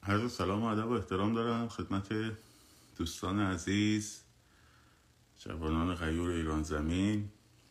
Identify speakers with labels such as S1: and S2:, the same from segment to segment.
S1: عرض سلام و ادب و احترام دارم خدمت دوستان عزیز، جوانان غیور ایران زمین.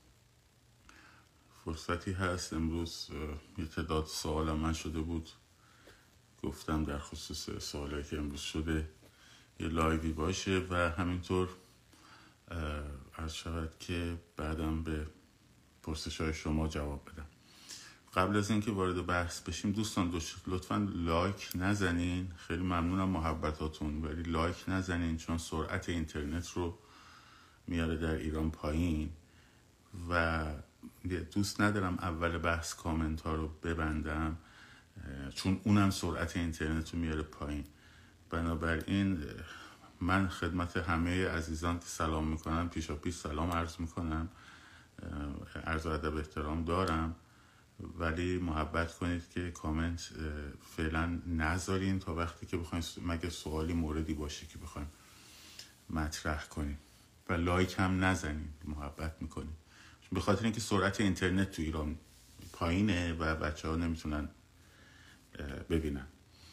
S1: فرصتی هست امروز یه تعداد سوال من شده بود، گفتم در خصوص سوالایی که امروز شده یه لایوی باشه و همینطور عرض شود که بعدم به پرسش های شما جواب بدم. قبل از اینکه وارد بحث بشیم دوستان لطفاً لایک نزنین، خیلی ممنونم محبتاتون، ولی لایک نزنین چون سرعت اینترنت رو میاره در ایران پایین و دوست ندارم اول بحث کامنت ها رو ببندم چون اونم سرعت اینترنت رو میاره پایین. بنابراین من خدمت همه عزیزان که سلام میکنم پیشا پیش سلام عرض میکنم، عرض ادب احترام دارم، ولی محبت کنید که کامنت فعلا نذارین تا وقتی که بخواین، مگه سوالی موردی باشه که بخواین مطرح کنیم، و لایک هم نزنین، محبت میکنید، به خاطر اینکه سرعت اینترنت تو ایران پایینه و بچه ها نمیتونن ببینن.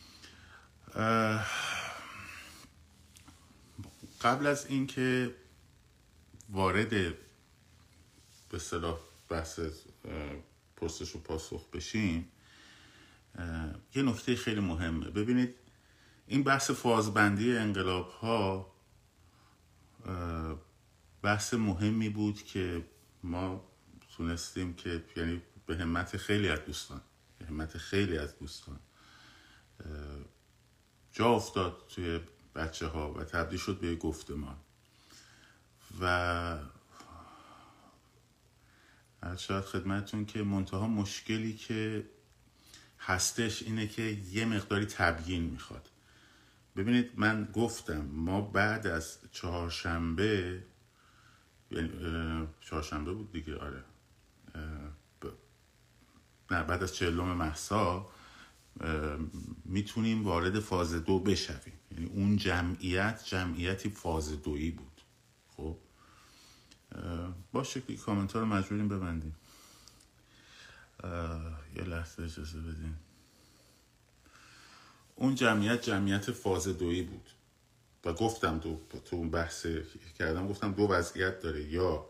S1: قبل از اینکه وارد به اصطلاح بحث پرسش و پاسخ بشیم، یه نکته خیلی مهمه. ببینید این بحث فازبندی انقلاب ها بحث مهمی بود که ما تونستیم که یعنی به همت خیلی از دوستان جا افتاد توی بچه ها و تبدیل شد به گفتمان. و شاید خدمتون که منتها مشکلی که هستش اینه که یه مقداری تبیین میخواد. ببینید من گفتم ما بعد از چهارشنبه، یعنی چهارشنبه بود دیگه، آره نه بعد از 40 مهسا میتونیم وارد فاز 2 بشویم، یعنی اون جمعیتی فاز 2 بود. خب باشه که کامنت ها رو مجبوریم ببندیم. یه لحظه اجازه بدین. اون جمعیت فاز 2 بود و گفتم تو اون بحث کردم، گفتم دو وضعیت داره، یا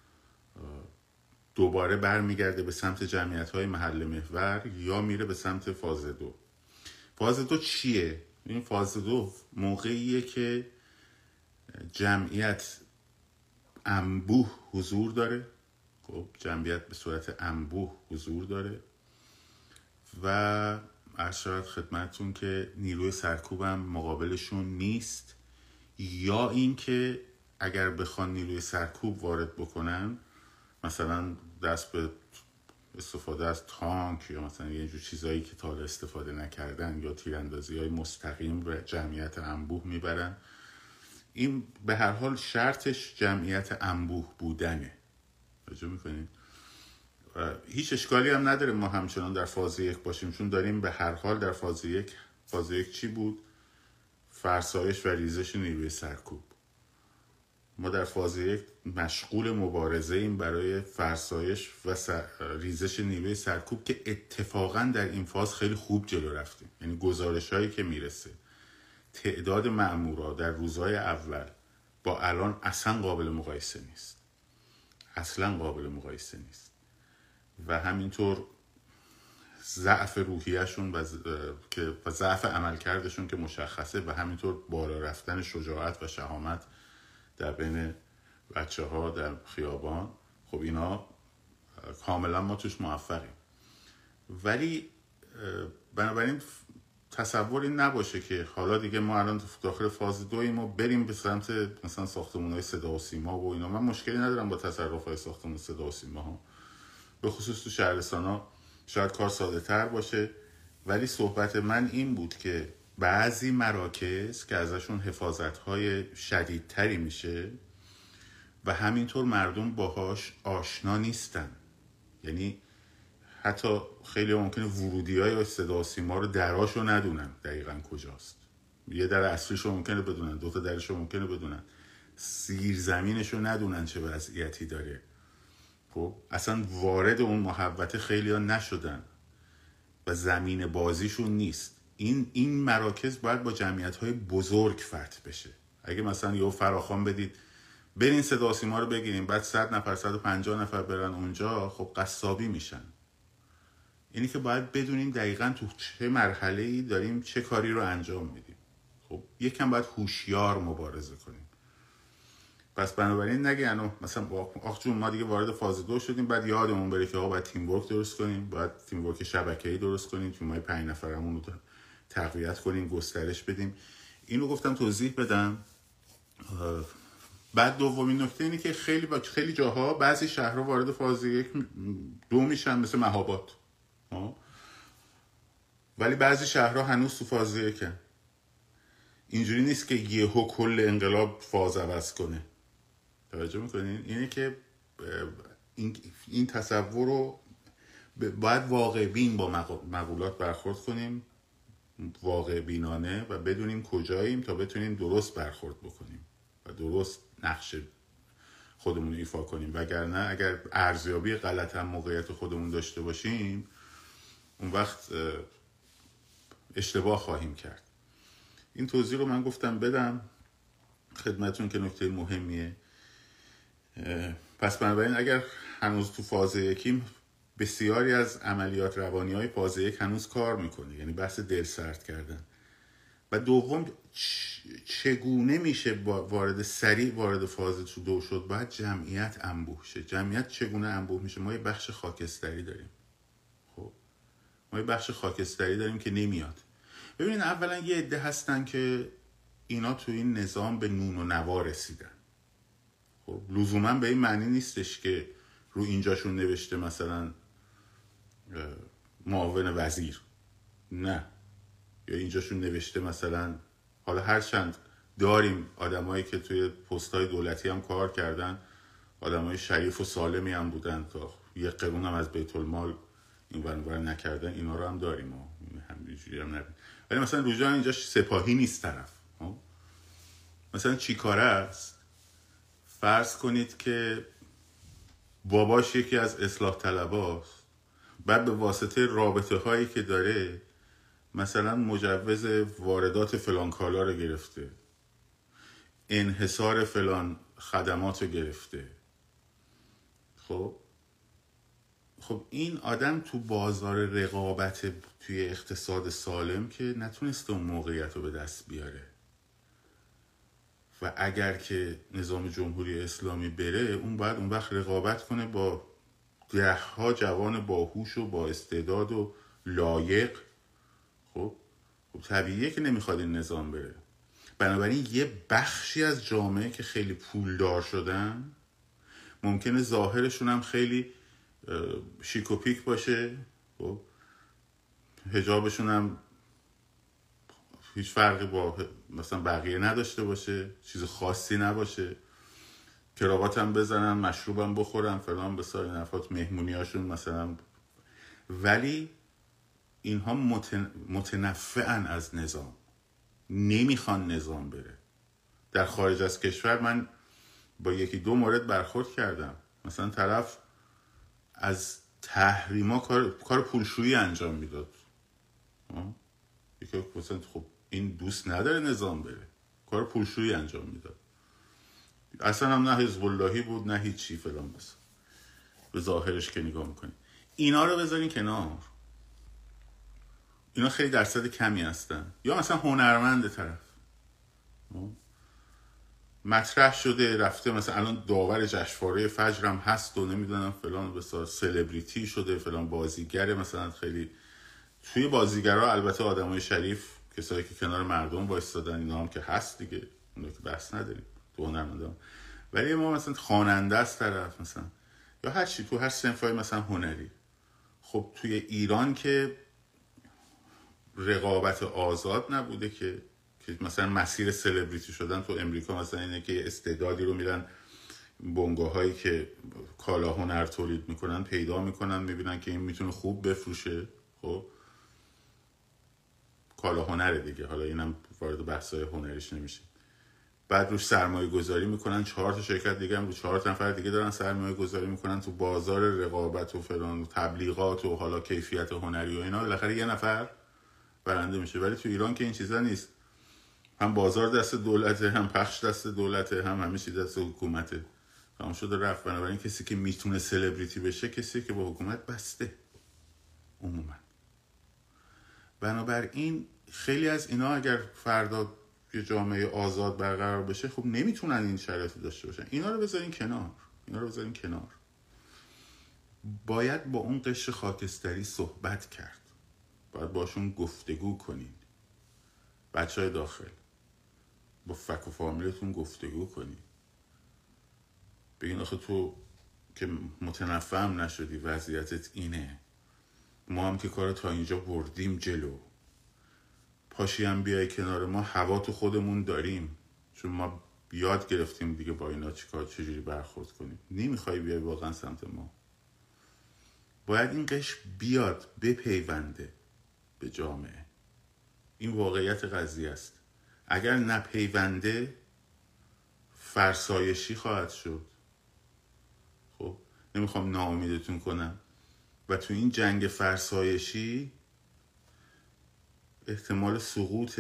S1: دوباره برمیگرده به سمت جمعیت های محل محور یا میره به سمت فاز 2. فاز 2 چیه؟ این فاز 2 موقعیه که جمعیت انبوه حضور داره. خب جمعیت به صورت انبوه حضور داره و عرض شود خدمتون که نیروی سرکوبم مقابلشون نیست، یا اینکه اگر بخوان نیروی سرکوب وارد بکنن، مثلا دست به استفاده از تانک یا مثلا یه جور چیزایی که تا حالا استفاده نکردن، یا تیراندازی های مستقیم به جمعیت انبوه میبرن. این به هر حال شرطش جمعیت انبوه بودنه. توجه میکنید؟ هیچ اشکالی هم نداره ما همچنان در فاز 1 باشیم، چون داریم به هر حال در فاز 1 چی بود؟ فرسایش و ریزش نیروی سرکوب. ما در فاز 1 مشغول مبارزه ایم برای فرسایش و ریزش نیروی سرکوب که اتفاقا در این فاز خیلی خوب جلو رفتیم. یعنی گزارش هایی که میرسه، تعداد مأمورا در روزهای اول با الان اصلا قابل مقایسه نیست و همینطور ضعف روحیه‌شون و ضعف عملکردشون که مشخصه، و همینطور بالا رفتن شجاعت و شهامت در بین بچه ها در خیابان. خب اینا کاملا ما توش موفقیم، ولی بنابراین تصور این نباشه که حالا دیگه ما الان داخل فاز 2 ما بریم به سمت مثلا ساختمان‌های صدا و سیما و اینا. من مشکلی ندارم با تصرف‌های ساختمان صدا و سیما ها، به خصوص تو شهرستان‌ها شاید کار ساده تر باشه، ولی صحبت من این بود که بعضی مراکز که ازشون حفاظت‌های شدیدتری میشه و همینطور مردم باهاش آشنا نیستن، یعنی حتی خیلی ممکنه ورودی‌های صدا و سیما رو دراشو ندونن دقیقاً کجاست. یه در اصلیشو ممکنه بدونن، 2 تا درشو ممکنه بدونن، زیرزمینشو ندونن چه وضعیتی داره. خب اصلا وارد اون محوطه خیلی ها نشدن و زمین بازیشون نیست. این مراکز باید با جمعیت‌های بزرگ فتح بشه. اگه مثلا یه فراخوان بدید برین صدا و سیما رو بگیریم، بعد 100 نفر 150 نفر برن اونجا، خب قصابی میشن. اینی که باید بدونیم دقیقاً تو چه مرحله‌ای داریم چه کاری رو انجام میدیم. خب یکم باید هوشیار مبارزه کنیم. پس بنابراین نگه مثلا آخ جون ما دیگه وارد فاز 2 شدیم، بعد یادمون بره که آقا باید تیم ورک درست کنیم، باید تیم ورک شبکه‌ای درست کنیم، تیم‌های 5 نفرمون رو تقویت کنیم، گسترش بدیم. اینو گفتم توضیح بدم. بعد دومین نکته اینه که خیلی جاها بعضی شهرها وارد فاز 1 2 میشن، مثل مهاباد، ولی بعضی شهرها هنوز تو فاز 1. اینجوری نیست که یهو کل انقلاب فاز عوض کنه. توجه میکنین؟ اینه که این تصور رو باید واقع بین با مقولات برخورد کنیم، واقع بینانه، و بدونیم کجاییم تا بتونیم درست برخورد بکنیم و درست نقش خودمون رو ایفا کنیم. وگرنه اگر ارزیابی غلط هم موقعیت خودمون داشته باشیم، اون وقت اشتباه خواهیم کرد. این توضیح رو من گفتم بدم خدمتون که نکته مهمیه. پس بنابراین اگر هنوز تو فاز 1 بسیاری از عملیات روانی های فاز 1 هنوز کار میکنه، یعنی بحث دل سرد کردن. و دوم چگونه میشه سریع وارد فاز 2 شد؟ باید جمعیت انبوه شه. جمعیت چگونه انبوه میشه؟ ما یه بخش خاکستری داریم. خب ما یه بخش خاکستری داریم که نمیاد. ببینید اولا یه عده هستن که اینا تو این نظام به نون و نوا رسیدن. خب لزوما به این معنی نیستش که رو اینجاشون نوشته مثلا معاون وزیر، نه، یا اینجاشون نوشته مثلا، حالا هرچند داریم آدمایی که توی پست‌های دولتی هم کار کردن، آدمای شریف و سالمی هم بودن تا یه قرون هم از بیت المال این ور نکردن، اینا رو هم داریم و همینجوری هم نبید. ولی مثلا روزا اینجا سپاهی نیست طرف. مثلا چی کاره است؟ فرض کنید که باباش یکی از اصلاح طلباست، بعد به واسطه رابطه هایی که داره مثلا مجوز واردات فلان کالا رو گرفته، انحصار فلان خدمات رو گرفته. خب این آدم تو بازار رقابت توی اقتصاد سالم که نتونسته اون موقعیت رو به دست بیاره، و اگر که نظام جمهوری اسلامی بره، اون باید اون وقت رقابت کنه با 10 جوان باهوش و با استعداد و لایق. خب طبیعیه که نمیخواد این نظام بره. بنابراین یه بخشی از جامعه که خیلی پولدار شدن، ممکنه ظاهرشون هم خیلی شیک و پیک باشه، خب حجابشون هم هیچ فرقی با مثلا بقیه نداشته باشه، چیز خاصی نباشه، کراوات هم بزنن، مشروب هم بخورن، فلان بسار نفات، مهمونیاشون مثلا، ولی اینها متنفعن از نظام، نمیخوان نظام بره. در خارج از کشور من با 1-2 مورد برخورد کردم، مثلا طرف از تحریما کار پولشویی انجام میداد. یکی مثلا خب این دوست نداره نظام بره، کار پولشویی انجام میداد، اصلا هم نه حزب اللهی بود نه هیچی فلان. بس به ظاهرش که نگاه میکنی، اینا رو بذارین کنار، اینا خیلی درصد کمی هستن. یا مثلا هنرمند طرف مطرح شده رفته، مثلا الان داور جشنواره فجر هم هست و نمیدونم فلان بسار سلبریتی شده، فلان بازیگر، مثلا خیلی توی بازیگرها البته آدمای شریف، کسایی که کنار مردم وایسادن، اینا هم که هست دیگه، اون که بحث نداریم تو هنرمندان. ولی ما مثلا خواننده است طرف، مثلا یا هر چی تو هر صنفای مثلا هنری. خب توی ایران که رقابت آزاد نبوده که مثلا مسیر سلبریتی شدن تو امریکا مثلا اینه که استعدادی رو میرن بنگاهایی که کالا هنر تولید میکنن پیدا میکنن، میبینن که این میتونه خوب بفروشه، خب کالا هنره دیگه، حالا اینم وارد بحثای هنریش نمیشه. بعد روش سرمایه گذاری میکنن، 4 شرکت دیگه هم رو 4 نفر دیگه دارن سرمایه گذاری میکنن تو بازار رقابت و فلان و تبلیغات و حالا کیفیت هنری و اینا. بالاخره یه نفر برنده میشه. ولی تو ایران که این چیزا نیست، هم بازار دست دولته، هم پخش دست دولته، هم همه چیز دست حکومته. تمام شده رفت. بنابراین کسی که میتونه سلبریتی بشه کسی که با حکومت بسته عموما. بنابراین خیلی از اینا اگر فردا یه جامعه آزاد برقرار بشه، خب نمیتونن این شرایط داشته باشن. اینا رو بذارین کنار. باید با اون قشر خاکستری صحبت کرد، باید باشون گفتگو کنین. بچهای داخل با فک و فامیلتون گفتگو کنین، بگین آخه تو که متنفهم نشدی وضعیتت اینه، ما هم که کار تا اینجا بردیم جلو، پاشی هم بیای کنار ما، هوا تو خودمون داریم، چون ما یاد گرفتیم دیگه با اینا چجوری برخورد کنیم. نمیخوای بیای واقعا سمت ما. باید این قشر بیاد بپیونده به جامعه. این واقعیت قضیه است. اگر نپیونده فرسایشی خواهد شد. خب نمیخوام ناامیدتون کنم، و تو این جنگ فرسایشی احتمال سقوط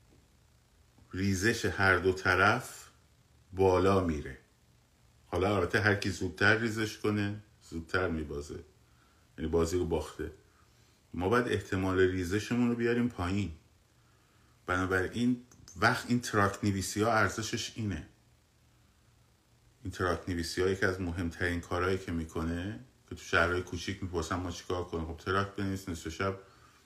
S1: ریزش هر دو طرف بالا میره. حالا البته هر کی زودتر ریزش کنه زودتر میبازه، یعنی بازی رو باخته. ما باید احتمال ریزشمون رو بیاریم پایین. بنابراین وقت این تراک نویسی ها ارزشش اینه. این تراک نویسی ها یکی از مهمترین کارهایی که میکنه که تو شهرهای کوچیک میپرسن ما چیکار کنیم. خب تراک بنویس، نصف شب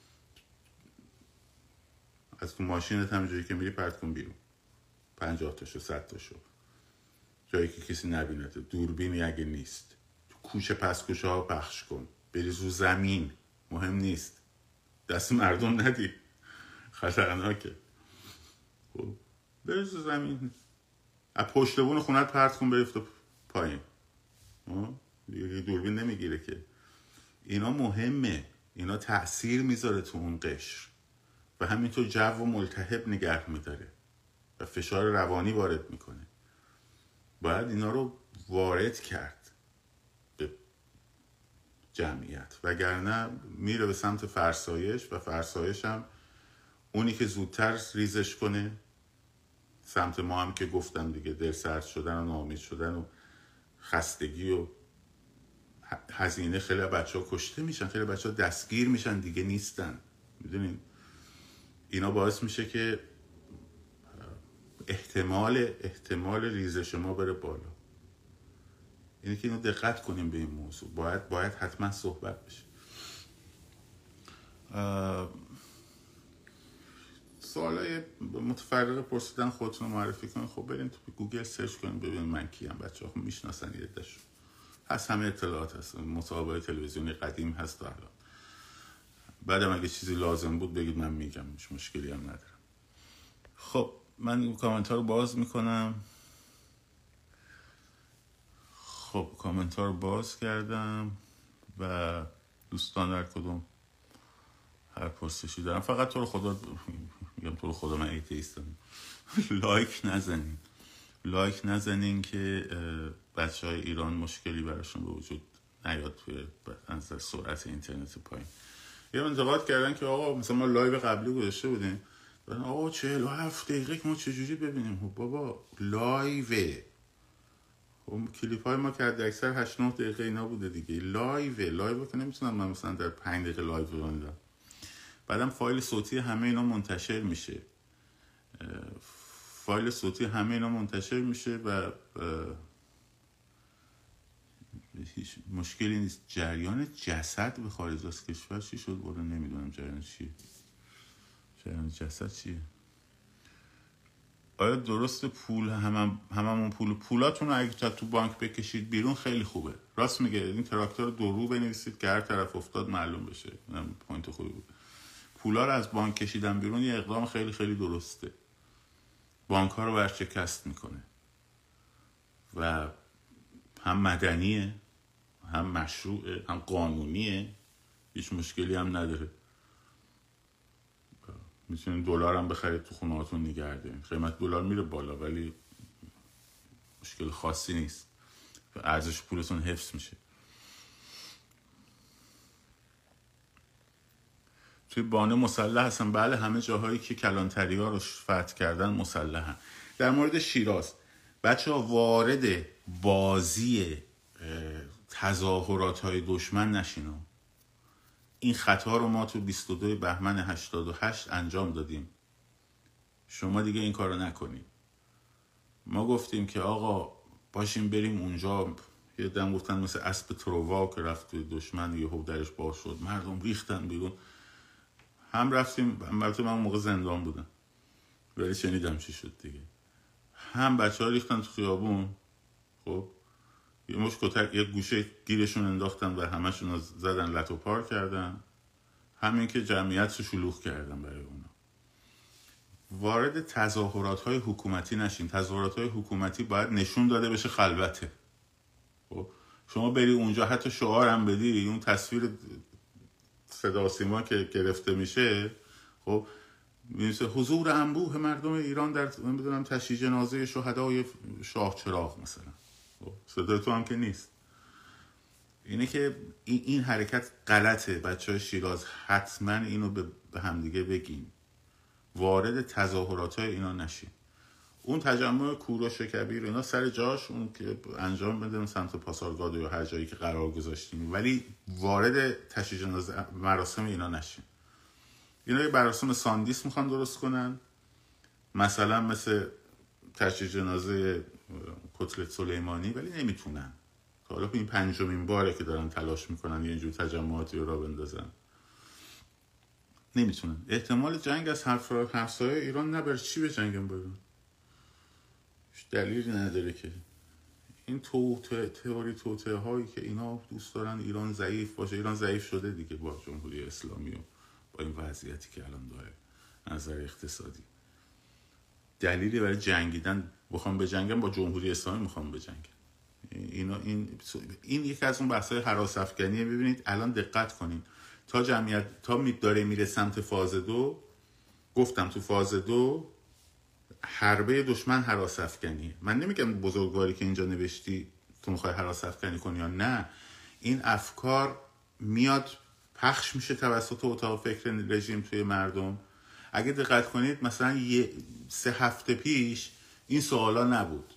S1: از تو ماشینت همینجوری که میری پرت کن بیرون، 50 تاشو 100 تاشو، جایی که کسی نبینده، دوربینی اگه نیست، تو کوچه پس کوچه ها پخش کن، بریز رو زمین، مهم نیست، دست مردم ندی، خطرناکه. خب بریز رو زمین، از پشت بون خونت پرت کن بریفت پایین، دیگه دوربین نمیگیره که. اینا مهمه، اینا تأثیر میذاره تو اون قشر و همینطور جو و ملتهب نگه میداره و فشار روانی وارد میکنه. باید اینا رو وارد کرد به جمعیت، وگرنه میره به سمت فرسایش، و فرسایش هم اونی که زودتر ریزش کنه سمت ما هم که گفتم دیگه، دل سرد شدن و ناامید شدن و خستگی و هزینه. خیلی بچه ها کشته میشن، خیلی بچه ها دستگیر میشن دیگه نیستن. میدونین اینا باعث میشه که احتمال ریزش ما بره بالا. اینه که اینو دقت کنیم به این موضوع. باید حتما صحبت بشه. سوالای متفرق پرسیدن خودتون رو معرفی کنید. خب برین تو گوگل سرچ کنید ببینید من کیم. بچه‌ها خب میشناسن یه عده‌شون هست، همه اطلاعات هست، مصاحبه تلویزیونی قدیم هست تا الان. بعدم اگه چیزی لازم بود بگید من میگم، هیچ مشکلی هم ندارم. خب من این کامنت ها رو باز میکنم. خب کامنت ها رو باز کردم و دوستان در کدوم هر پرسشی دارم. فقط تو رو خدا میگم، تو رو خدا من ایتیستم، لایک نزنین که بچه های ایران مشکلی براشون به وجود نیاد توی نظر سرعت اینترنت پایین. یه انتقاد کردن که آقا مثلا ما لایو قبلی گذاشته بودیم، آقا 47 دقیقه که ما چجوری ببینیم؟ خب بابا لایوه، خب کلیپ های ما که حد اکثر 8-9 دقیقه اینا بوده دیگه. لایو که نمیتونم من مثلا در 5 دقیقه لایو ببندم. بعدم فایل صوتی همه اینا منتشر میشه، و هیچ مشکلی نیست. جریان جسد به خارج از کشور چی شد؟ والا نمیدونم جریان چیه. جریان جسد چیه؟ آیا درست پول هممون پولاتون رو اگه تو بانک بکشید بیرون خیلی خوبه. راست میگه. این تراکتور دو رو بنویسید که هر طرف افتاد معلوم بشه. پوینت خوبی بود. پولا رو از بانک کشیدن بیرون یه اقدام خیلی خیلی درسته. بانک ها رو ورشکست میکنه و هم مدنیه، هم مشروعه، هم قانونیه، هیچ مشکلی هم نداره. میتونین دلار هم بخرید تو خونه هاتون نگه دارین. قیمت دلار میره بالا ولی مشکل خاصی نیست، ارزش پولتون حفظ میشه. توی بانه مسلح هستن. بله، همه جاهایی که کلانتری ها رو فتح کردن مسلحن. در مورد شیراز، بچه ها وارد بازی تظاهرات های دشمن نشین. این خطا رو ما تو 22 بهمن 88 انجام دادیم. شما دیگه این کار رو نکنیم. ما گفتیم که آقا باشیم بریم اونجا. یه دم گفتن مثل اسب تروا که رفت توی دشمن یهو درش باز شد، مردم ریختن بیرون. هم رفتیم، البته من اون موقع زندان بودم ولی شنیدم چی شد دیگه. هم بچه ها ریختن تو خیابون، خب یه مش کتک یه گوشه گیرشون انداختن و همشون رو زدن لت و پار کردن. همین که جمعیت رو شلوغ کردن برای اونا. وارد تظاهرات های حکومتی نشین. تظاهرات های حکومتی باید نشون داده بشه خلوته. خب شما بری اونجا حتی شعار هم بدی، اون تصویر صدا سیما که گرفته میشه، خب میشه حضور انبوه مردم ایران در نمیدونم تشییع جنازه شهدای شاه چراغ مثلا. خب صدای تو هم که نیست. اینه که این حرکت غلطه. بچه های شیراز حتما اینو به همدیگه بگیم، وارد تظاهرات های اینا نشین. اون تجمع کوروش کبیر اینا سر جاش، اون که انجام بدن سمت پاسارگاد یا هر جایی که قرار گذاشتیم، ولی وارد تشییع جنازه مراسم اینا نشین. اینا یه مراسم ساندیس میخوان درست کنن، مثلا مثل تشییع جنازه کتلت سلیمانی، ولی نمیتونن. حالا این 5مین باره که دارن تلاش میکنن یه اینجور تجمعاتی رو را بندازن. نمیتونن. احتمال جنگ از همسایه ایران نبره. چی به جنگم برن؟ دلیلی نداره که. این تئوری توطئه هایی که اینا دوست دارن ایران ضعیف باشه. ایران ضعیف شده دیگه با جمهوری اسلامی و با این وضعیتی که الان داره نظر اقتصادی. دلیلی برای جنگیدن، بخوام بجنگن با جمهوری اسلامی میخوام بجنگن. این یکی از اون بحث‌های هراس افکنیه. ببینید الان دقت کنین، تا جمعیت تا داره میره سمت فاز 2، گفتم تو فاز 2 حربه دشمن هراس افکنیه. من نمیگم بزرگواری که اینجا نوشتی تو میخوای هراس افکنی کنی یا نه. این افکار میاد پخش میشه توسط اتاق فکر رژیم توی مردم. اگه دقت کنید مثلا 3 هفته پیش این سوالا نبود،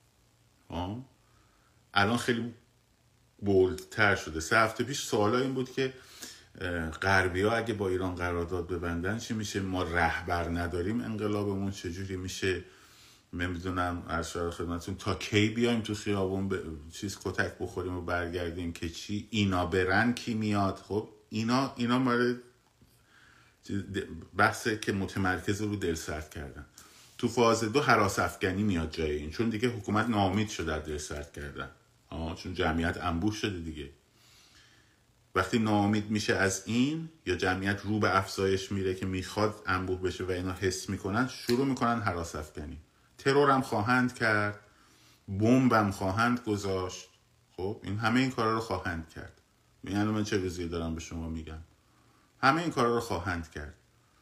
S1: الان خیلی بولدتر شده. 3 هفته پیش سوالا این بود که غربی‌ها اگه با ایران قرارداد ببندن چی میشه، ما رهبر نداریم، انقلابمون چجوری میشه، نمیدونم ارشد خدمتتون تا کی بیایم تو خیابون کتک بخوریم و برگردیم که چی، اینا برن کی میاد. خب اینا مورد بحثه که متمرکز رو دل سرد کردن. تو فاز 2 هراس افکنی میاد جای این، چون دیگه حکومت ناامید شده در دل سرد کردن. چون جمعیت انبوه شده دیگه. وقتی ناامید میشه از این، یا جمعیت رو به افزایش میره که میخواد انبوه بشه و اینا حس میکنن، شروع میکنن هراس افکنی. ترور هم خواهند کرد، بمب هم خواهند گذاشت. خب این همه این کارا رو خواهند کرد. یعنی من چه ویزی دارم به شما میگم، همه این کارا رو خواهند کرد.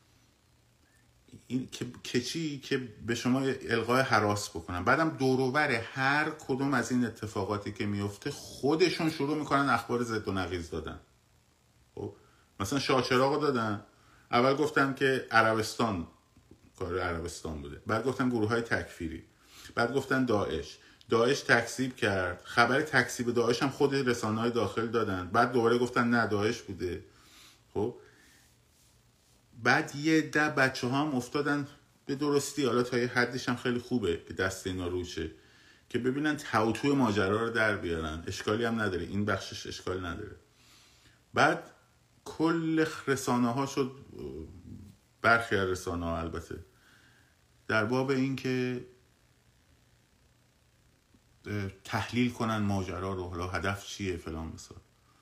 S1: این که چی؟ که به شما القای هراس بکنن. بعدم دوروبر هر کدوم از این اتفاقاتی که میفته خودشون شروع میکنن اخبار ضد و نقیض دادن. خب مثلا شاه چراغ دادن، اول گفتن که عربستان کار عربستان بوده، بعد گفتن گروه های تکفیری، بعد گفتن داعش تکذیب کرد. خبر تکذیب داعش هم خود رسانه‌های داخل دادن، بعد دوباره گفتن نه داعش بوده. خب بعد یه ده بچه ها هم افتادن به درستی، حالا تا یه حدش هم خیلی خوبه که دست اینا روشه که ببینن توی ماجرا رو در بیارن. اشکالی هم نداره، این بخشش اشکال نداره. بعد کل رسانه ها شد، برخی از رسانه ها البته، در باب این که تحلیل کنن ماجرا رو، حالا هدف چیه فلان مثلا.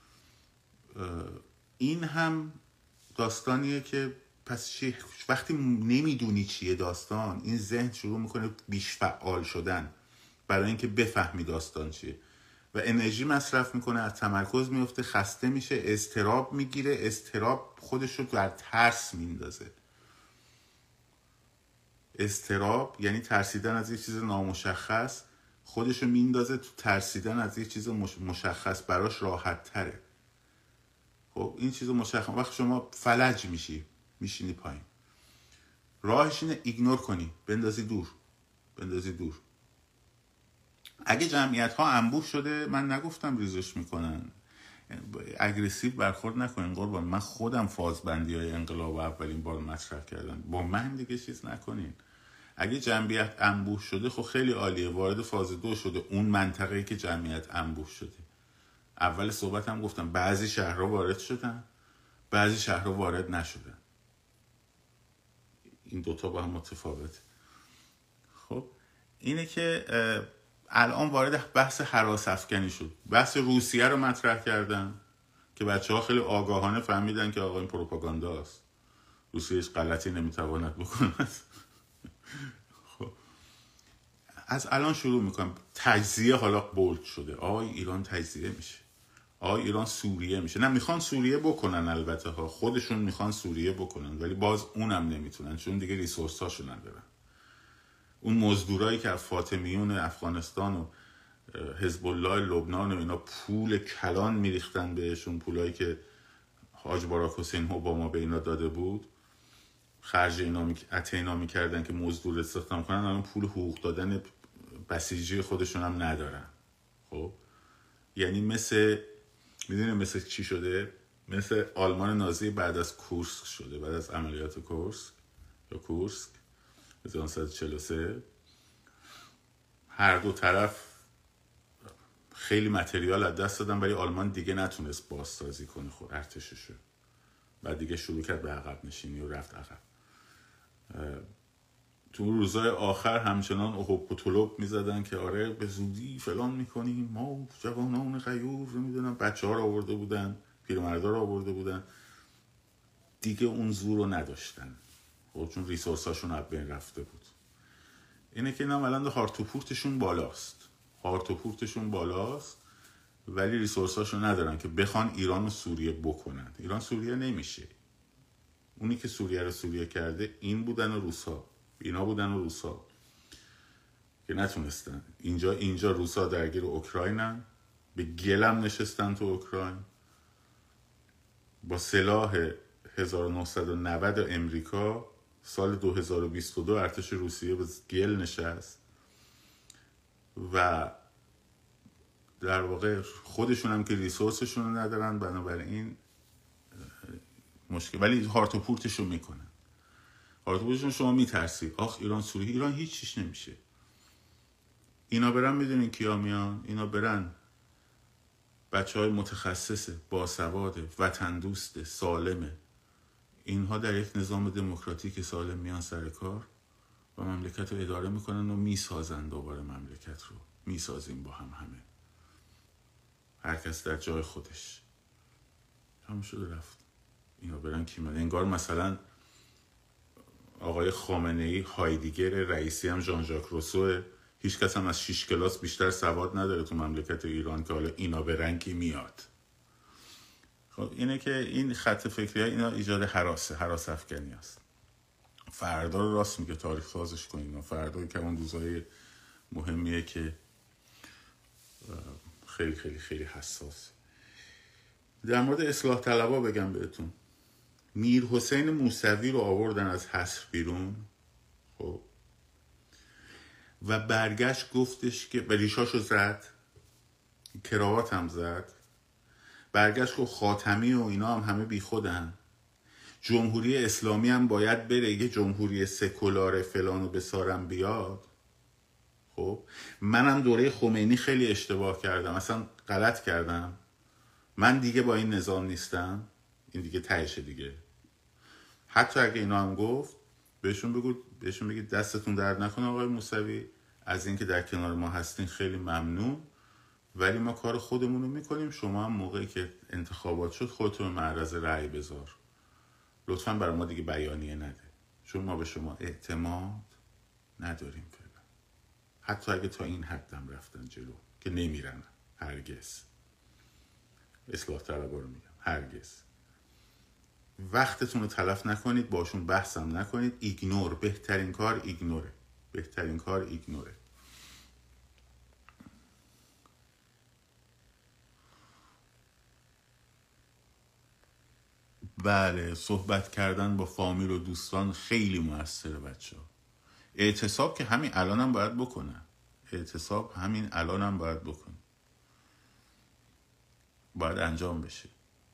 S1: این هم داستانیه که پس چی؟ وقتی نمیدونی چیه داستان، این ذهن شروع میکنه بیش فعال شدن برای اینکه بفهمی داستان چیه و انرژی مصرف میکنه، از تمرکز میفته، خسته میشه، اضطراب میگیره. اضطراب خودش رو در ترس میندازه. اضطراب یعنی ترسیدن از یه چیز نامشخص، خودش رو میندازه تو ترسیدن از یه چیز مشخص، براش راحت تره. خب این چیزو مشخص. وقتی شما فلج میشی، میشینی پایین، راهش اینه ایگنور کنی، بندازی دور. اگه جمعیت ها انبوه شده، من نگفتم ریزش میکنن، اگریسیو برخورد نکنین قربان. من خودم فازبندی های انقلاب اولین بار مطرح کردم، با من دیگه چیز نکنین. اگه جمعیت انبوه شده خب خیلی عالیه، وارد فاز 2 شده اون منطقه‌ای که جمعیت انبوه شده. اول صحبت هم گفتم بعضی شهرها وارد شدن، بعضی شهرها وارد نشدن. این دوتا با هم متفاوته. خب اینه که الان وارد بحث هراس افکنی شد. بحث روسیه رو مطرح کردن که بچه ها خیلی آگاهانه فهمیدن که آقا این پروپاگانداست، روسیه هیچ غلطی نمیتواند بکند. خب از الان شروع میکنم. تجزیه حالا بولد شده، آقای ایران تجزیه میشه، آقای ایران سوریه میشه. نه میخوان سوریه بکنن، البته ها خودشون میخوان سوریه بکنن، ولی باز اونم نمیتونن چون دیگه ریسورس هاشو ندارن. اون مزدورایی که از فاطمیون افغانستان و حزب الله لبنان و اینا پول کلان میریختن بهشون، پولایی که حاج باراک حسین اوباما به اینا داده بود، خرج اینا میکردن که مزدور استخدام کنن، الان پول حقوق دادن بسیجی خودشون هم ندارن. خب یعنی میدونی مثل چی شده؟ مثل آلمان نازی بعد از کورسک شده، بعد از عملیات کورسک 1943. هر دو طرف خیلی متریال از دست دادن، ولی آلمان دیگه نتونست بازسازی کنه خود ارتششو، بعد دیگه شروع کرد به عقب نشینی و رفت عقب. تو روزای آخر همچنان اوهوب و طلوب میزدن که آره به زودی فلان میکنیم، ما جوانان غیور نمیدونم، بچه ها رو آورده بودن، پیرمردا رو آورده بودن، دیگه اون زور رو نداشتن خب چون ریسورس هاشون از بین رفته بود. اینه که اینا الان هارت و پورتشون بالاست، ولی ریسورس هاشون ندارن که بخوان ایران و سوریه بکنن. ایران سوریه نمیشه. اونی که سوریه رو سوریه کرده اینا بودن و روسا که نتونستن. اینجا روسا درگیر اوکراینن، به گلم نشستن تو اوکراین، با سلاح 1990 امریکا سال 2022 ارتش روسیه به گل نشست و در واقع خودشون هم که ریسورسشون رو ندارن، بنابراین مشکل. ولی هارت و پورتشون میکنن. هارت و پورتشون شما میترسید ایران سوریه، ایران هیچ چیش نمیشه. اینا برن میدونین کیا میان؟ اینا برن بچه های متخصص باسواد وطن دوست سالمه، اینها در یک نظام دموکراتیک سالم میان سر کار و مملکت رو اداره میکنن و میسازن. دوباره مملکت رو میسازیم با همه، هر کس در جای خودش. همون شده رفت. اینا برن کی میاد؟ انگار مثلا آقای خامنه‌ای هایدگر، رئیسی هم ژان ژاک روسوه، هیچ کس هم از 6 کلاس بیشتر سواد نداره تو مملکت ایران که حالا اینا برن کی میاد. خب اینه که این خط فکری ها اینا ایجاد هراس افکنی است. فردا رو راست میگه، تاریخ سازش کنین. فردا که اون روزای مهمیه که خیلی خیلی خیلی حساس. در مورد اصلاح طلبا بگم بهتون، میر حسین موسوی رو آوردن از حصر بیرون، خب و برگشت گفتش که ریشاشو زد، کراوات هم زد، برگشت گفت خاتمی و اینا هم همه بی خودن، جمهوری اسلامی هم باید بره، یه جمهوری سکولار فلانو بسارم بیاد. خب منم دوره خمینی خیلی اشتباه کردم، اصلا غلط کردم، من دیگه با این نظام نیستم، این دیگه تهشه دیگه. حتی اگه اینا هم گفت بهشون بگید دستتون درد نکنه آقای موسوی، از اینکه در کنار ما هستین خیلی ممنون، ولی ما کار خودمون رو میکنیم، شما هم موقعی که انتخابات شد خودتون معرض رأی بذار، لطفاً برای ما دیگه بیانیه نده، چون ما به شما اعتماد نداریم فعلا. حتی اگه تا این حدم رفتن جلو که نمیرن، هرگز. اصلاح طلبا رو میگم، هرگز. وقتتون رو تلف نکنید، باشون بحثم نکنید. ایگنور، بهترین کار ایگنوره. بله، صحبت کردن با فامیل و دوستان خیلی موثره بچه ها. اعتصاب که همین الانم باید بکنن. اعتصاب همین الانم باید بکن. باید انجام بشه.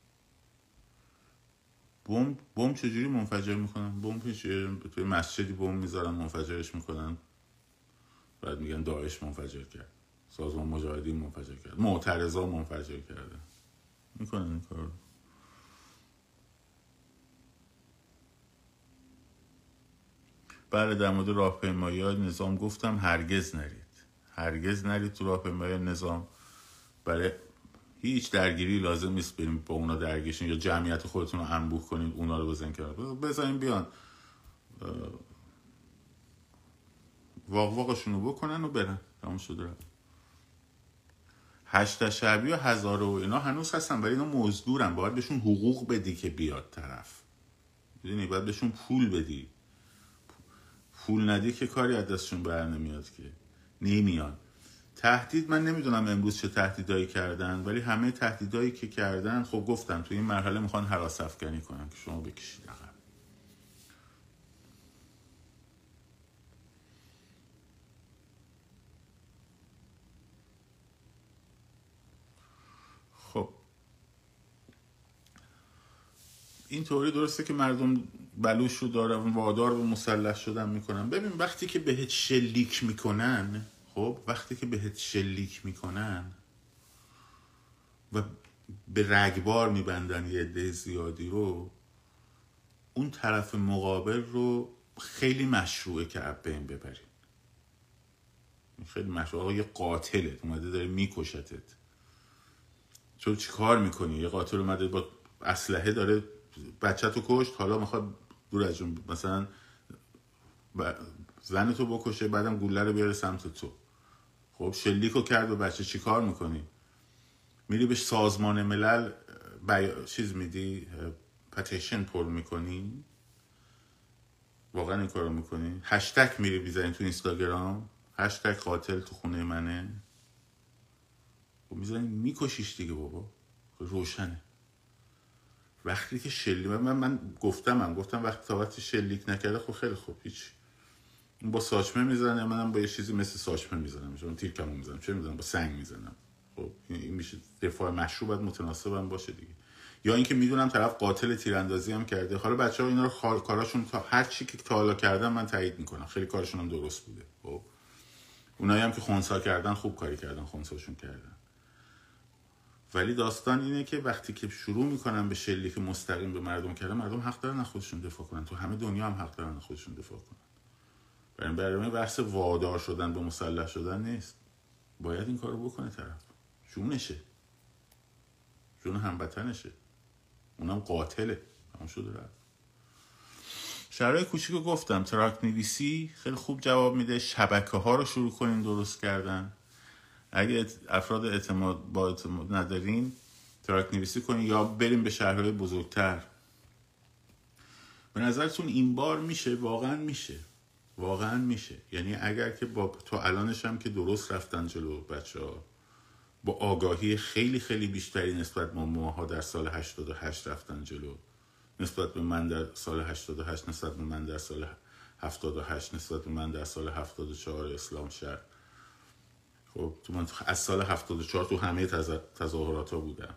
S1: بمب چجوری منفجر میکنن؟ بمب توی مسجدی بمب میذارن منفجرش میکنن، بعد میگن داعش منفجر کرد، سازمان مجاهدین منفجر کرد، معترضا منفجر کرده. میکنن این کار. بله، در مورد راهپیمایی نظام گفتم هرگز نرید تو راهپیمایی نظام. برای هیچ درگیری لازم نیست بریم با اونا درگیرشین یا جمعیت خودتون رو انبوه کنید اونا رو بزن کرد. بزنین بیان واقشون رو بکنن و برن. تمام شده. هشت شعبی و هزاره و اینا هنوز هستن، ولی اینا مزدورن. باید بهشون حقوق بدی که بیاد طرف. میدونی، باید بهشون پول بدی. پول ندی که کاری از دستشون بر نمیاد که. نمیان. تهدید، من نمیدونم امروز چه تهدیدایی کردن، ولی همه تهدیدایی که کردن خب گفتم تو این مرحله میخوان هراس افکنی کنن که شما بکشید عقب. خب این طوری درسته که مردم بلوش رو دارن، وادار به مسلح شدن میکنن. ببین وقتی که بهت شلیک میکنن و به رگبار میبندن یه عده زیادی رو، اون طرف مقابل رو خیلی مشروعه که از بین ببرین. خیلی مشروعه. آقا یه قاتله اومده داره میکشتت، تو چی کار میکنی؟ یه قاتل اومده با اسلحه داره بچه تو کشت، حالا میخواد دور از جون مثلا زن تو بکشه، بعدم گوله رو بیاره سمت تو. خب شلیکو کرد به بچه، چی کار میکنی؟ میری به سازمان ملل چیز میدی، پتیشن پر میکنی؟ واقعا این کارو میکنی؟ هشتگ میری بیزنی تو اینستاگرام، هشتگ قاتل تو خونه منه، خب میزنی میکشیش دیگه بابا. روشنه. وقتی که من گفتم وقتی تا شلیک نکرده خب خیلی خوب، هیچ. اون با ساچمه میزنه، منم با یه چیزی مثل ساچمه میزنم، چون تیرکمو میزنم، چه میزنم، با سنگ میزنم. خب این میشه دفاع مشروع، باید متناسبم باشه دیگه. یا اینکه میدونم طرف قاتل تیراندازی هم کرده. حالا بچه‌ها اینا رو کاراشون تا هر چی که تا حالا کردن من تایید میکنم، خیلی کارشون هم درست بوده. خب اونایی هم که خونسا کردن خوب کاری کردن، خونساشون کردن. ولی داستان اینه که وقتی که شروع میکنن به شلیک مستقیم به مردم کردن، مردم حق دارن از خودشون دفاع کنن. تو همه دنیا هم حق دارن از خودشون دفاع کنن. برای بحث وادار شدن به مسلح شدن نیست. باید این کارو بکنه طرف. جونشه، جون هموطنشه، اونم قاتله. همون شده رفت. شرایط کوچیکو گفتم. تراک نویسی خیلی خوب جواب میده. شبکه ها رو شروع کنین درست کردن. اگه افراد اعتماد ندارین، تراک نویسی کنین یا بریم به شهرهای بزرگتر. به نظرتون این بار میشه؟ واقعا میشه. یعنی اگر که با تو الانش هم که درست رفتن جلو بچه‌ها، با آگاهی خیلی خیلی بیشتری نسبت به ماها در سال 88 رفتن جلو، نسبت به من در سال 88، نسبت به من در سال 78، نسبت به من در سال 74 اسلام شهر. خب تو من از سال 74 تو همه تظاهرات ها بودم،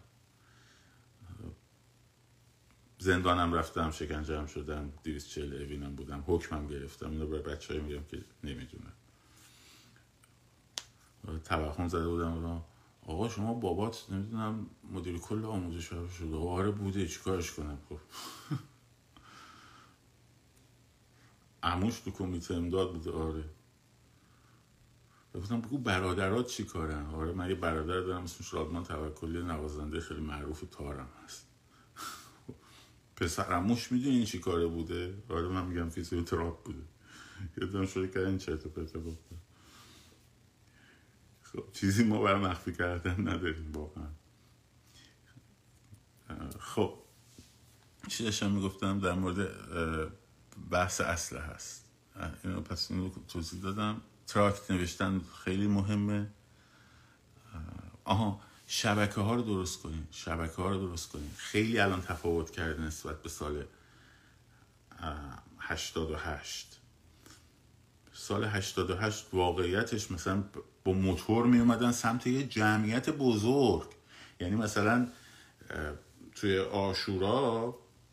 S1: زندانم رفتم، شکنجه هم شدم، 240 اوینم بودم، حکمم گرفتم. اینو برای بچه های میگم که نمیدونم. توهم زده بودم آقا شما بابات نمیدونم مدیر کل آموزش شده. آره بوده، چیکارش کنم؟ خب عموش تو کمیته امداد بوده. آره. گفتم بگو برادرات چی کارن؟ آره من یه برادر دارم اسمش رادمان توکلی، نوازنده خیلی معروف تارم هست. پسر عموش میدونی چی کاره بوده؟ آره من میگم فیزیوتراپ بوده. یادم شده که این چرت و پرت گفتم. خب چیزی ما برای مخفی کردن نداریم واقعا. خب چی داشتم میگفتم؟ در مورد بحث اسلحه هست. پس اینو توضیح دادم. تراکت نوشتن خیلی مهمه. شبکه ها رو درست کنین. خیلی الان تفاوت کرده نسبت به سال 88. سال 88 واقعیتش مثلا با موتور می اومدن سمت یه جمعیت بزرگ. یعنی مثلا توی عاشورا،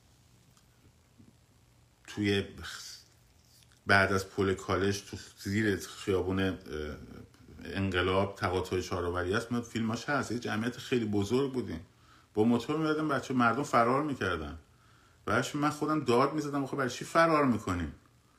S1: توی بعد از پل کالج تو زیر خیابون انقلاب تقاطع چهارآوری است، فیلماش هست، یه جمعیت خیلی بزرگ بودیم، با موتور میادن بچه مردم فرار میکردن. بعدش من خودم داد میزدم خب برای چی فرار میکنیم؟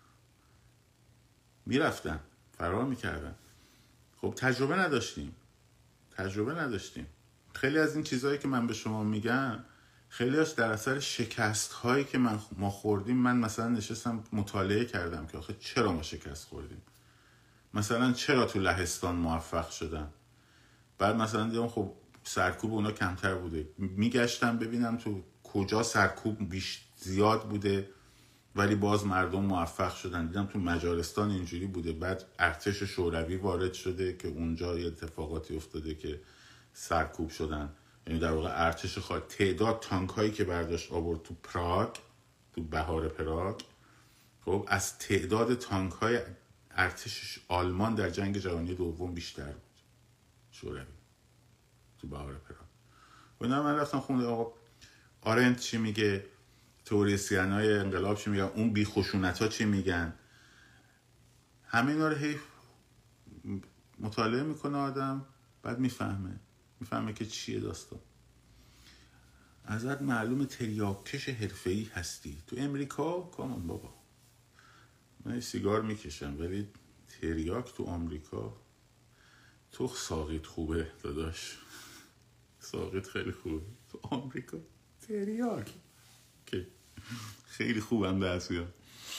S1: میرفتن فرار میکردن. خب تجربه نداشتیم. خیلی از این چیزهایی که من به شما میگم، خیلی هاش در اثر شکست هایی که ما خوردیم. من مثلا نشستم مطالعه کردم که آخه چرا ما شکست خوردیم، مثلا چرا تو لهستان موفق شدن. بعد مثلا دیدم خب سرکوب اونا کمتر بوده، میگشتم ببینم تو کجا سرکوب زیاد بوده ولی باز مردم موفق شدن. دیدم تو مجارستان اینجوری بوده، بعد ارتش شوروی وارد شده که اونجا یه اتفاقاتی افتاده که سرکوب شدن. یعنی در واقع ارتش تعداد تانک هایی که برداشت آورد تو پراگ، تو بهار پراگ، خب از تعداد تانک های ارتش آلمان در جنگ جهانی دوم بیشتر بود شوروی تو بهار پراگ. و اینا من رفتم خونده آقا آرنت چی میگه، تئوریسین های انقلاب چی میگن، اون بی خشونت ها چی میگن. همه اینا رو هی مطالعه میکنه آدم، بعد میفهمه که چیه داستان. ازت معلوم تریاکش حرفه‌ای هستی. تو امریکا کامان بابا، من سیگار میکشم ولی تریاک تو امریکا، تو ساقیت خوبه داداش، ساقیت خیلی خوبه. تو امریکا تریاک که خیلی خوبم بعضیا.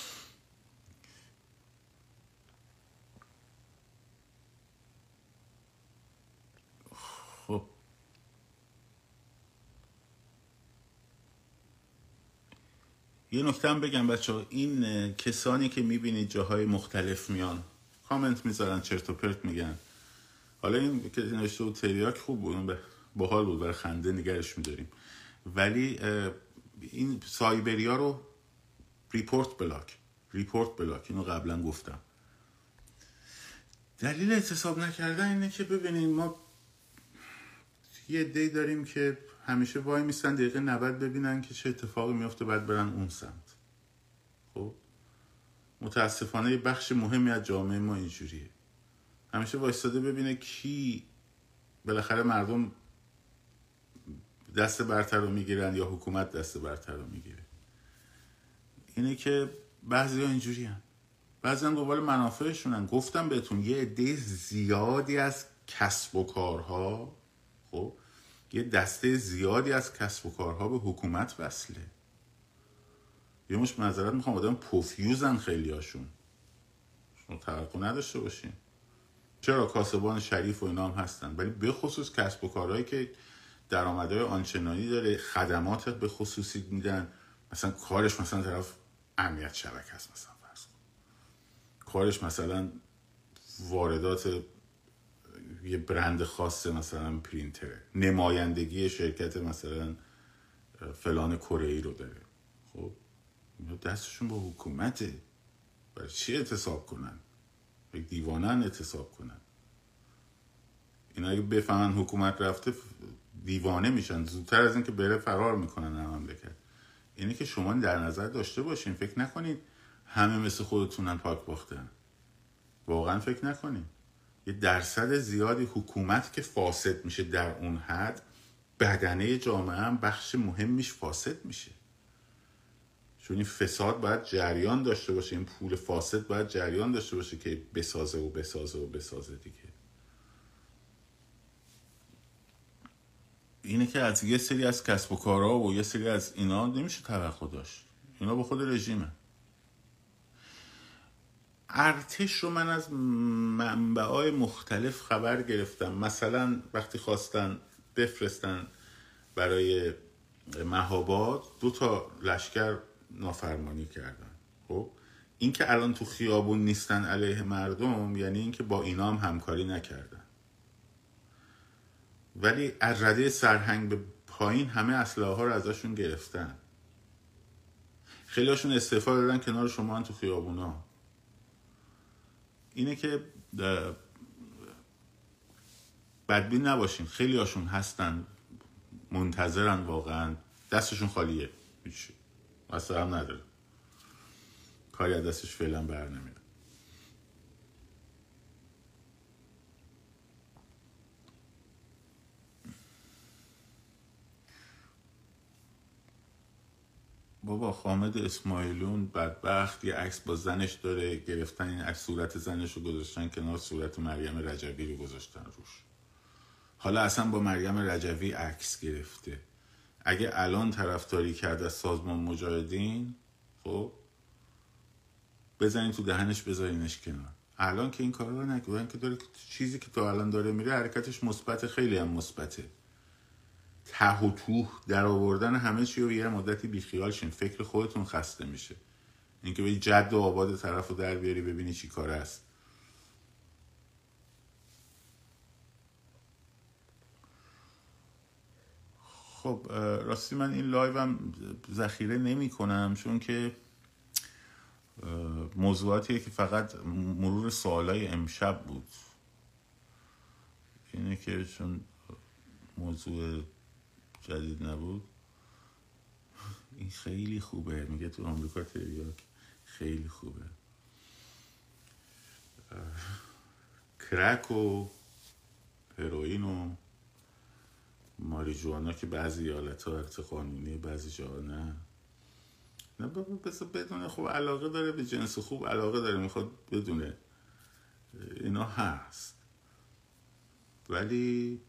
S1: خب یه نکته هم بگم بچه، این کسانی که میبینید جاهای مختلف میان کامنت میذارن چرت و پرت میگن، حالا این که نوشته بود تریاک خوب بود، باحال بود، برای خنده نگرش میداریم، ولی این سایبریا رو ریپورت بلاک اینو قبلا گفتم. دلیل اعتصاب نکردن اینه که ببینید ما یه عده‌ای داریم که همیشه وای میستن دقیقه 90 ببینن که چه اتفاقی میفته بعد برن اون سمت. خب متاسفانه یه بخش مهمی از جامعه ما اینجوریه، همیشه وایستاده ببینه کی بالاخره مردم دست برتر رو میگیرن یا حکومت دست برتر رو میگیره. اینه که بعضی ها اینجوری هن، بعضی هم دنبال منافعشونن. گفتم بهتون یه عده زیادی از کسب و کارها، خب یه دسته زیادی از کسب و کارها به حکومت وصله. یه مش معذرت میخوام آدم پوفیوزن خیلی هاشون، شما توقع نداشته باشین. چرا کاسبان شریف و اینا هم هستن، ولی به خصوص کسب و کارهایی که درآمدهای آنچنانی داره، خدمات به خصوصی میدن، مثلا کارش مثلا طرف امنیت شبکه هست، مثلا فرض کن کارش مثلا واردات یه برند خاصه، مثلا پرینتره، نمایندگی شرکت مثلا فلان کره‌ای رو داره. خب دستشون با حکومته، برای چی اعتصاب کنن؟ یک دیوانن اعتصاب کنن. اینا اگه بفهمن حکومت رفته دیوانه میشن، زودتر از این که بره فرار میکنن هم مملکت. اینه که شما در نظر داشته باشین، فکر نکنید همه مثل خودتونن پاک باختن، واقعا فکر نکنید. یه درصد زیادی حکومت که فاسد میشه در اون حد، بدنه جامعه هم بخش مهمیش فاسد میشه، چون این فساد باید جریان داشته باشه، این پول فاسد باید جریان داشته باشه که بسازه دیگه. اینه که از یه سری از کسب و کارها و یه سری از اینا نمیشه توقع داشت، اینا به خود رژیمه. ارتش رو من از منبعای مختلف خبر گرفتم، مثلا وقتی خواستن بفرستن برای مهاباد 2 لشکر نافرمانی کردن. خب این که الان تو خیابون نیستن علیه مردم، یعنی این که با اینا هم همکاری نکردن. ولی از رده سرهنگ به پایین همه اسلحه ها رو ازشون گرفتن. خیلی هاشون استعفا دادن، کنار شما هم تو خیابونا. اینه که بدبین نباشین، خیلی هاشون هستن منتظرن، واقعا دستشون خالیه، هیچ اصلا هم نداره، کاری از دستش فعلا بر نمیاد. بابا حامد اسماعیلون بدبخت یه عکس با زنش داره، گرفتن این عکس صورت زنش رو گذاشتن کنار، صورت مریم رجوی رو گذاشتن روش. حالا اصلا با مریم رجوی عکس گرفته. اگه الان طرفداری کرد از سازمان مجاهدین، خب بزنین تو دهنش، بذارینش کنار. الان که این کارا رو نکنن که داره، چیزی که تا الان داره میره حرکتش مثبت، خیلی هم مثبته. ته و توح در آوردن همه چی رو یه مدتی بیخیال شین، فکر خودتون خسته میشه. اینکه به جد و آباد طرف رو در بیاری ببینی چی کار است. خب راستی من این لایوم ذخیره نمی کنم، چون که موضوعاتیه که فقط مرور سوالای امشب بود. اینه که چون موضوع جدید نبود. این خیلی خوبه، میگه تو آمریکا تریاک خیلی خوبه. کرک و هروئین و ماریجوانا که بعضی ایالت‌ها البته قانونی، بعضی جاها نه بس بدونه. خب علاقه داره به جنس خوب، علاقه داره، میخواد بدونه اینا هست. ولی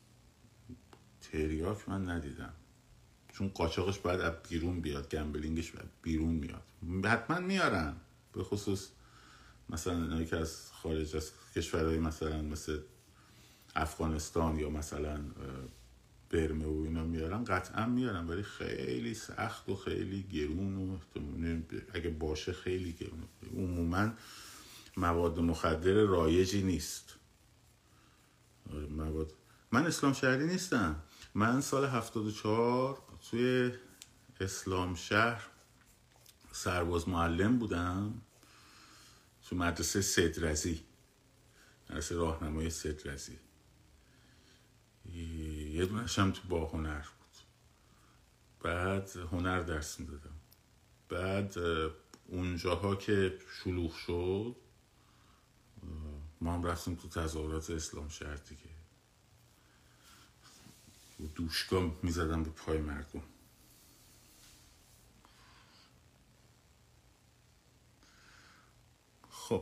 S1: تریاک من ندیدم، چون قاچاقش باید از بیرون بیاد، گمبلینگش باید بیرون میاد. حتما میارن، به خصوص مثلا اینایی که از خارج از کشورهای مثلا مثل افغانستان یا مثلا برمه و اینا میارن، قطعا میارن، ولی خیلی سخت و خیلی گرون و اگه باشه خیلی گرون. عموما مواد مخدر رایجی نیست. من اسلام شهری نیستم. من سال 74 توی اسلام شهر سرباز معلم بودم، تو مدرسه سدرزی، مدرسه راهنمای سدرزی. یه دونش هم تو با هنر بود. بعد هنر درس میدادم. بعد اونجاها که شلوغ شد ما هم رفتیم تو تظاهرات اسلام شهر دیگه، دوشگاه میزدم به پای مردم. خب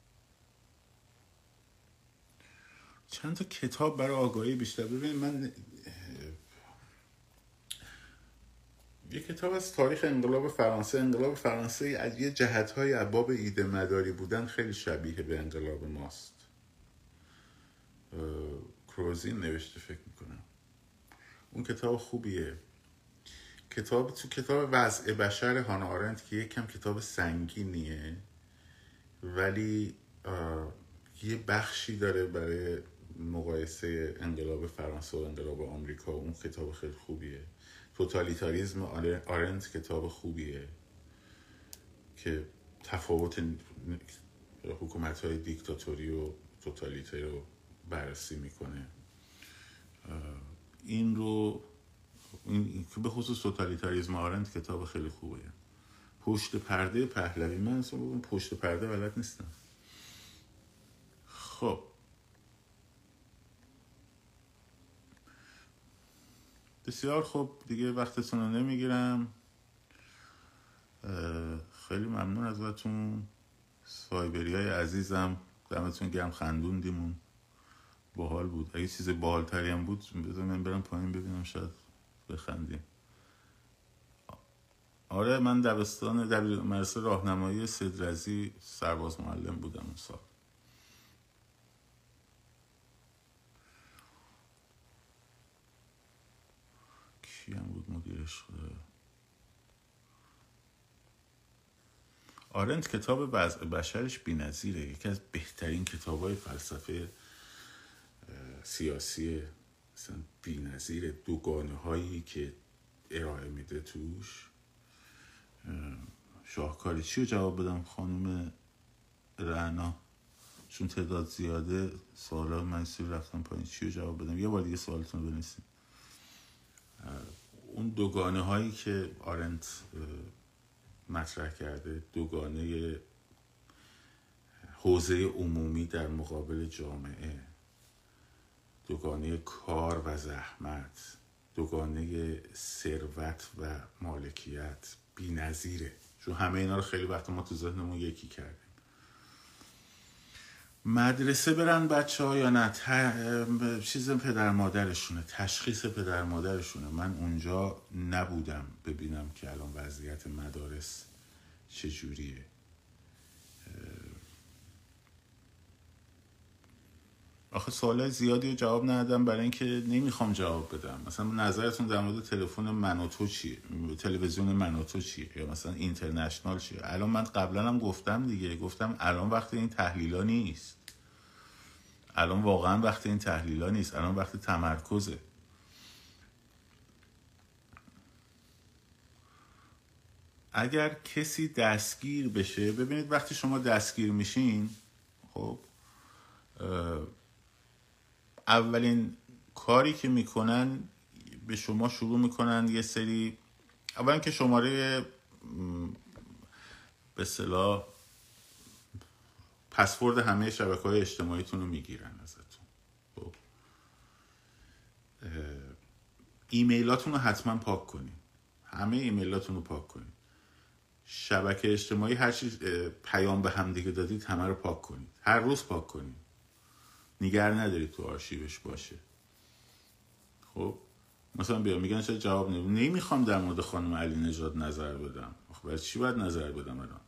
S1: چند تا کتاب برای آگاهی بیشتر. ببین من یه کتاب از تاریخ انقلاب فرانسه. انقلاب فرانسه از یه جهت‌های ارباب ایده مداری بودن خیلی شبیه به انقلاب ماست. کروزین نوشته فکر میکنم. اون کتاب خوبیه. کتاب وضع بشر هانا آرنت که یکم کتاب سنگینیه، ولی یه بخشی داره برای مقایسه انقلاب فرانسه و انقلاب آمریکا. اون کتاب خیلی خوبیه. توتالیتاریسم آرنت کتاب خوبیه که تفاوت حکومت‌های دیکتاتوری و توتالیته رو بررسی میکنه. این که به خصوص توتالیتاریسم آرنت کتاب خیلی خوبه. پشت پرده پهلوی، من اصلا پشت پرده بلد نیستم. خب بسیار خوب دیگه، وقتتون رو نمیگیرم. خیلی ممنون ازتون سایبریای عزیزم، دمتون گرم، خندوندیمون، باحال بود. اگه چیز باحال تری هم بود بذار من برم پایین ببینم، شاید بخندیم. آره من مدرسه راهنمایی سدرزی سرباز معلم بودم اون سال. کیم بود مدیرش؟ آرنت کتاب وضع بشرش بی‌نظیره، یکی از بهترین کتاب‌های فلسفه سیاسی مثلا بی‌نظیره دوگانه هایی که ارائه میده توش. شاهکاری چی رو جواب بدم خانم رعنا؟ چون تعداد زیاده سوالا منصوری رفتم پایین. چی رو جواب بدم؟ یه بار دیگه سوالتون رو بنویسید. اون دوگانه هایی که آرنت مطرح کرده، دوگانه حوزه عمومی در مقابل جامعه، دوگانه کار و زحمت، دوگانه ثروت و مالکیت، بی‌نظیره. چون همه اینا رو خیلی وقت ما تو ذهنمون یکی کردیم. مدرسه برن بچه ها یا نه؟ چیز پدر مادرشونه، تشخیص پدر مادرشونه. من اونجا نبودم ببینم که الان وضعیت مدارس چجوریه. آخه سوالای زیادی رو جواب ندادم برای اینکه نمیخوام جواب بدم. مثلا نظرتون در مورد تلفن من و تو چیه؟ تلویزیون من و تو چیه؟ یا مثلا اینترنشنال چیه؟ الان من قبلا هم گفتم دیگه، گفتم الان وقت این تحلیلا نیست. الان واقعا وقت این تحلیلا نیست. الان وقت تمرکزه. اگر کسی دستگیر بشه، ببینید وقتی شما دستگیر میشین، خب اولین کاری که میکنن به شما شروع میکنن یه سری، اولا که شماره به اصطلاح پسورد همه شبکه‌های اجتماعیتون رو میگیرن ازتون. خب ایمیلاتون رو حتما پاک کنین. همه ایمیلاتون رو پاک کنین. شبکه اجتماعی هر چی پیام به هم دیگه دادید همه رو پاک کنید. هر روز پاک کنید. نگران ندارید تو آرشیوش باشه. خب مثلا بیا میگن چرا جواب نمیخوام در مورد خانم علی نژاد نظر بدم. خب برای چی باید نظر بدم الان؟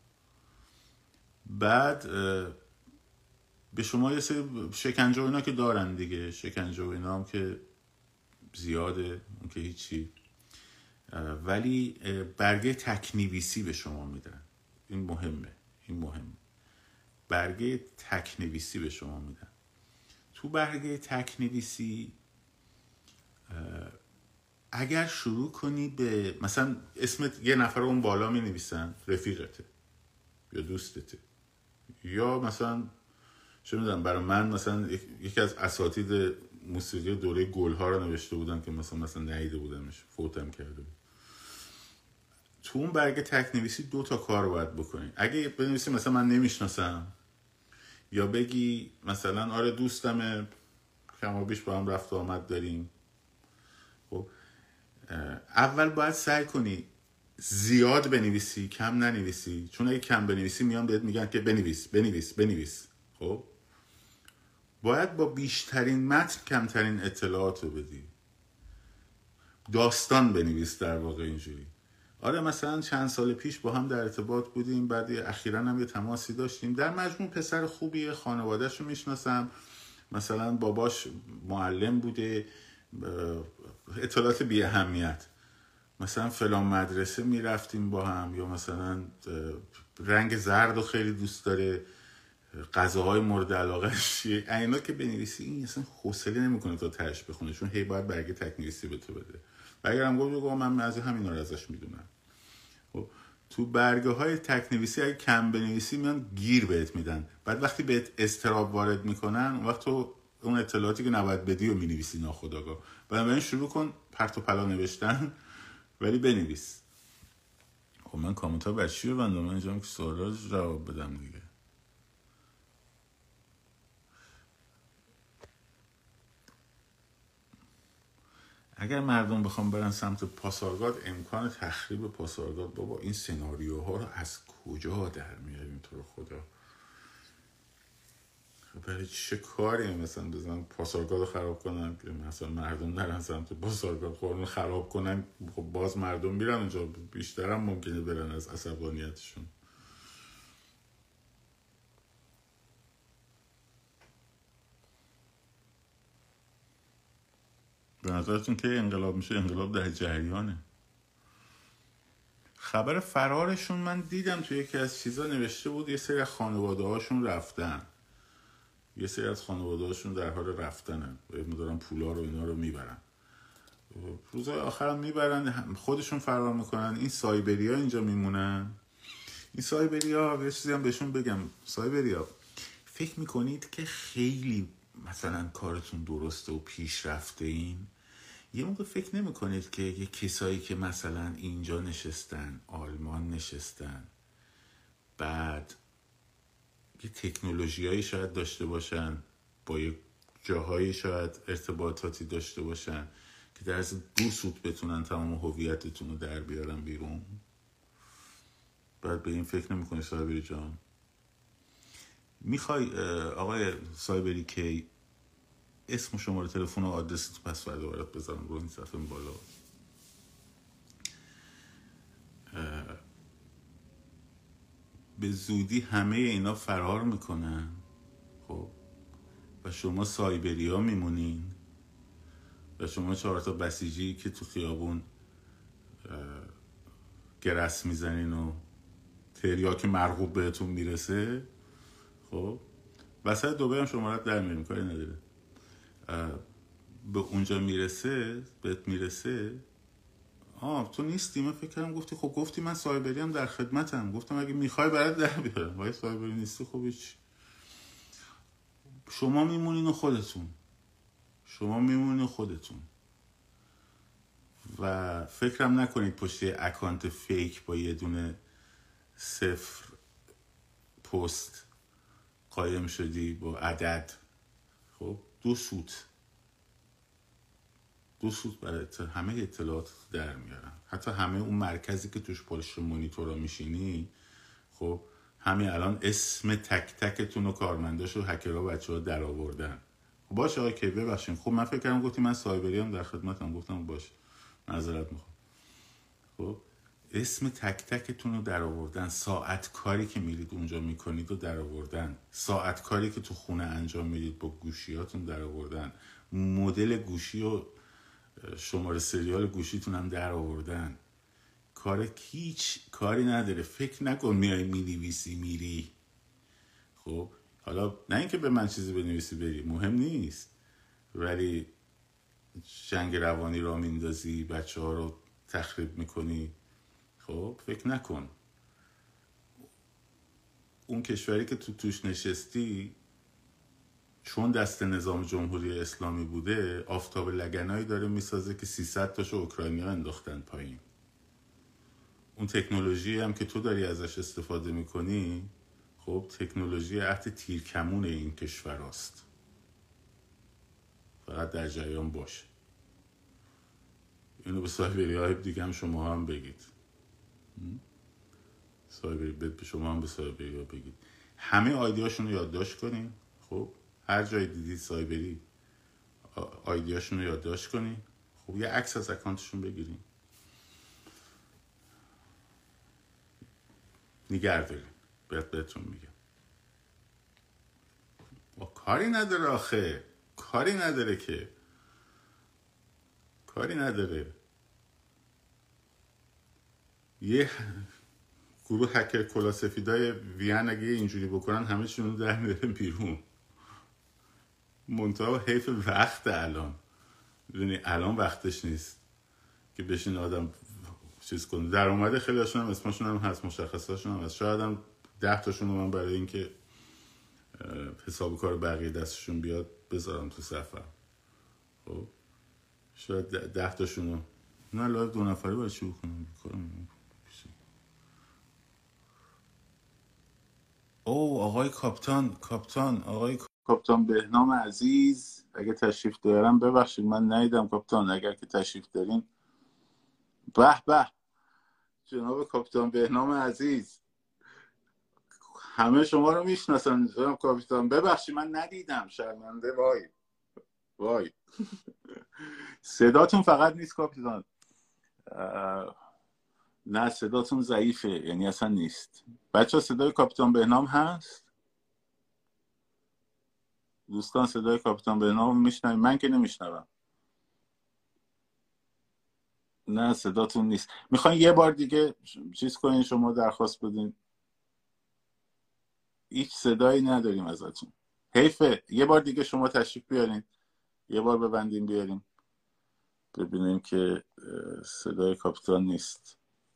S1: بعد به شما یه سری شکنجه و اینا که دارن دیگه، شکنجه و اینا هم که زیاده، اون که هیچی، ولی برگه تکنویسی به شما میدن. این مهمه. برگه تکنویسی به شما میدن. تو برگه تکنویسی اگر شروع کنی به مثلا اسمت یه نفر اون بالا می نویسن، رفیقته یا دوستته، یا مثلا چه میدونم برای من مثلا یکی از اساتید موسیقی دوره گلها رو نوشته بودن که مثلا ندیده بودمش، فوتم کرده بود. تو اون برگه تکنویسی 2 تا کار باید بکنی. اگه بنویسی مثلا من نمیشناسم، یا بگی مثلا آره دوستمه، کم و بیش با هم رفت و آمد داریم. خب اول باید سعی کنی زیاد بنویسی، کم ننویسی. چون اگه کم بنویسی میان بهت میگن که بنویس. خب باید با بیشترین متن کمترین اطلاعات رو بدی. داستان بنویس در واقع اینجوری. آره مثلا چند سال پیش با هم در ارتباط بودیم، بعد اخیراً هم یه تماسی داشتیم. در مجموع پسر خوبیه، خانواده‌اش رو میشناسم، مثلا باباش معلم بوده، اطلاعات بی اهمیت. مثلا فلان مدرسه میرفتیم با هم، یا مثلا رنگ زرد رو خیلی دوست داره، غذاهای مورد علاقه چیه. اینا که بنویسی این اصلا حوصله نمیکنه تا تهش بخونه، چون هی باید برگه تکنویسی به تو بده. و اگرم گفت من از همینا رو ازش میدونم. خب تو برگه های تکنویسی اگه کم بنویسی میان گیر بهت میدن. بعد وقتی بهت اضطراب وارد میکنن، اون وقت تو اون اطلاعاتی که نباید بدی و مینویسی ناخودآگاه. بنابراین شروع کن پرت و پلا نوشتن، ولی بنویس. خب من کامنت ها بچی رو بندم، من اینجام که سوالا رو جواب بدم دیگه. اگر مردم بخوام برن سمت پاسارگاد، امکان تخریب پاسارگاد، بابا این سناریوها رو از کجا در میاریم تو رو خدا؟ برای چه کاری مثلا بزنن پاسارگاد رو خراب کنن که مثلا مردم نرن سمت پاسارگاد، خورن خراب کنن، خب باز مردم میرن اونجا، بیشتر هم ممکنه برن از عصبانیتشون. به نظرتون که انقلاب میشه؟ انقلاب در جریانه. خبر فرارشون من دیدم توی یکی از چیزا نوشته بود یه سری خانواده هاشون رفتن. یه سری از خانواده‌هاشون در حال رفتنن و دارن پولا رو اینا رو میبرن، روزهای آخرم میبرن، خودشون فرار میکنن. این سایبریا اینجا میمونن. این سایبریا، یه چیزی هم بهشون بگم، سایبریا فکر میکنید که خیلی مثلا کارتون درسته و پیشرفته این؟ یه موقع فکر نمیکنید که یه کسایی که مثلا اینجا نشستن، آلمان نشستن، بعد یه تکنولوژیایی شاید داشته باشن، با یه جاهایی شاید ارتباطاتی داشته باشن که در از 2 سوت بتونن تمام هویتتون رو در بیارن بیرون؟ بعد به این فکر نمیکنی سایبری جان؟ میخوای آقای سایبری کی اسم و شماره تلفن و آدرس تو پسورد برات بذارم رو این صفحه بالا؟ به زودی همه اینا فرار میکنن، خب، و شما سایبری ها میمونین و شما 4 تا بسیجی که تو خیابون گرس میزنین و تریاک مرغوب بهتون میرسه، خب وسط دوباره هم شمارت در میریم، کاری نداره. به اونجا میرسه، بهت میرسه، تو نیستی. من فکر کردم گفتی، خب گفتی من سایبری هم در خدمتم، گفتم اگه میخوای برات در بیارم، وای سایبری نیستی، خب هیچ. شما میمونین و خودتون، شما میمونین و خودتون، و فکرم نکنید پشت یه اکانت فیک با یه دونه 0 پست قایم شدی با عدد، خب 2 سوت برای همه اطلاعات در میارن. حتی همه اون مرکزی که توش پشت مونیتورا میشینی، خب همین الان اسم تک تکتون و کارمنداشو هکرها بچه‌ها در آوردن. خب باشه آقای کی، ببخشید، خب من فکر کردم گفتی من سایبری هم در خدمتم، گفتم باشه معذرت میخوام. خب اسم تک تکتون رو در آوردن، ساعت کاری که میرید اونجا میکنید رو در آوردن، ساعت کاری که تو خونه انجام میدید با گوشیاتون در آوردن، مدل گوشی و شماره سریال گوشیتون هم در آوردن. هیچ کاری نداره. فکر نکن میای مینویسی میری. خب حالا نه اینکه به من چیزی بنویسی بری، مهم نیست، ولی جنگ روانی را میندازی، بچه ها رو تخریب میکنی. خب فکر نکن اون کشوری که تو توش نشستی چون دست نظام جمهوری اسلامی بوده، آفتاب لگنایی داره میسازه که 300 تاشو اوکراینیا انداختن پایین. اون تکنولوژی هم که تو داری ازش استفاده میکنی، خب تکنولوژی عهد تیرکمون این کشور هست. فقط در جریان باشه. اینو به سایبری های دیگه هم شما هم بگید. به شما هم به سایبری ها بگید. همه آیدیاشون رو یادداشت کنین. خب هر جای دیدید سایبری آیدیاشون رو یادداشت کنین. خب یه عکس از اکانتشون بگیرین، نگه دارین. بهتون میگم کاری نداره آخه، کاری نداره. یه گروه هکر کلا سفیدای وین اگه اینجوری بکنن همه چون رو در میره بیرون. منتها حیف وقت الان، ببینی الان وقتش نیست که بشین آدم چیز کنه. در اومده خیلی هاشون هم اسمشون هم هست، مشخصاشون هم هست. شاید هم 10 تاشون رو من برای اینکه حساب کار بقیه دستشون بیاد بذارم تو صفحه. خب شاید 10 تاشون رو نه لایو 2 نفری باید چی بکنم. آقای کاپتان بهنام عزیز اگه تشریف دارم، ببخشید من ندیدم کاپتان، اگر که تشریف دارین. به به جناب کاپتان بهنام عزیز، همه شما رو میشناسن جناب کاپیتان. ببخشید من ندیدم، شرمنده. وای صداتون فقط نیست کاپیتان، نه صداتون ضعیفه، یعنی اصلا نیست. بچه ها صدای کاپیتان بهنام هست؟ دوستان صدای کاپیتان بهنام میشنوید؟ من که نمیشنوم. نه صداتون نیست. میخواین یه بار دیگه چیز کنین، شما درخواست بدین؟ هیچ صدایی نداریم ازتون. حیفه یه بار دیگه شما تشریف بیارین، یه بار ببندیم بیاریم ببینیم که صدای کاپیتان نیست.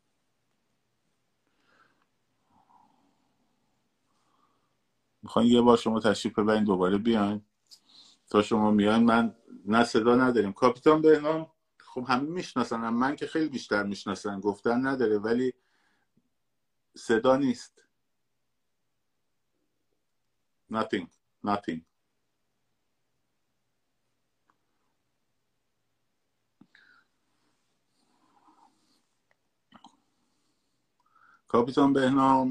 S1: میخواین یه بار شما تشریف ببرین دوباره بیاین. تا شما میاین من نه صدا نداریم. کاپیتان بهنام خب همه میشناسن، من که خیلی بیشتر میشناسن، گفتن نداره ولی صدا نیست. nothing. کاپیتان بهنام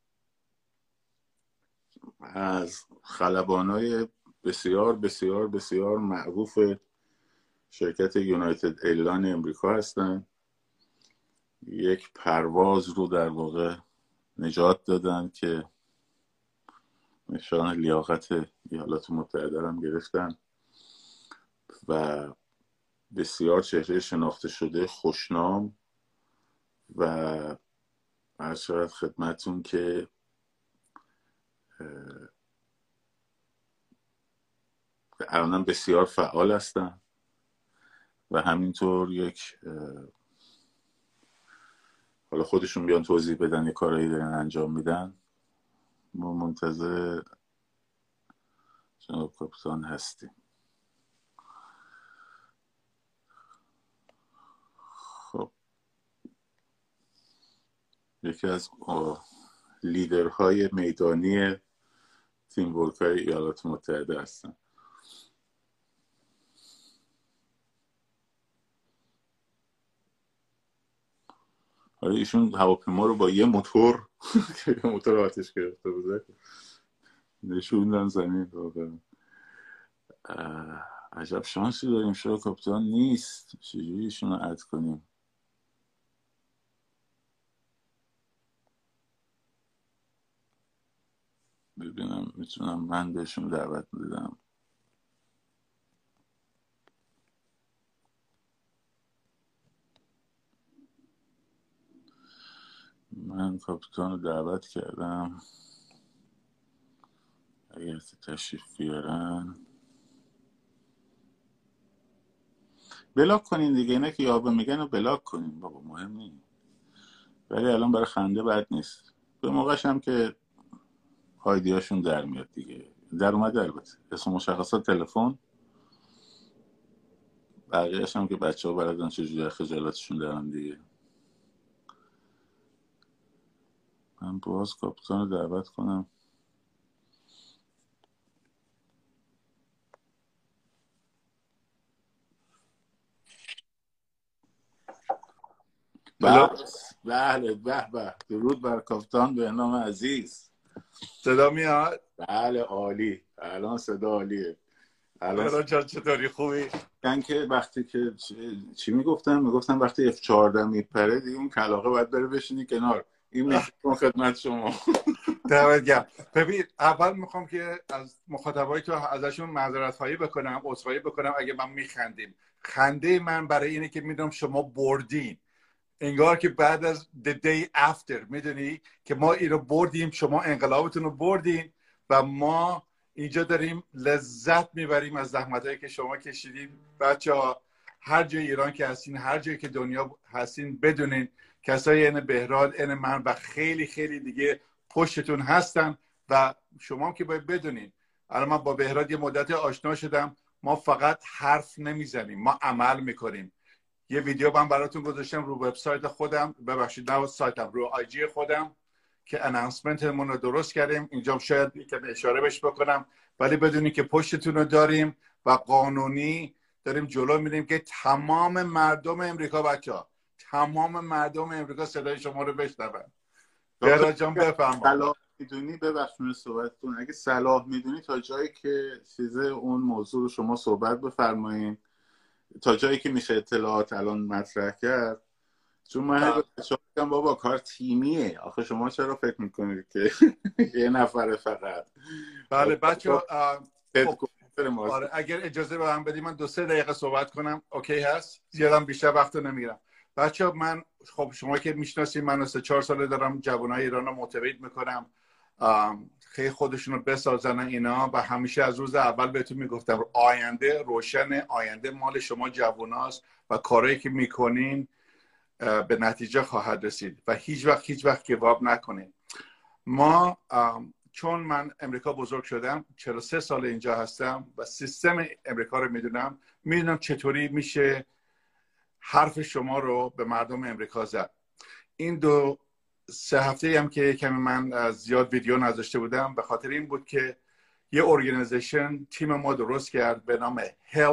S1: از خلبانای بسیار بسیار بسیار معروف شرکت یونایتد ایرلاین امریکا هستن. یک پرواز رو در واقع نجات دادن که نشان لیاقت ایالات متحده هم گرفتن و بسیار چهره شناخته شده، خوشنام و عرض شود خدمتون که الان بسیار فعال هستن و همینطور یک حالا خودشون بیان توضیح بدن یه کارهایی دارن انجام میدن. ما منتظر جناب کاپیتان هستیم. خب یکی از لیدرهای میدانی تیم ورک‌های ایالات متحده هستن. آره ایشون هواپیما رو با یه موتور که موتور آتش گرفته بوده نشوندن زمین. عجب شانسی داریم شما کاپیتان نیست. چجوری ایشون رو اد کنیم؟ ببینم میتونم من بهشون دعوت بدم. من کاپیتان رو دعوت کردم، اگر تشریف بیارن بلاک کنین دیگه. اینا که یابه میگن رو بلاک کنین بابا، مهم نیست. ولی الان برای خنده بد نیست. به موقعش هم که آیدیاشون در میاد دیگه. در اومده البته اسم مشخصات تلفن، بقیه‌اش هم که بچه ها بلدن چجوری خجالتشون درن دیگه. من باز کاپیتان رو دعوت کنم. بله به درود بر کاپیتان بهنام عزیز.
S2: صدا میاد؟
S1: بله عالی، الان صدا عالیه.
S2: الان جان چطوری؟ خوبی؟
S1: من که وقتی که چی میگفتم وقتی F14 میپره دیگه اون کلاغه باید بره بشینی کنار. این میکروفون خدمت شما.
S2: دمت گرم. ببین اول میخوام که از مخاطبایی که ازشون معذرت خواهی بکنم، عذرخواهی بکنم اگه من میخندیم. خنده من برای اینه که میدونم شما بردین، انگار که بعد از the day after میدونی که ما اینو بردیم، شما انقلابتون رو بردین و ما اینجا داریم لذت میبریم از زحمتایی که شما کشیدین. بچه‌ها هر جای ایران که هستین، هر جایی که دنیا هستین، بدونین کسای این بهراد، این من و خیلی خیلی دیگه پشتتون هستن و شما که باید بدونین. الان من با بهراد یه مدت آشنا شدم، ما فقط حرف نمیزنیم، ما عمل میکنیم. یه ویدیو من براتون گذاشتم رو وبسایت خودم، ببخشید نه سایتم، رو آی جی خودم که اناونسمنتمون رو درست کردیم. اینجا شاید یکم اشاره بهش بکنم، ولی بدونی که پشتتون رو داریم و قانونی داریم جلو میریم که تمام مردم امریکا، بچه‌ها تمام مردم امریکا صدای شما رو بشنون. بهراد جان بفرما.
S1: صلاح میدونی، ببخشید صحبتتون، اگه صلاح میدونی تا جایی که چیزه اون موضوع رو شما صحبت بفرمایید، تا جایی که میشه اطلاعات الان مطرح کرد. چون من بچه‌ها بابا کار تیمیه، آخه شما چرا فکر میکنید که یه نفره فقط؟
S2: بله بچه‌ها آره اگر اجازه به من بدی من 2-3 دقیقه صحبت کنم اوکی هست؟ زیادم بیشتر وقت نمیگیرم. بچه‌ها من خب شما که میشناسید من 3-4 ساله دارم جوانای ایران رو موتیویت میکنم. خیلی خودشون رو بسازن اینا، و همیشه از روز اول بهتون میگفتم آینده روشن، آینده مال شما جواناست و کارهایی که میکنین به نتیجه خواهد رسید و هیچ وقت گیواب نکنین. ما چون من امریکا بزرگ شدم، 43 سال اینجا هستم و سیستم امریکا رو میدونم چطوری میشه حرف شما رو به مردم امریکا زد. این 2-3 هفته هم که کمی من زیاد ویدیو نذاشته بودم به خاطر این بود که یه ارگانیزیشن تیم ما درست کرد به نام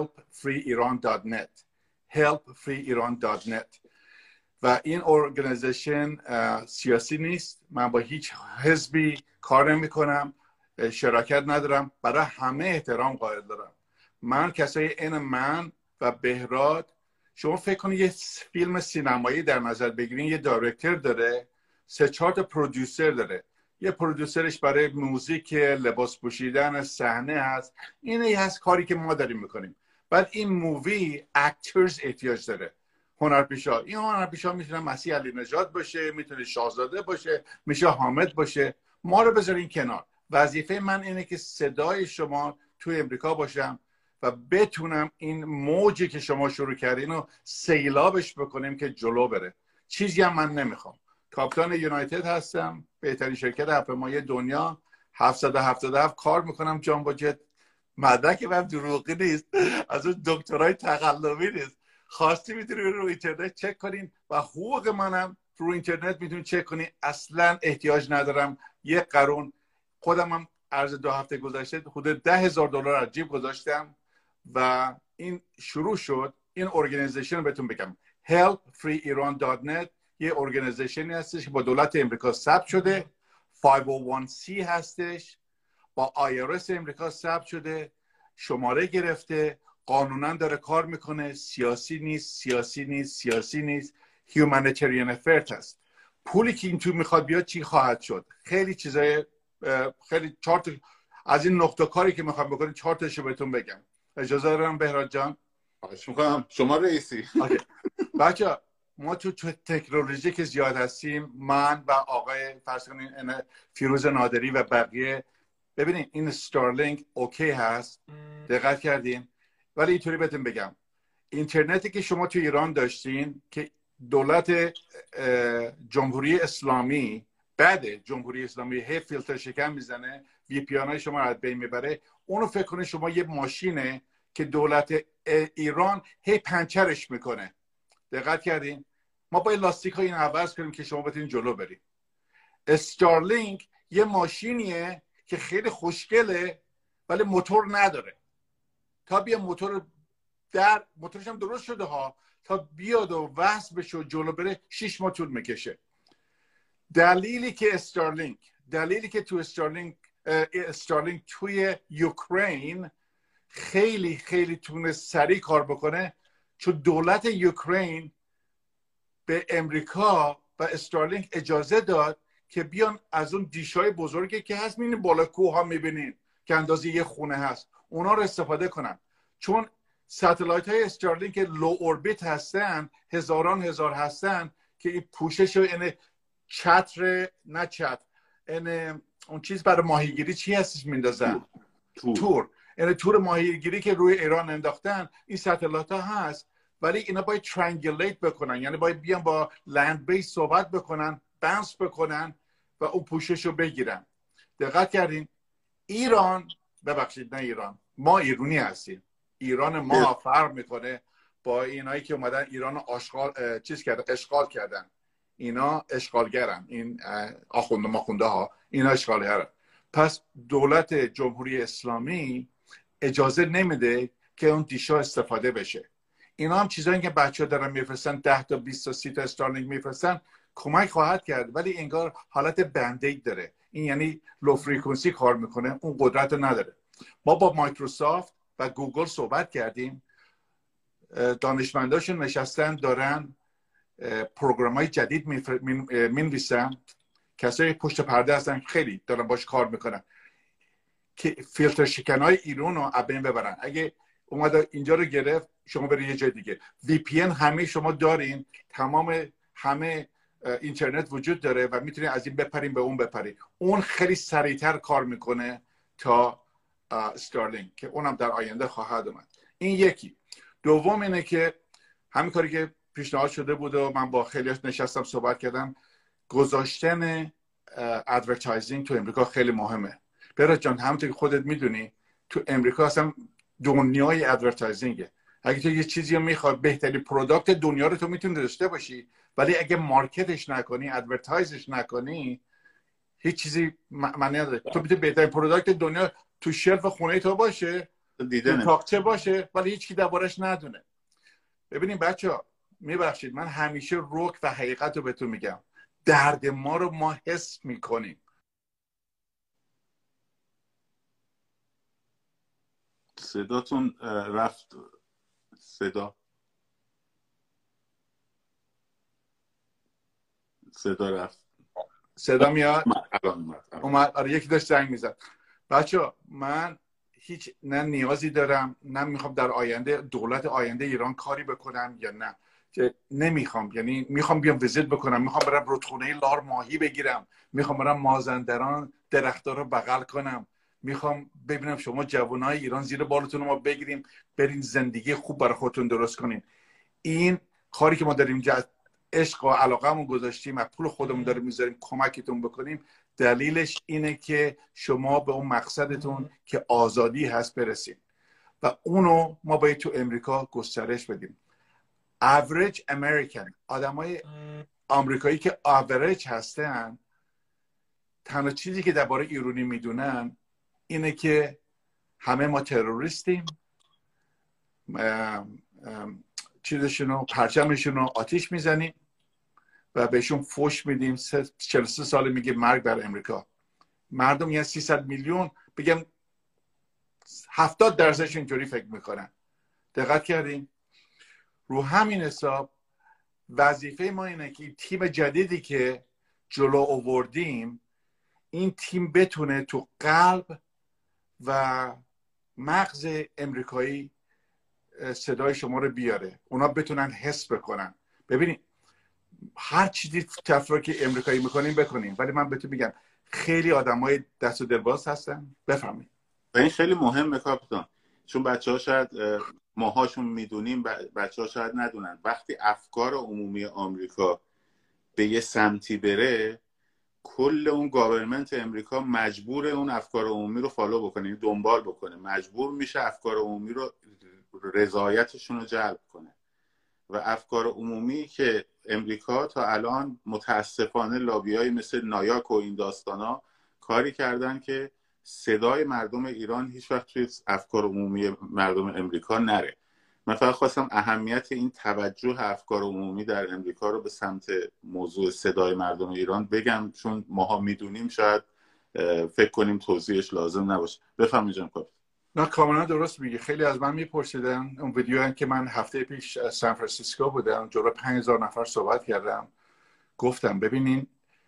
S2: helpfreeiran.net helpfreeiran.net و این ارگانیزیشن سیاسی نیست. من با هیچ حزبی کار نمی کنم، شراکت ندارم، برای همه احترام قائل دارم. من کسایی این من و بهراد، شما فکر کنید یه فیلم سینمایی در نظر بگیرین، یه دایرکتور داره، 3-4 تا پرودوسر داره. یه پرودوسرش برای موزیک، لباس پوشیدن، صحنه هست. اینه هست کاری که ما داریم میکنیم. بعد این مووی اکترز احتیاج داره، هنرپیشه. این هنرپیشه میتونه مسیح علی نژاد باشه، میتونه شاهزاده باشه، میشه حامد باشه. ما رو بذارین کنار. وظیفه من اینه که صدای شما توی امریکا باشم و بتونم این موجی که شما شروع کردین رو سیلابش بکنیم که جلو بره. چیزی هم من نمیخوام. کاپیتان یونایتد هستم، بهترین شرکت هواپیمایی دنیا، 777 کار میکنم، جان با جت. مدرک من دروغی نیست، از اون دکترای تقلبی نیست. خواستی میتونی رو اینترنت چک کنین و حقوق منم رو اینترنت میتونین چک کنین. اصلا احتیاج ندارم یه قرون. خودم هم عرض 2 هفته گذشته حدود $10,000 از جیب گذاشتم و این شروع شد. این ارگانیزیشن رو بهتون بگم، helpfreeiran.net یه ارگانیزیشنی هستش که با دولت امریکا ثبت شده، 501c هستش، با IRS امریکا ثبت شده، شماره گرفته، قانونا داره کار میکنه، سیاسی نیست. humanitarian effort هست. پولی که این تو میخواد بیاد چی خواهد شد؟ خیلی چیزای خیلی 4 از این نقطه کاری که میخوام بکنیم 4 تاشو بهتون بگم. اجازه دارم بهراد جان؟
S1: خواهش میکنم، شما رئیسی.
S2: بچه ما تو تکنولوژی که زیاد هستیم، من و آقای فرض کنین فیروز نادری و بقیه، ببینید این استارلینک اوکی هست، دقت کردین؟ ولی اینطوری بهتون بگم، اینترنتی که شما تو ایران داشتین که دولت جمهوری اسلامی بعد جمهوری اسلامی هی فیلتر شکن میزنه، وی پی های شما رو از بین میبره، اونو فکر کنید شما یه ماشینه که دولت ایران هی پنچرش میکنه. دقت کردین؟ ما باید لاستیک ها این عوض کنیم که شما بتونید جلو برید. استارلینک یه ماشینیه که خیلی خوشگله ولی موتور نداره. تا بیا موتورش هم درست شده ها، تا بیاد و وصل بشه و جلو بره 6 ماه طول میکشه. دلیلی که تو استارلینک توی یوکرین خیلی تونه سریع کار بکنه، چون دولت یوکرین به امریکا و استارلینک اجازه داد که بیان از اون دیشای بزرگی که هست، میبینین بالا کوه ها میبینین که اندازه یه خونه هست، اونا رو استفاده کنن. چون ساتلایت های استارلینک لو اوربیت هستن، هزاران هزار هستن که این پوشش و این اون چیز برای ماهیگیری چی هستش میندازن؟ تور. یعنی تور ماهیگیری که روی ایران انداختن، این ساتلایت ها هست، ولی اینا باید ترنگولیت بکنن، یعنی باید بیان با لند بیس صحبت بکنن، بانس بکنن و اون پوشش رو بگیرن. دقت کردین؟ ما ایرانی هستیم. ایران ما فرق میکنه با اینایی که اومدن ایران اشغال کردن. اینا اشغالگرن، این آخونده ها، اینا اشغالگرن. پس دولت جمهوری اسلامی اجازه نمیده که اون دیشا استفاده بشه. اینا هم چیزایی که بچه‌ها دارن میفرستن، 10 تا 20 تا 30 تا استارلینک میفرستن، کمک خواهد کرد، ولی انگار حالت بندید داره. این یعنی لو فریکونسی کار میکنه، اون قدرت رو نداره. ما با مایکروسافت و گوگل صحبت کردیم، دانشمنداشون نشستن دارن پروگرام‌های جدید می‌نویسن، کسایی پشت پرده هستن خیلی دارن باش کار میکنن که فیلتر شکن‌های ایران رو از بین ببرن. اگه اومد اینجا رو گرفت، شما برید یه جای دیگه. VPN همه شما دارین، همه اینترنت وجود داره و میتونی از این بپریم به اون بپری. اون خیلی سریعتر کار میکنه تا استارلینک که اونم در آینده خواهد اومد. این یکی. دوم اینه که همین کاری که پیشنهاد شده بود و من با خیلیش نشستم صحبت کردم، گذاشتن ادورتایزینگ تو امریکا خیلی مهمه. بهراد جان همونطور که خودت میدونی تو امریکا اصلا دنیای ادورتایزینگه. اگه تو یه چیزی رو میخوای، بهترین پروداکت دنیا رو تو میتونی داشته باشی، ولی اگه مارکتش نکنی، ادورتایزش نکنی، هیچ چیزی معنی نداره. تو میتونی بهترین پروداکت دنیا تو شلف خونه تو باشه، تو تاقچه باشه، ولی هیچ کی دربارش ندونه. ببینید بچه‌ها، میبخشید من همیشه رک و حقیقت رو بهتون میگم. درد ما رو ما حس میکنیم.
S1: صداتون رفت. صدا رفت.
S2: صدا میاد؟
S1: اومد.
S2: آره یکی داشت زنگ میزد. بچه‌ها من هیچ نه نیازی دارم، نه میخوام در آینده دولت آینده ایران کاری بکنم یا نه، که نمیخوام. یعنی میخوام بیام ویزیت بکنم، میخوام برم رودخونه لار ماهی بگیرم، میخوام برم مازندران درخت‌ها رو بغل کنم، میخوام ببینم شما جوانای ایران زیر بالتون رو ما بگیریم برین زندگی خوب برای خودتون درست کنین. این کاری که ما داریم عشق و علاقه‌مون گذاشتیم و پول خودمون داریم میذاریم کمکتون بکنیم، دلیلش اینه که شما به اون مقصدتون که آزادی هست برسید و اونو ما باید تو امریکا گسترش بدیم. average American، آدمای آمریکایی که average هستن، تنها چیزی که درباره ایرانی میدونن اینه که همه ما تروریستیم، چیزشونو، پرچمشونو آتیش میزنیم و بهشون فوش میدیم. 43 سال میگه مرگ بر امریکا. مردم یعنی 300 میلیون بگم 70% اینجوری فکر میکنن. دقت کردیم؟ رو همین حساب وظیفه ما اینه که این تیم جدیدی که جلو آوردیم، این تیم بتونه تو قلب و مغز امریکایی صدای شما رو بیاره، اونا بتونن حس بکنن. ببینید هر چیزی تفرقی که امریکایی میکنیم بکنیم، ولی من بهتون میگم خیلی آدمای دست و دلباز هستن. بفهمید
S1: و این خیلی مهمه کاپیتان، چون بچه ها شاید ماهاشون میدونیم، بچه ها شاید ندونن. وقتی افکار عمومی آمریکا به یه سمتی بره، کل اون گاورمنت امریکا مجبور اون افکار عمومی رو فالو بکنه، دنبال بکنه، مجبور میشه افکار عمومی رو رضایتشون رو جلب کنه. و افکار عمومی که امریکا تا الان متاسفانه لابیای مثل نایاک و این داستانا کاری کردن که صدای مردم ایران هیچ وقت توی افکار عمومی مردم امریکا نره. من فقط خواستم اهمیت این توجه افکار عمومی در امریکا رو به سمت موضوع صدای مردم ایران بگم، چون ماها میدونیم شاید فکر کنیم توضیحش لازم نباشه. بفرمایید جناب کاپیتان.
S2: نه کاملا درست میگه. خیلی از من میپرسیدن اون ویدیو که من هفته پیش سان فرانسیسکو بودم، جلو 5000 نفر صحبت کردم، گفتم ببینین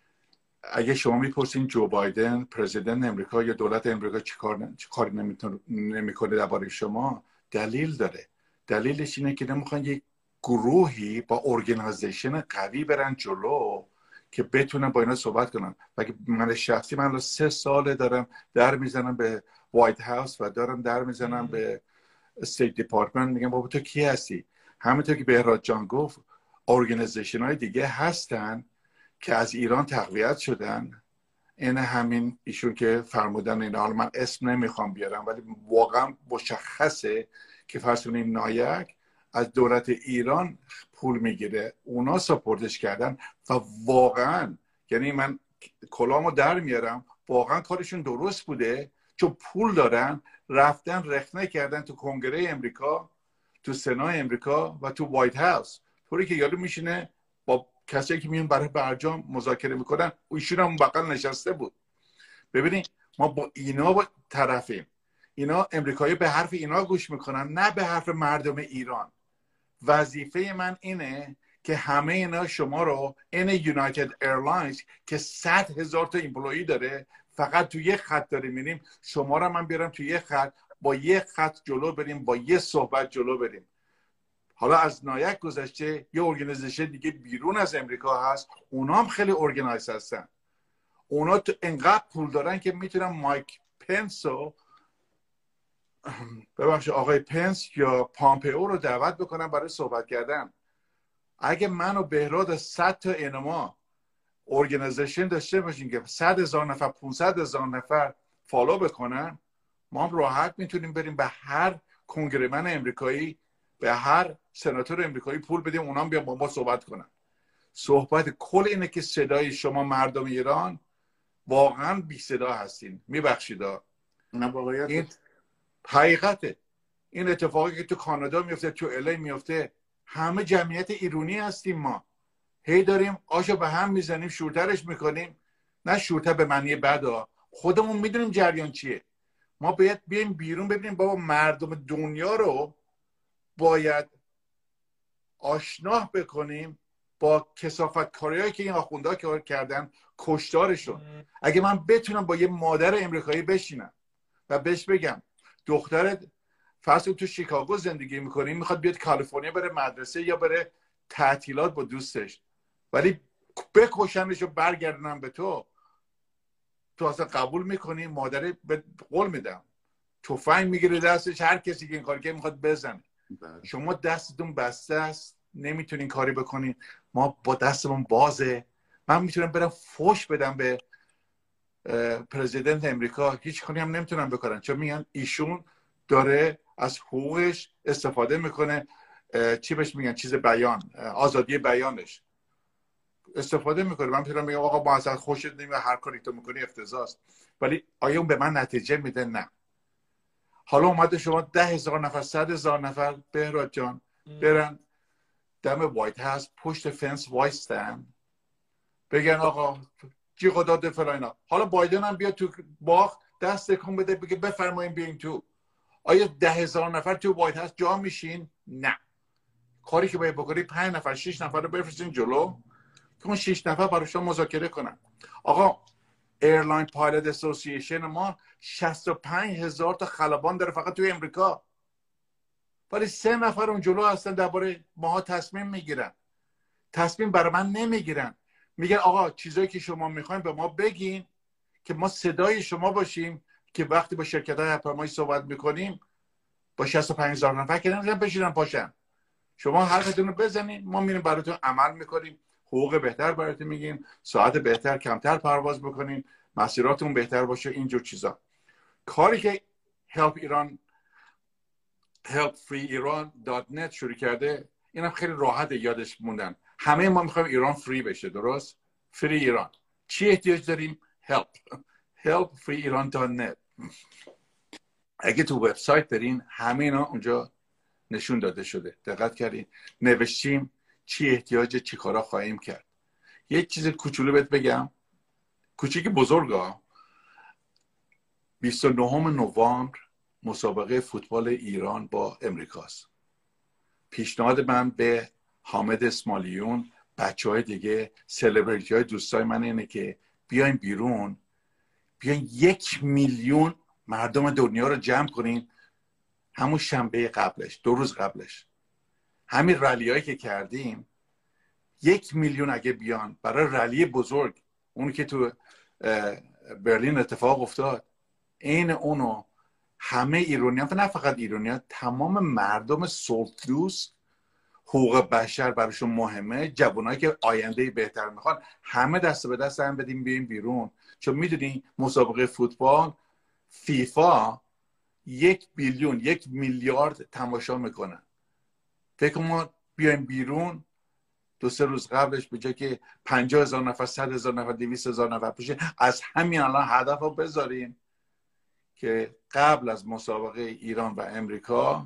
S2: اگه شما میپرسین جو بایدن پرزیدنت امریکا یا دولت امریکا چی کاری نمیکنه درباره شما، دلیل داره. دلیلش اینه که نمیخوان یک گروهی با ارگانیزیشن قوی برن جلو که بتونن با اینا صحبت کنن. و من شخصی من 3 سال دارم در میزنم به وایت هاوس و دارم در میزنم به استیت دیپارتمنت، میگم بابا تو کی هستی؟ همونطور که بهراد جان گفت ارگانیزیشن های دیگه هستن که از ایران تقویت شدن. این همین ایشون که فرمودن اینا، حالا من اسم نمیخوام بیارم ولی واقعا مشخصه که فرض کنیم نایک از دولت ایران پول میگیره، اونا ساپورتش کردن و واقعا یعنی من کلامو در میارم، واقعا کارشون درست بوده، چون پول دارن رفتن رخنه کردن تو کنگره امریکا، تو سنای امریکا و تو وایت هاوس، طوری که یادو میشینه با کسی که میان برای برجام مذاکره میکنن ایشون هم بغل نشسته بود. ببینید ما با اینا با طرفیم، اینا امریکایی به حرف اینا گوش میکنن نه به حرف مردم ایران. وظیفه من اینه که همه اینا شما رو این یونایتد ایرلاینز که 100,000 تا ایمپلویی داره فقط تو یه خط داره میریم، شما رو من بیارم تو یه خط، با یه خط جلو بریم، با یه صحبت جلو بریم. حالا از نایک گذشته یه ارگانیزیشن دیگه بیرون از امریکا هست، اونا هم خیلی ارگانایز هستن. اونا انقدر پول دارن که میتونن مایک پنس رو، ببخشید آقای پنس یا پامپئو رو دعوت بکنن برای صحبت کردن. اگه من و بهراد 100 تا انما ارگانیزیشن داشته باشیم که 100,000 نفر 500,000 نفر فالو بکنن، ما هم راحت میتونیم بریم به هر کنگرهمن امریکایی، به هر سناتور امریکایی پول بدیم، اونا هم بیان با ما صحبت کنن. صحبت کل اینه که صدای شما مردم ایران واقعا بی صدا هستین. میبخشید این حقیقته. این اتفاقی که تو کانادا میفته، تو الی میفته، همه جمعیت ایرانی هستیم. ما هی داریم آشو به هم میزنیم، شورترش میکنیم. نه شورتر به معنی بد، خودمون میدونیم جریان چیه. ما باید بیایم بیرون ببینیم بابا مردم دنیا رو باید آشنا بکنیم با کثافت کاریایی که این آخوندها کار کردن، کشتارشون. اگه من بتونم با یه مادر امریکایی بشینم و بهش بگم دخترت فرض تو شیکاگو زندگی میکنی، میخواد بیاد کالیفرنیا بره مدرسه یا بره تعطیلات با دوستش، ولی بکشنش و برگردونم به تو اصلا قبول میکنی؟ مادره به قول میدم تفنگ میگیره دستش، هر کسی که این کاری که میخواد بزنه. شما دستتون بسته است، نمیتونین کاری بکنین. ما با دستمون بازه. من میتونم برم فوش بدم به پرزیدنت امریکا، هیچ کاری هم نمیتونم بکنن، چون میگن ایشون داره از حقوقش استفاده میکنه، چی بهش میگن، چیز بیان، آزادی بیانش استفاده میکنه. من میتونم بگم آقا ما اصلا خوشت نمیاد، هر کاری تو میکنی افتضاحه، ولی آیا اون به من نتیجه میده؟ نه. حالا اومده شما 10,000 نفر 100,000 نفر بهراد جان برن دم وایت هاوس پشت فنس وایستن بگن آقا جیغ داده فلان. حالا بایدن هم بیاد تو باغ دست تکون بده بگه بفرمایید بیاین تو. آیا 10,000 نفر تو وایت هاوس جا میشین؟ نه. کاری که باید بکنی 5 نفر 6 نفر رو بفرستین جلو که اون 6 نفر براشون مذاکره کنن. آقا ایرلاین پایلت اسوسییشن ما 65,000 تا خلبان داره فقط توی امریکا، ولی 3 نفر اون جلو هستن درباره ماها تصمیم میگیرن. تصمیم برای من نمیگیرن، میگن آقا چیزایی که شما میخواین به ما بگین که ما صدای شما باشیم، که وقتی با شرکت‌های هواپیمایی صحبت میکنیم با 65,000 نفر که نمیذارن بشینن پاشن. شما حرفتون رو بزنین، ما میریم براتون عمل میکنیم، حقوق بهتر براتون میگیم، ساعت بهتر، کمتر پرواز بکنین، مسیراتون بهتر باشه، اینجور چیزا. کاری که helpfreeiran.net شروع کرده اینم خیلی راحت یادش موندن. همه ما میخوایم ایران فری بشه، درست؟ فری ایران. چی احتیاج داریم؟ helpfreeiran.net. اگه تو وبسایت برین همه اینا اونجا نشون داده شده. دقت کردین؟ نوشتیم چی احتیاج، چی کارا خواهیم کرد. یک چیز کوچولو بهت بگم، کوچیک بزرگا. 29 نوامبر مسابقه فوتبال ایران با امریکاست. پیشنهاد من به حامد اسماعیلیون، بچه‌های دیگه، سلبریتی های دوستای من اینه که بیاین بیرون، بیاین 1 میلیون مردم دنیا رو جمع کنین. همون شنبه قبلش، 2 روز قبلش، همین رلی هایی که کردیم 1 میلیون اگه بیان برای رلی بزرگ، اون که تو برلین اتفاق افتاد، این اونو همه ایرانیان، نه فقط ایرانیان، تمام مردم صلح دوست، حقوق بشر براشون مهمه، جوانایی که آینده بهتر میخوان، همه دست به دست هم بدیم بیایم بیرون. چون میدونی مسابقه فوتبال فیفا 1 بیلیون 1 میلیارد تماشا میکنن. فکر ما بیایم بیرون 2-3 روز قبلش به جای که 50,000 نفر 100,000 نفر 200,000 نفر بشه، از همین الان هدف رو بذاریم که قبل از مسابقه ایران و امریکا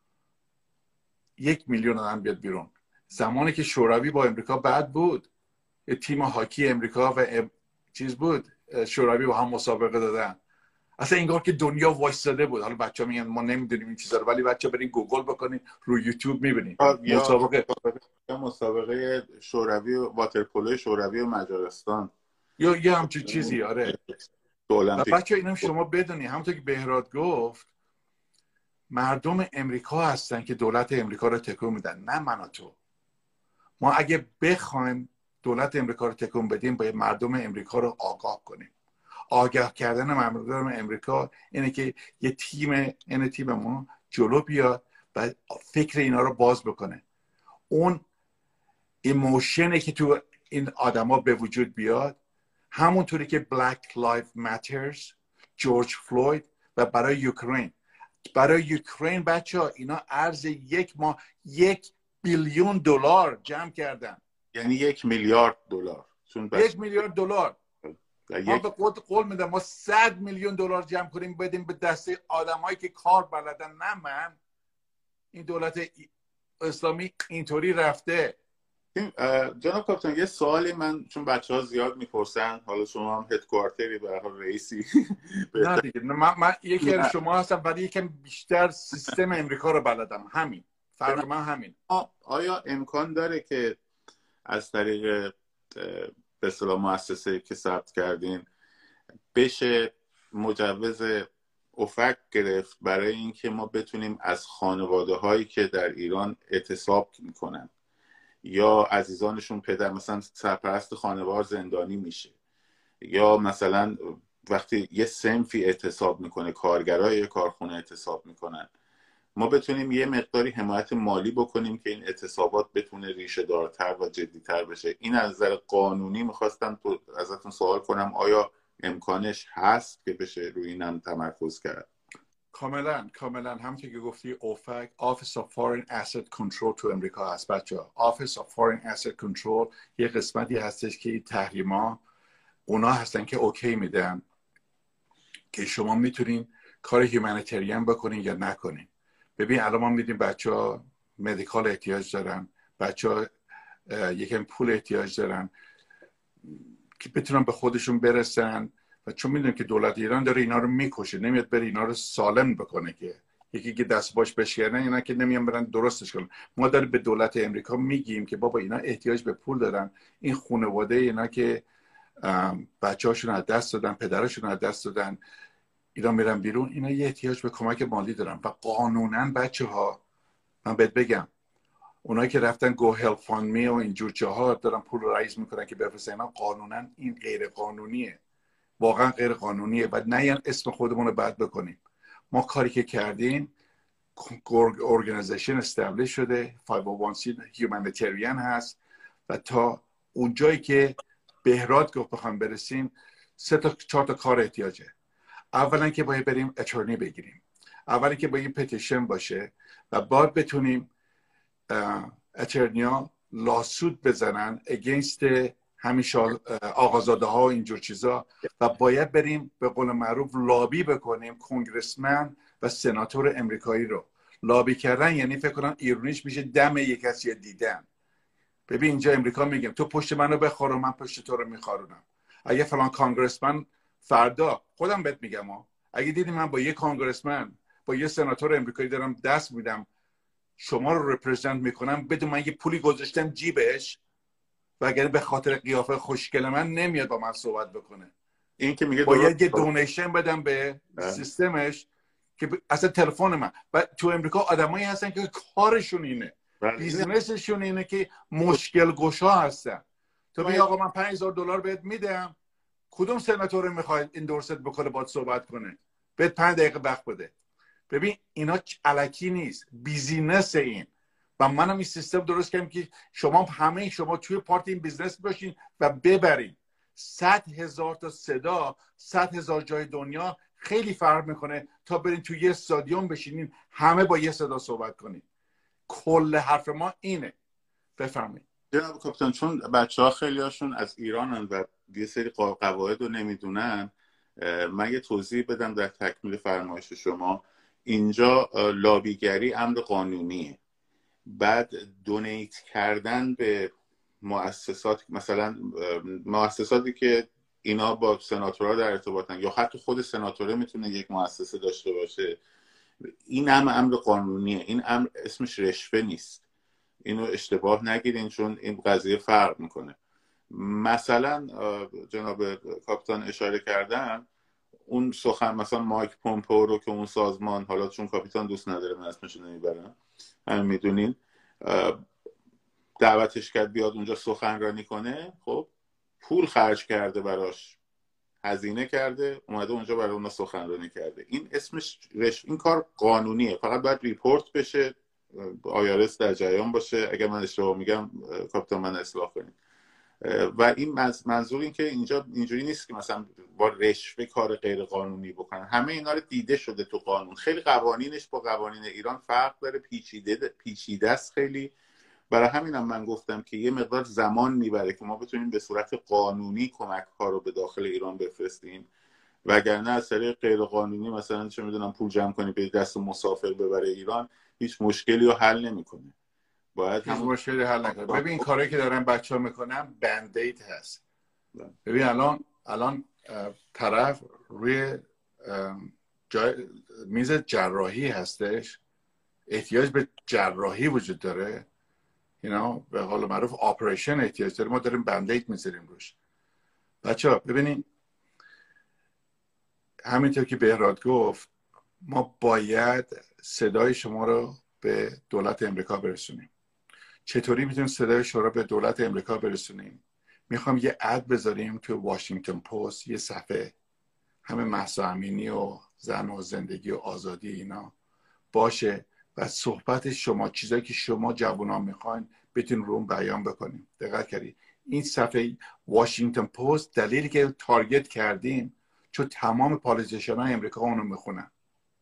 S2: 1 میلیون آدم بیاد بیرون. زمانی که شوروی با امریکا بد بود، یه تیم هاکی امریکا و چیز بود، شوروی با هم مسابقه دادن، اصلا انگار که دنیا وایستاده بود. حالا بچه‌ها میگن ما نمیدونیم این چیزا رو، ولی بچه‌ها برین گوگل بکنین، رو یوتیوب میبینین
S1: مسابقه شوروی و واترپولو شوروی و مجارستان
S2: یا یه همچین چیزی. آره بچه‌ها اینم شما بدونی، همونطور که بهراد گفت مردم امریکا هستن که دولت امریکا رو تکون میدن، نه من و تو. ما اگه بخوایم دولت امریکا رو تکون بدیم باید مردم امریکا رو آگاه کنیم. آگاه کردن مردم امریکا اینه که یه تیم ما جلو بیاد و فکر اینا رو باز بکنه. اون ایموشنی که تو این آدما به وجود بیاد، همونطوری که Black Lives Matters، جورج فلوید و برای یوکرین بچه ها اینا عرض یک ماه $1 بیلیون جمع کردن.
S1: یعنی $1 میلیارد. چون
S2: 1 میلیارد دلار. ما به قول میدم ما $100 میلیون جمع کنیم بدیم به دسته آدمایی که کار بلدن، نه من. این دولت اسلامی اینطوری رفته.
S1: جناب کاپیتان یه سوالی، من چون بچه ها زیاد میپرسن، حالا شما هم هدکوارتری به هر حال رئیسی
S2: نه دیگه من یکی از شما هستم ولی یکم بیشتر سیستم امریکا رو بلدم. همین فرق من همین.
S1: آیا امکان داره که از طریق به اصطلاح مؤسسه که ثبت کردین بشه مجوز افک گرفت برای اینکه ما بتونیم از خانواده هایی که در ایران اعتصاب میکنن یا عزیزانشون پدر مثلا سرپرست خانوار زندانی میشه، یا مثلا وقتی یه صنفی اعتصاب میکنه، کارگرای کارخونه اعتصاب میکنن، ما بتونیم یه مقداری حمایت مالی بکنیم که این اعتصابات بتونه ریشه دارتر و جدیتر بشه؟ این از نظر قانونی میخواستم ازتون سوال کنم، آیا امکانش هست که بشه روی اینم تمرکز کرد؟
S2: کاملا همونطور که گفتی اوفک Office of Foreign Asset Control تو امریکا هست بچه ها. Office of Foreign Asset Control یه قسمتی هستش که این تحریما اونا هستن که اوکی میدن که شما میتونین کار هیومانیتریان بکنین یا نکنین. ببین الان ما میدیم بچه ها مدیکال احتیاج دارن، بچه ها یکم پول احتیاج دارن که بتونن به خودشون برسن، و چون میدونیم که دولت ایران داره اینا رو میکشه، نمیاد بره اینا رو سالم بکنه که یکی که دست باش بشکنه، اینا که نمیان برن درستش کنن. ما داریم به دولت امریکا میگیم که بابا اینا احتیاج به پول دارن، این خانواده اینا که بچه‌هاشون از دست دادن، پدرشون از دست دادن، اینا میرن بیرون، اینا یه احتیاج به کمک مالی دارن. و قانونا بچه‌ها من بهت بگم اونایی که رفتن گو هلپ فاند می و اینجور جاها دارن پول رایز میکنن که بفرستن، اینا قانونا این غیر قانونیه، واقعا غیر قانونیه و نه اسم خودمون رو بد بکنیم. ما کاری که کردیم ارگانیزیشن استبلیش شده، 501c هیومانیتریان هست و تا اونجایی که بهراد گفت بخوام برسیم 3 تا 4 تا کار احتیاجه. اولا که باید بریم اتورنی بگیریم، اولا که باید پتیشن باشه و باید بتونیم اتورنیا لاسود بزنن اگینست همین آقازاده ها و اینجور چیزا، و باید بریم به قول معروف لابی بکنیم کنگرسمن و سناتور امریکایی رو. لابی کردن یعنی فکر کنم ایرونیش میشه دم یک کسی دیدن. ببین اینجا امریکا میگیم تو پشت منو بخور و من پشت تو رو میخارونم. اگه فلان کانگرسمن فردا خودم بهت میگم اگه دیدی من با یه کانگرسمن با یه سناتور امریکایی دارم دست میدم شما رو رپرزنت میکنم بدون من یه پولی گذاشتم جیبش و اگر به خاطر قیافه خوشگل من نمیاد با من صحبت بکنه،
S1: این که میگه
S2: باید یه دونیشن بدم به سیستمش که اصلا تلفن من. و تو امریکا آدمایی هستن که کارشون اینه، بیزنسشون اینه که مشکل گشا هستن. تو بگی آقا من $5,000 بهت میدم، کدوم سناتور میخواد اندورست بکنه باید صحبت کنه، بهت 5 دقیقه وقت بده. ببین اینا الکی نیست، بیزینس این. و منم این سیستم درست کردم که شما توی پارت این بیزنس باشین و ببرین. 100,000 تا صدا 100,000 جای دنیا خیلی فرق میکنه تا برین توی یه استادیوم بشینین همه با یه صدا صحبت کنین. کل حرف ما اینه. بفرمایید
S1: جناب کاپیتان. چون بچه ها خیلی هاشون از ایرانن و یه سری قواعد رو نمیدونن، من یه توضیح بدم در تکمیل فرمایش شما. اینجا لابیگری امر قانونیه. بعد دونیت کردن به مؤسسات، مثلا مؤسساتی که اینا با سناتورها در ارتباطن یا حتی خود سناتوره میتونه یک مؤسسه داشته باشه، این هم امر قانونیه. این امر اسمش رشوه نیست، اینو اشتباه نگیرین چون این قضیه فرق میکنه. مثلا جناب کاپیتان اشاره کردن اون سخن مثلا مایک پومپئو رو که اون سازمان، حالا چون کاپیتان دوست نداره من اسمش رو نمیبرم، همین میدونین، دعوتش کرد بیاد اونجا سخنرانی کنه، خب پول خرج کرده براش، هزینه کرده، اومده اونجا برای اون سخنرانی کرده. این اسمش این کار قانونیه، فقط باید ریپورت بشه، آیارس در جریان باشه. اگر من اشتباه میگم کاپیتان من اصلاح کنید. و این منظور این که اینجا اینجوری نیست که مثلا با رشوه کار غیر قانونی بکنن، همه اینا رو دیده شده تو قانون. خیلی قوانینش با قوانین ایران فرق داره، پیچیده است خیلی. برای همینم من گفتم که یه مقدار زمان میبره که ما بتونیم به صورت قانونی کمک ها رو به داخل ایران بفرستیم، وگرنه از طریق غیر قانونی مثلا چه میدونم پول جمع کنی به دست مسافر ببره ایران، هیچ مشکلی رو حل نمیکنه. باید
S2: هیچ مشکلی حل نکنه. ببین این کاری که دارن بچه‌ها میکنن بندید هست. ببین الان طرف روی میز جراحی هستش، احتیاج به جراحی وجود داره، به قول معروف آپریشن احتیاج داره، ما داریم بندید میذاریم روش. بچه‌ها ببینین، همینطور که بهراد گفت، ما باید صدای شما رو به دولت امریکا برسونیم. چطوری میتونیم صدای شما رو به دولت امریکا برسونیم؟ میخوام یه اد بذاریم تو واشنگتن پست، یه صفحه، همه مهسا امینی و زن و زندگی و آزادی اینا باشه و صحبت شما، چیزایی که شما جوونا میخواین بتونیم رو بیان بکنیم. دقت کردی این صفحه واشنگتن پست دلیلی که تارگت کردیم چون تمام پالیتیشن های امریکا اونو میخونن.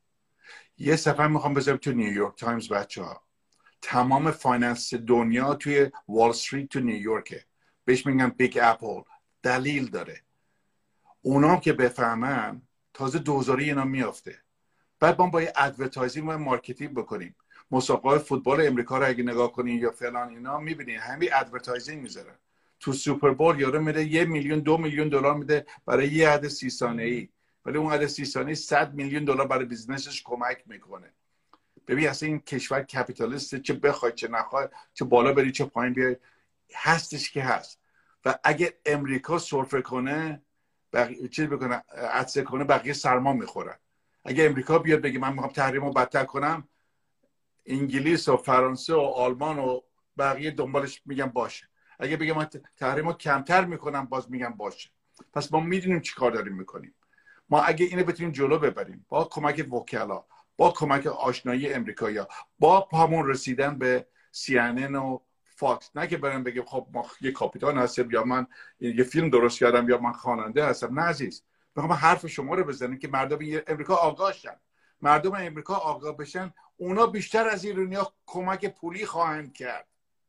S2: یه صفحه میخوام بذارم تو نیویورک تایمز. بچه‌ها تمام فایننس دنیا توی وال استریت تو نیویورکه، بهش میگن بیگ اپل. دلیل داره، اونام که بفهمن تازه دوزاری اینا میافته. بعد ما باید ادورتایزینگ و مارکتینگ بکنیم. مسابقات فوتبال امریکا رو اگه نگاه کنین یا فلان اینا، میبینین همین ادورتایزینگ میذارن. تو سوپر بول یارو میده 1 میلیون 2 میلیون دلار میده برای یه عد 30 ثانیه‌ای، ولی اون عد 30 ثانیه‌ای 100 میلیون دلار برای بیزنسش کمک میکنه. ببین اصلا این کشور کپیتالیسته، چه بخواد چه نخواد، چه بالا بری چه پایین بیای، هستش که هست. و اگه امریکا سرفه کنه، چیز بکنه، عطسه کنه، بقیه سرما میخورن. اگه امریکا بیاد بگه من میخوام تحریمو بدتر کنم، انگلیس و فرانسه و آلمان و بقیه دنبالش میگن باشه. اگه بگه من تحریمو کمتر میکنم، باز میگن باشه. پس ما میدونیم چی کار داریم میکنیم. ما اگه اینو بتونیم جلو ببریم با کمک وکلا، با کمک آشنایی امریکایی‌ها، با همون رسیدن به CNN و فاکس، نه که برم بگم خب ما یه کاپیتان هستم یا من یه فیلم درست کردم یا من خواننده هستم. نه عزیز، میخوام حرف شما رو بزنم که مردم امریکا آگاه شن. مردم امریکا آگاه بشن، اونا بیشتر از ایرانی‌ها کمک پولی خواهند کرد.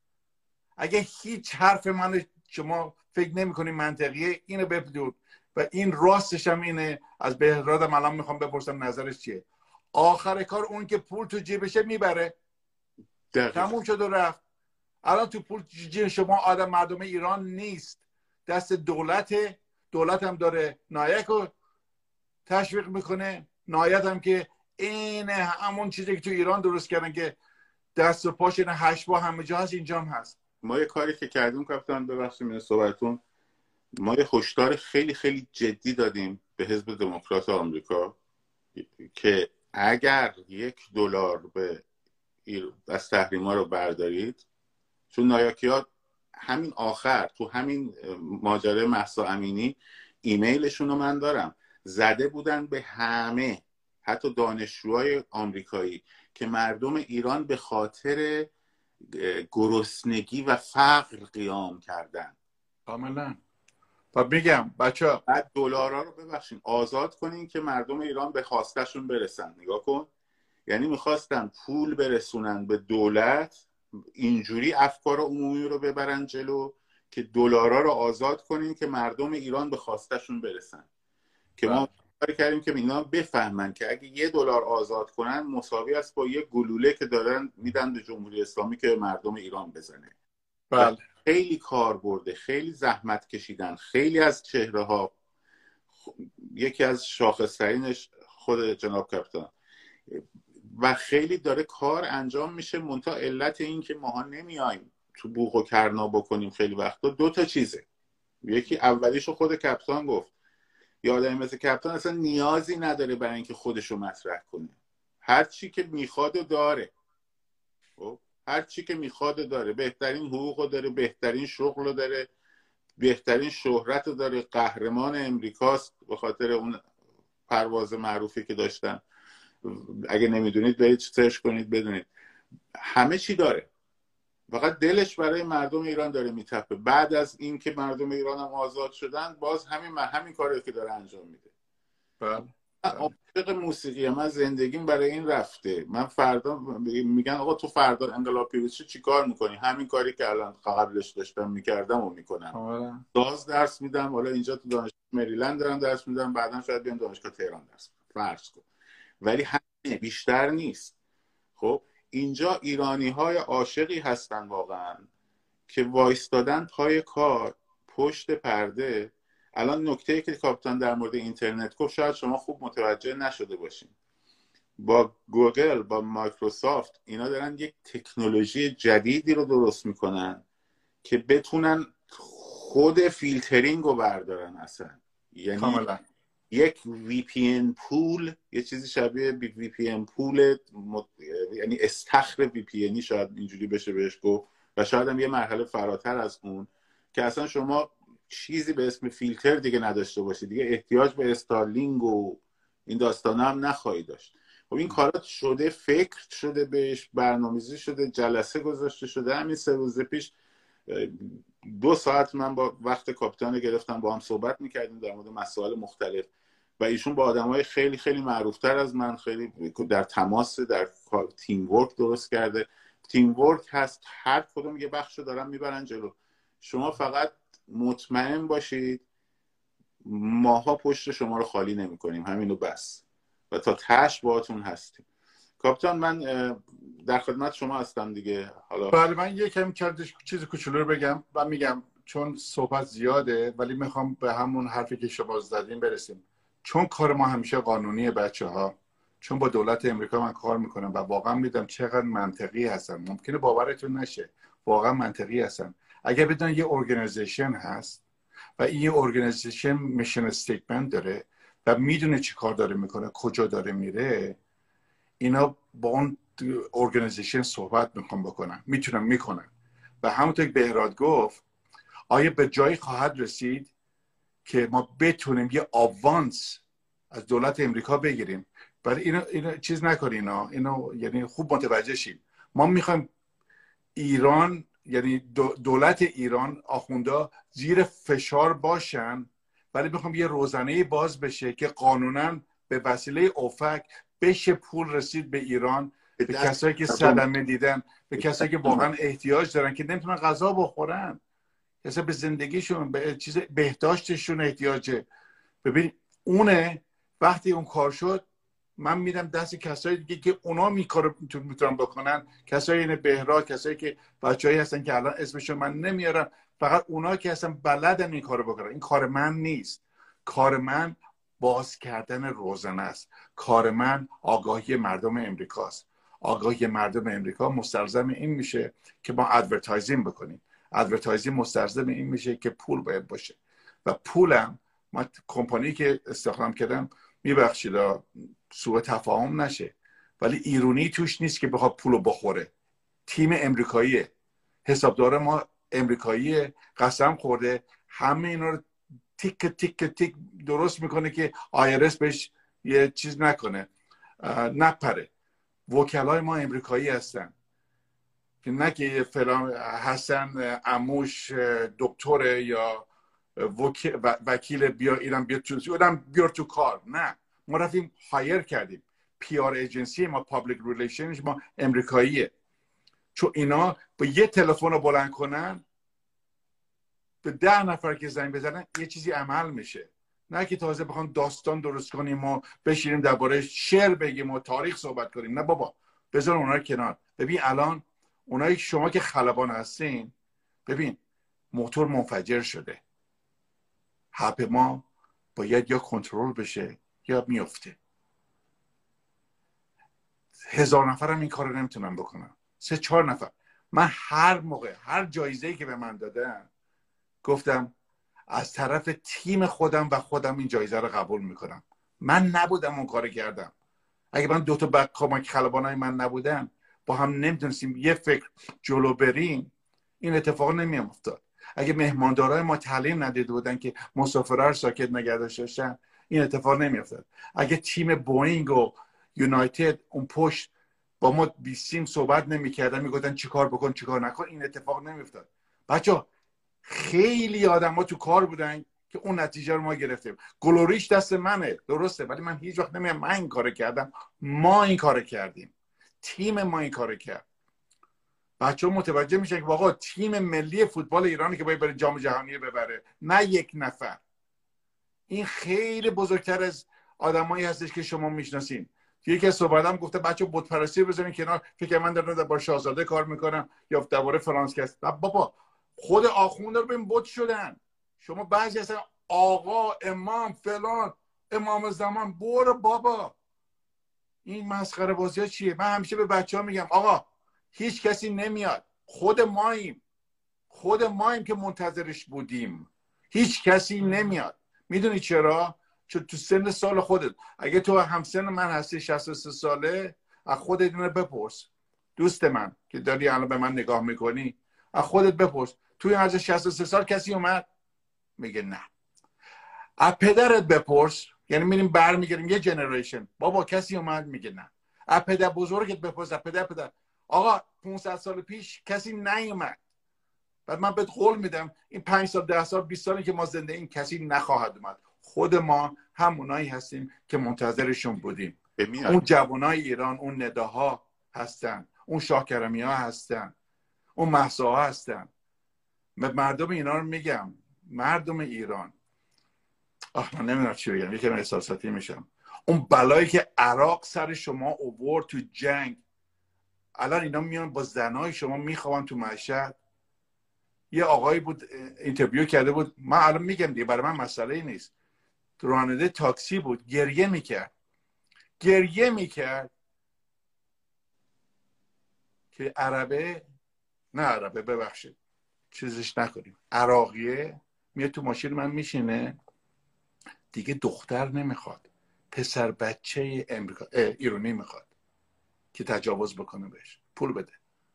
S2: اگه هیچ حرف من شما فکر نمی‌کنید منطقیه، اینو بدونید. و این راستش هم اینه. از بهرادم الان میخوام بپرسم نظرش چیه. آخر کار اون که پول تو جیبشه میبره، تموم شد و رفت. الان تو پول جیب شما آدم مردم ایران نیست، دست دولته. دولت هم داره نایک رو تشویق میکنه. نایک هم که این همون چیزی که تو ایران درست کردن که دست و پاش این 8 با همه جا هست، اینجا هم هست.
S1: ما یه کاری که کردیم کاپیتان، ببخشید من صحبتتون، ما یه هشدار خیلی خیلی جدی دادیم به حزب دموکرات آمریکا که اگر $1 به از تحریما رو بردارید، چون نایاکی‌ها همین آخر تو همین ماجرای مهسا امینی ایمیلشون رو من دارم، زده بودن به همه، حتی دانشجوهای آمریکایی، که مردم ایران به خاطر گرسنگی و فقر قیام کردن.
S2: کاملا. و میگم بچه
S1: بعد دلارا رو ببخشین آزاد کنین که مردم ایران به خواستشون برسن. نگاه کن، یعنی میخواستن پول برسونن به دولت، اینجوری افکار عمومی رو ببرن جلو که دلارا رو آزاد کنین که مردم ایران به خواستشون برسن. که ما کاری کردیم که اینا بفهمن که اگه $1 آزاد کنن مساوی است با یه گلوله که دارن میدن به جمهوری اسلامی که مردم ایران بزنه.
S2: بله.
S1: خیلی کار برده، خیلی زحمت کشیدن، خیلی از چهره ها، یکی از شاخصترینش خود جناب کاپیتان، و خیلی داره کار انجام میشه. منتها علت این که ماها نمیایم تو بوق و کرنا بکنیم خیلی وقتا 2 تا چیزه. یکی اولیشو خود کاپیتان گفت، یه آدمی مثل کپتان اصلا نیازی نداره برای اینکه خودشو مطرح کنه. هر چی که میخواد داره. خب هر چی که میخواد داره، بهترین حقوق داره، بهترین شغل داره، بهترین شهرت داره، قهرمان امریکاست به خاطر اون پرواز معروفی که داشتن. اگه نمیدونید برید سرچ کنید بدونید. همه چی داره، فقط دلش برای مردم ایران داره میتپه. بعد از این که مردم ایران هم آزاد شدن باز همین کاری که داره انجام میده.
S2: بله.
S1: عاشق موسیقی، من زندگیم برای این رفته. من فردا میگن آقا تو فردا انقلاب پیروزی چی کار میکنی؟ همین کاری که الان قبلش داشتم میکردم و میکنم. ساز درس میدم، حالا اینجا تو دانشگاه مریلند دارم درس میدم، بعدا شاید بیام دانشگاه تهران درس بدم فرض کن، ولی همین بیشتر نیست. خب اینجا ایرانی های عاشقی هستن واقعا که وایستادن پای کار پشت پرده. الان نکته‌ای که کاپیتان در مورد اینترنت گفت شاید شما خوب متوجه نشده باشین. با گوگل، با مایکروسافت، اینا دارن یک تکنولوژی جدیدی رو درست میکنن که بتونن خود فیلترینگ رو بردارن اصلا. یعنی
S2: کاملا
S1: یک VPN پول، یه چیزی شبیه VPN پول، یعنی استخر VPNی شاید اینجوری بشه بهش گفت، و شاید هم یه مرحله فراتر از اون، که اصلا شما چیزی به اسم فیلتر دیگه نداشته باشید، دیگه احتیاج به استارلینگ و این داستانا هم نخواهی داشت. خب این کارات شده، فکر شده بهش، برنامه‌ریزی شده، جلسه گذاشته شده. همین 3 روز پیش 2 ساعت من با وقت کاپیتان گرفتم، با هم صحبت میکردیم در مورد مسائل مختلف و ایشون با آدمای خیلی خیلی معروفتر از من خیلی در تماس، در تیم ورک درست کرده. تیم ورک هست، هر کدوم یه بخشو دارن میبرن جلو. شما فقط مطمئن باشید ماها پشت شما رو خالی نمی‌کنیم، همینو بس، و تا تهش باهاتون هستیم. کاپیتان من در خدمت شما هستم دیگه. حالا
S2: بله، من یکم چیز کوچولو رو بگم و میگم چون صحبت زیاده، ولی میخوام به همون حرفی که شما زدین برسیم. چون کار ما همیشه قانونیه بچه‌ها، چون با دولت امریکا من کار میکنم و واقعا میدم چقدر منطقی هستن. ممکنه باورتون نشه، واقعا منطقی هستن. اگر بدون یه ارگانیزیشن هست و این ارگانیزیشن میشن استیتمنت داره و میدونه چی کار داره میکنه، کجا داره میره، اینا با اون ارگانیزیشن صحبت بکنن، میکنن. و همونطور که بهراد گفت، آیا به جایی خواهد رسید که ما بتونیم یه آوانس از دولت امریکا بگیریم؟ برای اینو چیز نکنین، اینو یعنی خوب متوجه شید. ما میخوایم ایران، یعنی دولت ایران، آخوندا زیر فشار باشن، ولی میخوام یه روزنه باز بشه که قانونا به وسیله اوفک بشه پول رسید به ایران، به کسایی که صدمه دیدن، به کسایی که واقعا احتیاج دارن که نمیتونن غذا بخورن، کسایی به زندگیشون، به چیز بهداشتشون احتیاجه. ببین اونه، وقتی اون کار شد من میدم دست کسایی دیگه که اونا میتونن بکنن. کسایی این بهرا، کسایی که بچه‌ای هستن که الان اسمشون من نمیارم، فقط اونا که هستن بلدن این کارو بکنن. این کار من نیست. کار من باز کردن روزنه است. کار من آگاهی مردم امریکاست. آگاهی مردم امریکا مستلزم این میشه که ما ادورتایزینگ بکنیم. ادورتایزینگ مستلزم این میشه که پول باید باشه. و پولم، ما کمپانی که استخدام کردم، میبخشید سوء تفاهم نشه، ولی ایرونی توش نیست که بخواد پولو بخوره. تیم امریکاییه، حسابدار ما امریکاییه، قسم خورده همه اینا رو تیک تیک تیک درست میکنه که آیرس بهش یه چیز نکنه، نپره. وکلای ما امریکایی هستن، که نه که فلان حسن عموش دکتر یا وکیل بیا ایران بیار تو کار. نه، ما رفتیم هایر کردیم. پی آر ایجنسی ما، پابلیک ریلیشنش ما امریکاییه. چون اینا با یه تلفن رو بلند کنن، به 10 نفر که زنگ بزنن یه چیزی عمل میشه. نه که تازه بخوام داستان درست کنیم و بشینیم درباره شعر بگیم و تاریخ صحبت کنیم. نه بابا، بذار اونا رو کنار. ببین الان اونایی شما که خلبان هستین، ببین موتور منفجر شده، هپ ما باید یا کنترل بشه یا میفته. 1000 نفرم این کار رو نمیتونن بکنن، 3-4 نفر. من هر موقع هر جایزه‌ای که به من دادن گفتم از طرف تیم خودم و خودم این جایزه رو قبول میکنم. من نبودم اون کار کردم. اگه من دو تا کمک خلبانای من نبودن، با هم نمیتونستیم یه فکر جلو بریم، این اتفاق نمیافتاد. اگه مهماندارای ما تعلیم ندیده بودن که مسافرها رو ساکت نگه داشتن، این اتفاق نمیافتاد. اگه تیم بوئینگ و یونایتد اون پشت با ما بیستیم صحبت نمیکردن، میگفتن چیکار بکن چیکار نکن، این اتفاق نمیافتاد. بچه خیلی آدما تو کار بودن که اون نتیجه رو ما گرفتیم. گلوریش دست منه، درسته، ولی من هیچ وقت نمیگم من این کارو کردم. ما این کارو کردیم، تیم ما این کارو کرد. بچه‌ها متوجه میشن که واقعا تیم ملی فوتبال ایرانی که باید بره جام جهانی ببره، نه یک نفر. این خیلی بزرگتر از آدمایی هستش که شما میشناسین. یکی از صحبتام گفته بچه‌ها بت پرستی بزنین کنار، فکر من دارم با شاهزاده کار میکنم یا درباره فرانس کس. بابا خود آخوندا رو ببین بت شدن. شما بعضی اصلا آقا امام فلان امام زمان، برو بابا. این مسخره بازی ها چیه؟ من همیشه به بچه‌ها میگم آقا هیچ کسی نمیاد، خود ماییم که منتظرش بودیم. هیچ کسی نمیاد. میدونی چرا؟ چون تو سن سال خودت، اگه تو همسن من هستی 63 ساله، از خودت اینو بپرس. دوست من که داری الان به من نگاه میکنی، از خودت بپرس توی از 63 سال کسی اومد؟ میگه نه. از پدرت بپرس، یعنی میریم برمیگردیم یه جنریشن، بابا کسی اومد؟ میگه نه. از پدر بزرگت بپرس، از پدر آقا 500 سال پیش کسی نیومد. بعد من بهت قول میدم این 5 سال 10 سال 20 سالی که ما زنده این کسی نخواهد اومد. خود ما همونایی هستیم که منتظرشون بودیم. اون جوانای ایران، اون نداها هستن، اون شاکرمی ها هستن، اون مهسا ها هستن. مردم اینا رو میگم، مردم ایران، من نمیدونم چی بگم، یکم احساساتی میشم. اون بلایی که عراق سر شما اوورد تو جنگ، الان اینا میان با زنای شما میخوان تو مشهد. یه آقایی بود اینترویو کرده بود، من الان میگم دیگه برای من مسئله نیست، راننده تاکسی بود، گریه میکرد که عربه ببخشید چیزش نکنیم، عراقیه میاد تو ماشین من میشینه، دیگه دختر نمیخواد، پسر بچه ایرانی میخواد که تجاوز بکنه بهش، پول بده.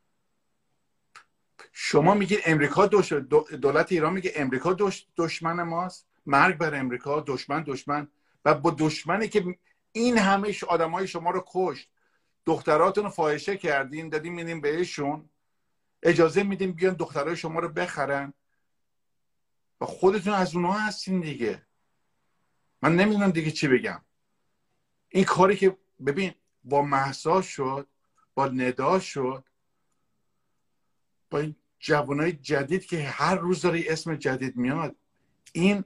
S2: شما میگید امریکا دولت ایران میگه امریکا دشمن ماست، مرگ بر امریکا، دشمن و با دشمنی که این همه آدمای شما رو کشت، دختراتون رو فاحشه کردین، دادین میدین بهشون، اجازه میدین بیان دخترای شما رو بخرن و خودتون از اونها هستین دیگه. من نمیدونم دیگه چی بگم. این کاری که ببین با مهسا شد، با ندا شد، با این جوانای جدید که هر روز داره اسم جدید میاد، این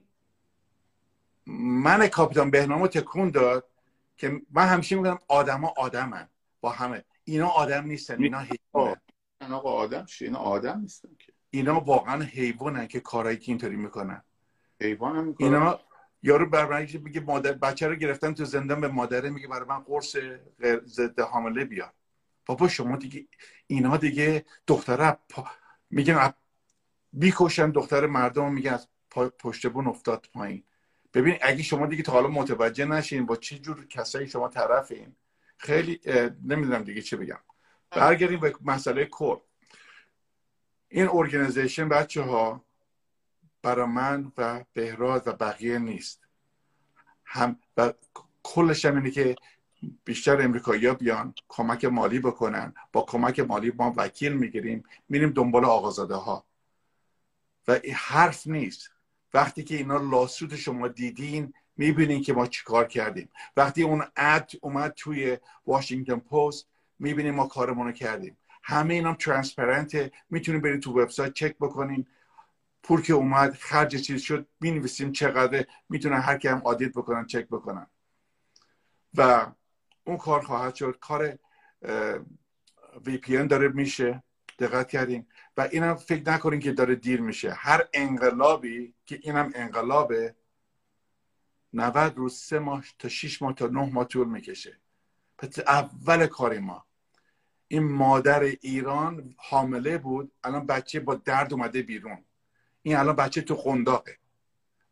S2: من کاپیتان بهنامو تکون داد که من همیشه میگم آدما آدمن با همه. اینا آدم نیستن، اینا حیوانن.
S1: آقا آدم چی؟ اینا آدم نیستن که.
S2: اینا واقعا حیوانن که کارایی که اینطوری میکنن.
S1: حیوان هم میکنن.
S2: اینا یارو برای میگه مادر بچه رو گرفتن تو زندان، به مادره میگه برای من قرص ضد حامله بیار. بابا شما دیگه اینا دیگه دختره میگن بیکشن دختر مردم، میگن از پشت بون افتاد پایین. ببین اگه شما دیگه تا حالا متوجه نشین با چه جور کسایی شما طرفین، خیلی نمیدونم دیگه چه بگم. برگردیم به مسئله کور. این ارگانیزیشن بچه ها برای من و بهراز و بقیه نیست، هم و کلش هم اینه که بیشتر امریکایی‌ها بیان کمک مالی بکنن، با کمک مالی ما وکیل میگیریم، میریم دنبال آقازاده ها و حرف نیست. وقتی که اینا لاسوت شما دیدین میبینین که ما چیکار کردیم. وقتی اون اد اومد توی واشنگتن پست میبینین ما کارمونو کردیم. همه اینا ترانسپرنته، میتونین برید تو وبسایت چک بکنین، پول که اومد خرج چیز شد مینویسیم چقدر، میتونن هر کی هم آدیت بکنن چک بکنن و اون کار خواهد شد. کار VPN داره میشه، دقت کردین؟ و اینم فکر نکنین که داره دیر میشه. هر انقلابی که اینم انقلابه 90 روز 3 ماه تا 6 ماه تا 9 ماه طول میکشه. پس اول کاری ما این مادر ایران حامله بود، الان بچه با درد اومده بیرون، این الان بچه تو قنداقه،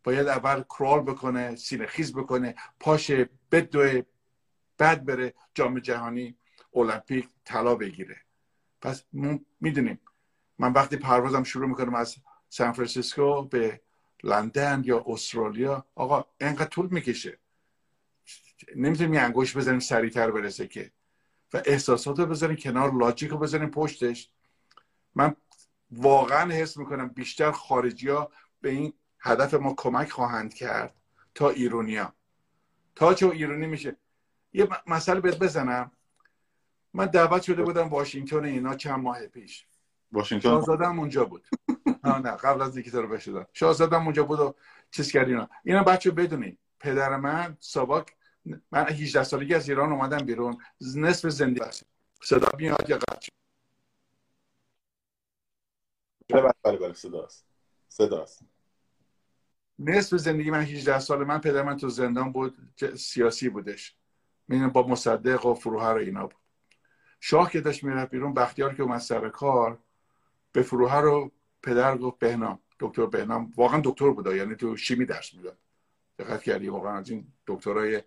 S2: باید اول کرال بکنه، سینه خیز بکنه، پاشه بدوه، بعد بره جام جهانی المپیک طلا بگیره. پس میدونیم من وقتی پروازم شروع میکنم از سان فرانسیسکو به لندن یا استرالیا، آقا اینقدر طول میکشه، نمیتونیم یه انگوش بزنیم سریعتر برسه که. و احساسات رو بذاریم کنار، لاجیک رو بذاریم پشتش. من واقعا حس میکنم بیشتر خارجی ها به این هدف ما کمک خواهند کرد تا ایرونیا. تا چه ایرونی میشه. یه مثال بهت بزنم. من دعوت شده بودم واشنگتن اینا چند ماه پیش.
S1: واشنگتن
S2: شاهزاده‌ام اونجا بود. نه قبل از اینکه تو رو بشدم شاهزاده‌ام اونجا بود و چیز کردیم. اینا بچه بدونی پدر من ساواک، من 18 سالگی از ایران اومدم بیرون، نصف زندگی صدا میاد یا قطع؟
S1: بله صداست.
S2: نصف زندگی من 18 سال من پدر من تو زندان بود، سیاسی بودش، میدونم با مصدق و فروهر و اینا بود. شاه که داشت میرفت بیرون، بختیار که اومد سر کار، به فروهر و پدر گفت بهنام، دکتر بهنام واقعا دکتر بود، یعنی تو شیمی درس میداد، دقت کردی؟ واقعا از این دکترای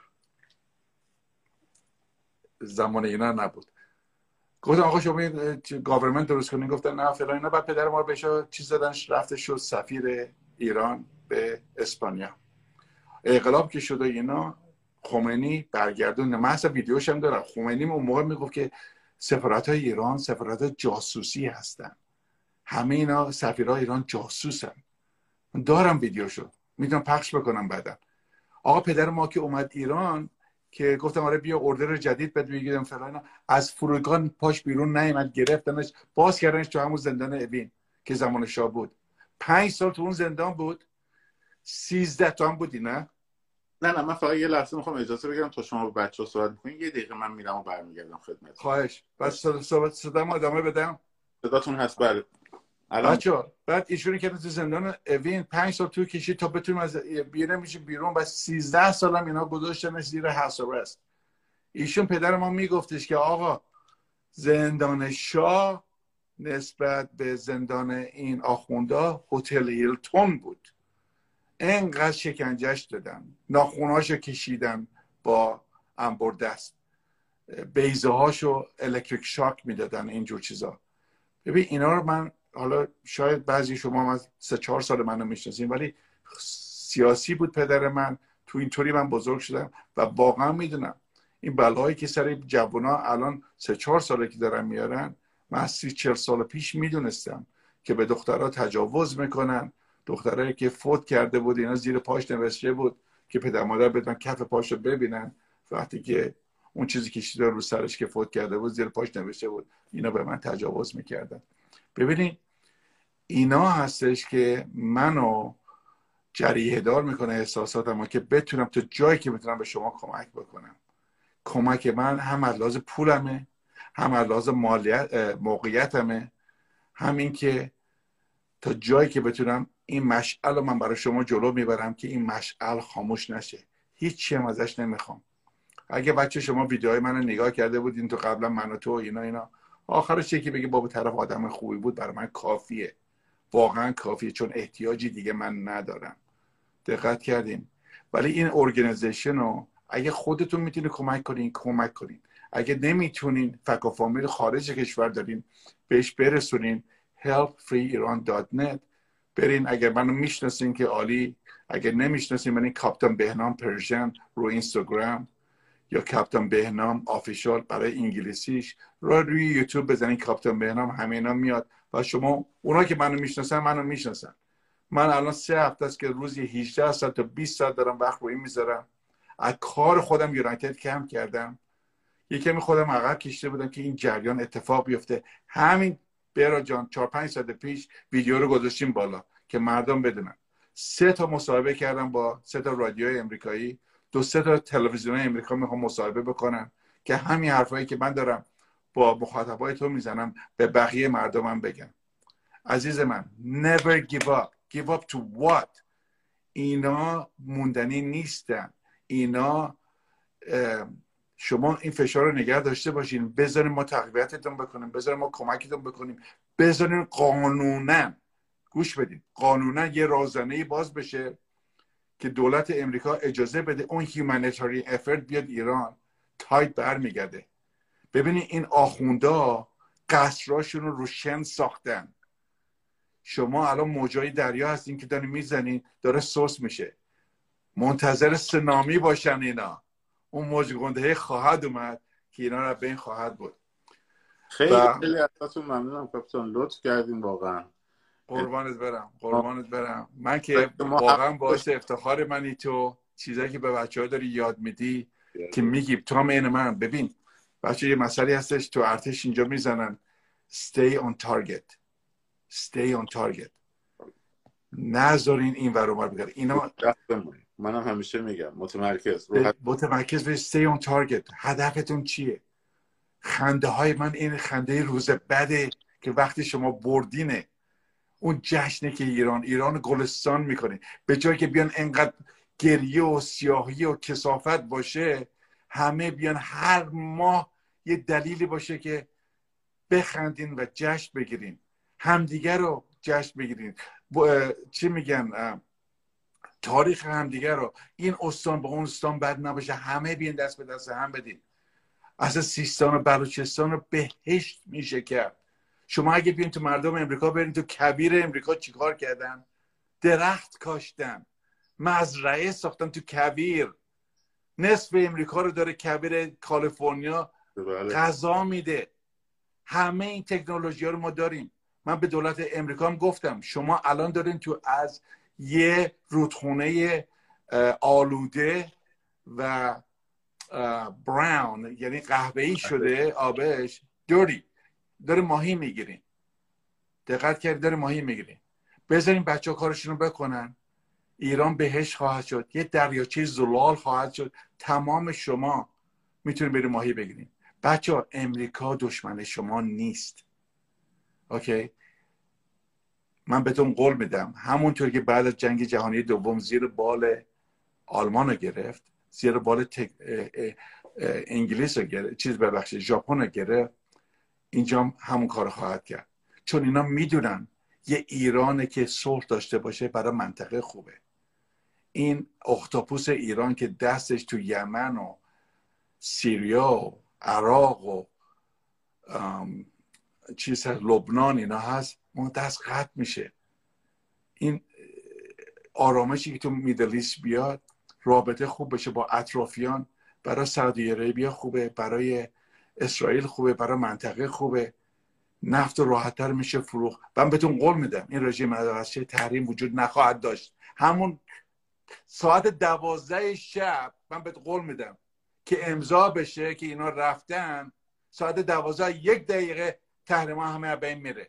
S2: زمان اینا نبود. گفتم آقا شما گاورمنت درست کنین، گفتن نه فلان اینا. بعد پدر ما بهش چیز دادنش، رفته شد سفیر ایران به اسپانیا. انقلاب که شده اینا، خمینی برگردون، من اصلا ویدیوش هم دارم. خمینی اون موقع میگفت که سفارت‌های ایران سفارت‌های جاسوسی هستن، همه اینا سفیرای ایران جاسوسن. من دارم ویدیوشو، میتونم پخش بکنم بعدا. آقا پدر ما که اومد ایران، که گفتم آره بیا اردر جدید بد بگیرم فلان، از فرودگاه پاش بیرون نیامد، گرفتنش باز کردنش تو همون زندان اوین که زمان شاه بود. 5 سال تو اون زندان بود. 13 تا هم بودی نه؟
S1: نه من فقط یه لحظه میخوام اجازه بگیرم تا شما با بچه‌ها صحبت می‌کنید. یه دقیقه من میرم و برمیگردم خدمت.
S2: خواهش. بس صدام ادامه بدم.
S1: صداتون هست؟ بله. الان
S2: بچه‌ها بعد ایشون که تو زندان اوین 5 سال تو کشید تا بتونیم از بیرون میشه بیرون. بس 13 سالم اینا گذاشتنش زیر هاوس آرست. ایشون پدر ما میگفتش که آقا زندان شاه نسبت به زندان این آخوندا هتل هیلتون بود. انقدر شکنجهش دادن، ناخونهاشو کشیدن با انبردست، بیزه هاشو الکتریک شاک میدادن، اینجور چیزا. ببین اینا رو من، حالا شاید بعضی شما هم از 3-4 سال منو میشناسین، ولی سیاسی بود پدر من، تو اینطوری من بزرگ شدم و واقعا میدونم این بلایی که سر جوونا الان 3-4 ساله که دارن میارن، من از 30-40 سال پیش میدونستم که به دخترها تجاوز میکنن. دخترایی که فوت کرده بود اینا زیر پاش نوشته بود که پدر مادر بدن کف پاشو ببینن، وقتی که اون چیزی کشیده رو سرش که فوت کرده بود زیر پاش نوشته بود اینا به من تجاوز میکردن. ببینید اینا هستش که منو جریحه دار میکنه احساساتمو، که بتونم تا جایی که بتونم به شما کمک بکنم. کمک من هم از لحاظ پولمه، هم از لحاظ موقعیتمه، همین که تا جایی که بتونم این مشعل رو من برای شما جلو میبرم که این مشعل خاموش نشه. هیچی هم ازش نمیخوام. اگه بچه شما ویدیوهای منو نگاه کرده بودین تو قبلا، من و تو اینا آخرش چه که بگی بابا طرف آدم خوبی بود، برای من کافیه. واقعا کافیه، چون احتیاجی دیگه من ندارم. دقت کردین؟ ولی این ارگانیزیشن رو اگه خودتون میتونید کمک کنین. اگه نمیتونین، فک و فامیل خارج کشور دارین، بهش برسونین. helpfreeiran.net برین. اگر منو میشناسین که عالی، اگر نمیشناسین من این کاپتان بهنام پرژن رو اینستاگرام یا کاپتان بهنام آفیشال برای انگلیسیش رو روی یوتیوب بزنین کاپتان بهنام، همه اینا میاد و شما اونا که منو میشناسن. من الان 3 هفته است که روزی 18 ساعت تا 20 ساعت دارم وقت رو این میذارم. از کار خودم یونایتد کم کردم، یکمی خودم عقب کشیده بودم که این جریان اتفاق بیفته. همین برا جان 4-5 ساعت پیش ویدیو رو گذاشتیم بالا که مردم بدونن. 3 تا مصاحبه کردم با 3 تا رادیوی امریکایی، 2-3 تا تلویزیون امریکا میخوام مصاحبه بکنم که همین حرفایی که من دارم با مخاطبای تو میزنم به بقیه مردمم بگم. عزیز من never give up. give up to what؟ اینا موندنی نیستن. اینا شما این فشار رو نگه داشته باشین، بذارین ما تقویتتون بکنیم، بذارین ما کمکتون بکنیم، بذارین قانونا، گوش بدین، قانونا یه رازنه‌ای باز بشه که دولت امریکا اجازه بده اون هیومانیتاری افرت بیاد ایران، تایپ برمیگرده. ببینید این آخوندا قصراشون رو روشن ساختن. شما الان موجای دریا هستین که دارین میزنین داره سوس میشه، منتظر سنامی باشن اینا. اون موج گنده خواهد اومد که اینا رو بین خواهد بود.
S1: خیلی خیلی ازتون ممنونم کاپیتان، لطف کردیم واقعا.
S2: قربانت برم. من که واقعا باعث افتخار منی تو چیزایی که به بچه‌ها داری یاد میدی که میگی تو هم این من. ببین بچه یه مسئله هستش تو ارتش اینجا میزنن stay on target. نذارین این ور اون ور بگردین. اینا
S1: منم همیشه میگم متمرکز
S2: به stay on target. هدفتون چیه؟ خنده های من این خنده روز بده که وقتی شما بردینه، اون جشنه که ایران گلستان میکنه. به جایی که بیان انقدر گریه و سیاهی و کثافت باشه، همه بیان هر ماه یه دلیلی باشه که بخندین و جشن بگیرین، همدیگر رو جشن بگیرین. چی میگن، تاریخ همدیگر رو، این استان با اون استان بد نباشه، همه بیان دست به دست هم بدین. اصلا سیستان و بلوچستان رو بهشت میشه کرد. شما اگه بیاین تو مردم امریکا برین تو کویر امریکا چیکار کردن؟ درخت کاشتن، مزرعه ساختن تو کویر. نصف امریکا رو داره کویر کالیفرنیا غذا میده. همه این تکنولوژی ها رو ما داریم. من به دولت امریکا هم گفتم شما الان دارین تو از یه رودخونه آلوده و براون، یعنی قهوه‌ای شده آبش، داره ماهی میگیرین. دقت کردید داره ماهی میگیرین. بذارین بچه ها کارشون رو بکنن. ایران بهش خواهد شد، یه دریاچه زلال خواهد شد. تمام شما میتونید برید ماهی بگیرین. بچه ها امریکا دشمن شما نیست. اوکی؟ من بهتون قول میدم همونطور که بعد از جنگ جهانی دوم زیر بال آلمان رو گرفت، زیر بال انگلیس رو گرفت، ژاپن رو گرفت، اینجا همون کار خواهد کرد. چون اینا میدونن یه ایرانه که صلح داشته باشه برای منطقه خوبه. این اختاپوس ایران که دستش تو یمن و سیریا و عراق و لبنان اینا هست، اون دست قطع میشه. این آرامشی که تو میدل ایست بیاد، رابطه خوب بشه با اطرافیان، برای سعودی عربیه خوبه، برای اسرائیل خوبه، برای منطقه خوبه. نفت راحت‌تر میشه فروخت. من بهتون قول میدم این رژیم مدرسه تحریم وجود نخواهد داشت. همون ساعت 12 شب من بهت قول میدم که امضا بشه که اینا رفتن، ساعت 12 1 دقیقه تحریما همه بین میره.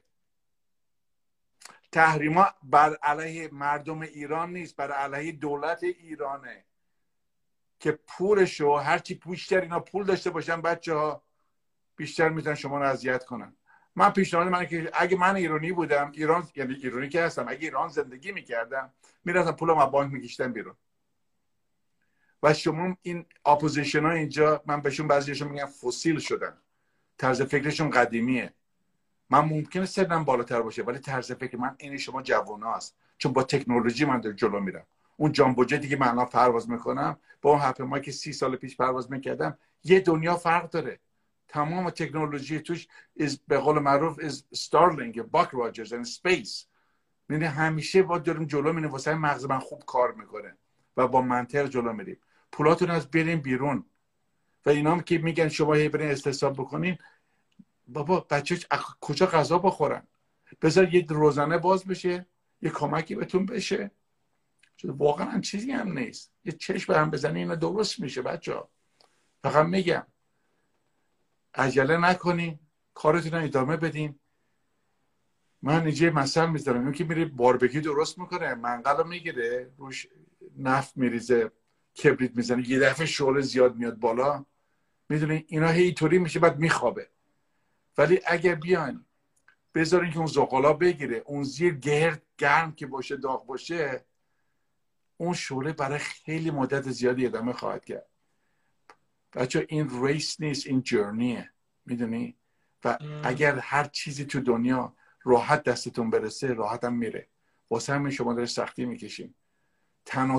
S2: تحریما بر علیه مردم ایران نیست، بر علیه دولت ایرانه که پولشو هرچی بیشتر اینا پول داشته باشن بچه ها بیشتر میتونن شما رو اذیت کنن. من پیشنهاد من که اگه من ایرانی بودم، ایران یعنی ایرانی که هستم، اگه ایران زندگی میکردم میرفتم پولم از بانک میکشتم بیرون. و شما این اپوزیشن ها اینجا، من بهشون بعضیشون میگم فسیل شدن، طرز فکرشون قدیمیه. من ممکنه سنم بالاتر باشه ولی طرز فکر من این شما جواناست، چون با تکنولوژی من در جلو میرم. اون جامبو جتی که من الان پرواز میکنم با اون هواپیمایی که 30 سال پیش پرواز میکردم یه دنیا فرق داره. تمام تکنولوژی توش به قول معروف استارلینگ، باک راجرز and space. یعنی همیشه با داریم جلو میریم، واسه مغز من خوب کار میکنه و با منطق جلو میریم. پولاتون از بریم بیرون. و اینا هم که میگن شما هی برین استصواب بکنین، بابا بچه کجا غذا بخورن؟ بذار یه روزانه باز بشه، یه کمکی بهتون بشه. واقعا چیزی هم نیست. یه چشم به هم بزنی اینا درست میشه بچه ها. فقط میگم عجله نکنین، کارتون رو ادامه بدین. من اینجا مثلا میذارم، اون که میره باربیکیو درست میکنه، منقل رو میگیره روش نفت میریزه، کبریت میزنه، یه دفعه شعله زیاد میاد بالا، میدونین اینا هی طوری میشه بعد میخوابه. ولی اگه بیان بذارین که اون زغالا بگیره، اون زیر گرم که باشه، داغ باشه، اون شعله برای خیلی مدت زیادی ادامه خواهد کرد. بچه این ریس نیست، این جرنیه، میدونی؟ و اگر هر چیزی تو دنیا راحت دستتون برسه، راحت هم میره. واسه همین شما داره سختی میکشین. تنها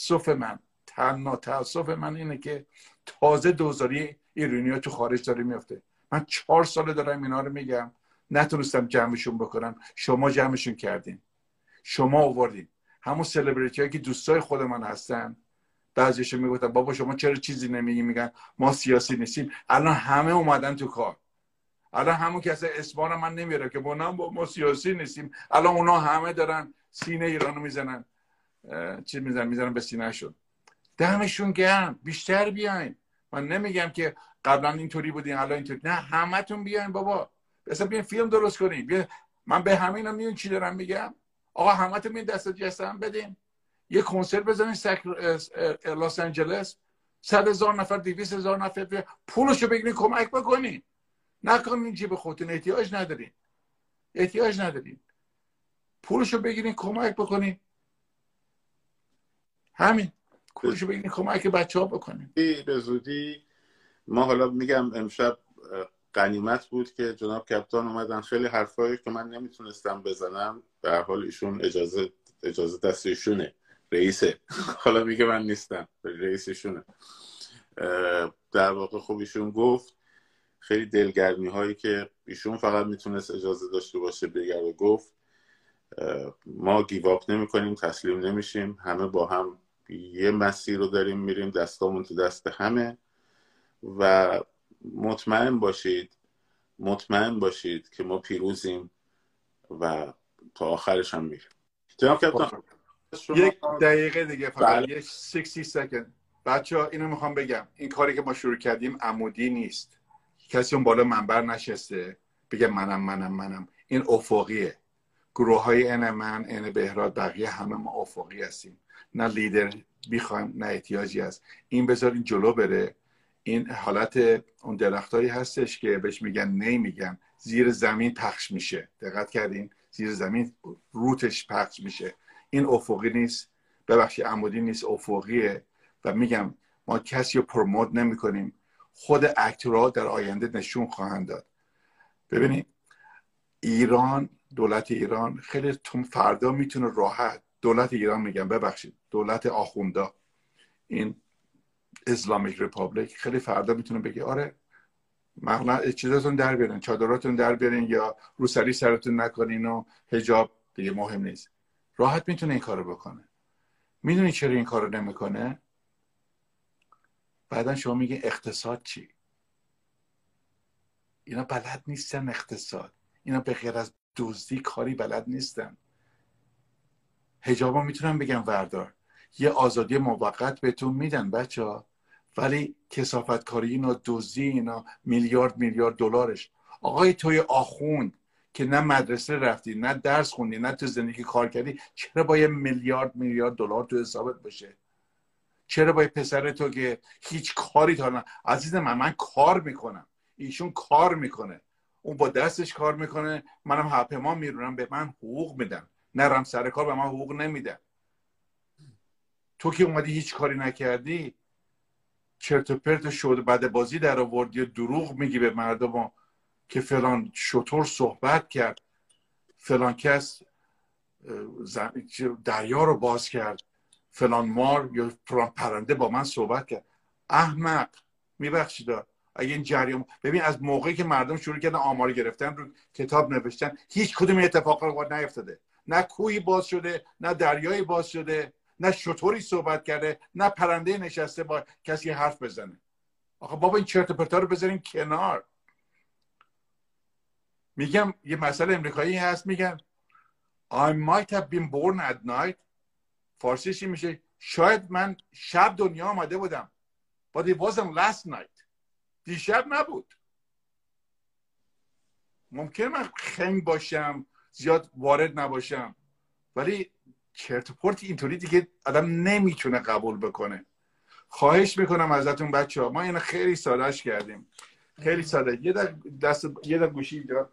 S2: تاسف من اینه که تازه دوزاری ایرانی‌ها تو خارج داره میفته. من 4 ساله دارم اینا رو میگم، نتونستم جمعشون بکنم. شما جمعشون کردین، شما آوردین. همون سلبریتی هایی که دوستای خود من هستن، بعضیشون میگفتن بابا شما چرا چیزی نمیگی، میگن ما سیاسی نیستیم. الان همه اومدن تو کار. الان همون کسی اسمان من نمیاره که ما سیاسی نیستیم، الان اونا همه دارن سینه ایرانو میزنن، میزنن به سینه شون. دمشون گرم، بیشتر بیاین. من نمیگم که قبلا اینطوری بودین الان اینطوری، نه همتون بیاین بابا، اصلا بیاین فیلم درست کنین. بیاین. من به همینم میون چی دارم میگم، آقا همتون بیاین دست جستم بدین، یه کنسرت بزنین لس آنجلس، 100,000 نفر 200,000 نفر پولشو بگیرین کمک بکنین. نکنین جیب خودتون، احتیاج ندارین. پولشو بگیرین کمک بکنین. همین، پولشو بگیرین کمک بچه‌ها بکنین.
S1: به زودی ما حالا میگم امشب غنیمت بود که جناب کپتان اومدن. خیلی حرفایی که من نمیتونستم بزنم به هر حال ایشون اجازه دست ایشونه، رئیسه. حالا میگه من نیستم، رئیس ایشونه. در واقع خب ایشون گفت خیلی دلگرمی هایی که ایشون فقط میتونست اجازه داشته باشه بگه گفت. ما گیواب نمی کنیم، تسلیم نمیشیم، همه با هم یه مسیر رو داریم میریم، دستامون تو دست همه و مطمئن باشید که ما پیروزیم و تا آخرش هم میریم. جناب کپتان
S2: یک دقیقه دیگه فقط، یک 60 سکند. بچه‌ها اینو میخوام بگم، این کاری که ما شروع کردیم عمودی نیست. کسی اون بالا منبر نشسته بگه منم. این افقیه. گروه های من، بهراد، بقیه همه ما افقی هستیم. نه لیدر بیخوایم، نه احتیاجی هست. این بذارین جلو بره. این حالت اون درختایی هستش که بهش میگن نمیگن زیر زمین پخش میشه. دقت کردین؟ زیر زمین روتش پخش میشه. این افقی نیست، ببخشید عمودی نیست، افقیه. و میگم ما کسی رو پروموت نمی کنیم. خود اکتورها در آینده نشون خواهند داد. ببینید ایران، دولت ایران خیلی فردا میتونه راحت، دولت ایران میگم ببخشید، دولت آخوندا، این اسلامیک ریپابلیک، خیلی فردا میتونه بگه آره مغنا چیزاتون در بیارین، چادراتون در بیارین یا روسری سرتون نکنین و حجاب دیگه مهم نیست. راحت میتونه این کارو بکنه. میدونی چرا این کارو نمیکنه؟ بعدا شما میگه اقتصاد چی؟ اینا بلد نیستن اقتصاد. اینا به غیر از دزدی کاری بلد نیستن. حجابا میتونن بگن وردار، یه آزادی موقت بهتون میدن بچه‌ها، ولی کثافتکاری اینا، دزدی اینا، میلیارد دلارش. آقای توی آخوند که نه مدرسه رفتی، نه درس خوندی، نه تو زندگی کار کردی، چرا باید میلیارد دلار تو حسابت باشه؟ چرا باید پسر تو که هیچ کاری تا نه؟ عزیز من کار میکنم، ایشون کار میکنه، اون با دستش کار میکنه، منم هواپیما میرونم، به من حقوق میدن. نرم سر کار به من حقوق نمیدن. تو که اومدی هیچ کاری نکردی، چرت و پرت شد، بعد بازی در آوردی و دروغ میگی به مردم که فلان شطور صحبت کرد، فلان کس دریا رو باز کرد، فلان مار یا فلان پرنده با من صحبت کرد. احمق. میبخشید اگه این جریان، ببین از موقعی که مردم شروع کردن آمار گرفتن رو کتاب نوشتن، هیچ کدوم اتفاقی نیفتاده. نه کوهی باز شده، نه دریایی باز شده، نه شطوری صحبت کرده، نه پرنده نشسته با کسی حرف بزنه. آخه بابا این چرت و پرتا رو بذارین کنار. میگم یه مسئله امریکایی هست، میگن I might have been born at night. فارسیش میشه شاید من شب دنیا آمده بودم. But it wasn't last night. دیشب نبود. ممکنه من خنگ باشم، زیاد وارد نباشم، ولی چرت و پرت اینطوری دیگه آدم نمیتونه قبول بکنه. خواهش میکنم ازتون بچه ها، ما اینو خیلی سادهش کردیم، خیلی ساده. یه دست گوشی اینجا.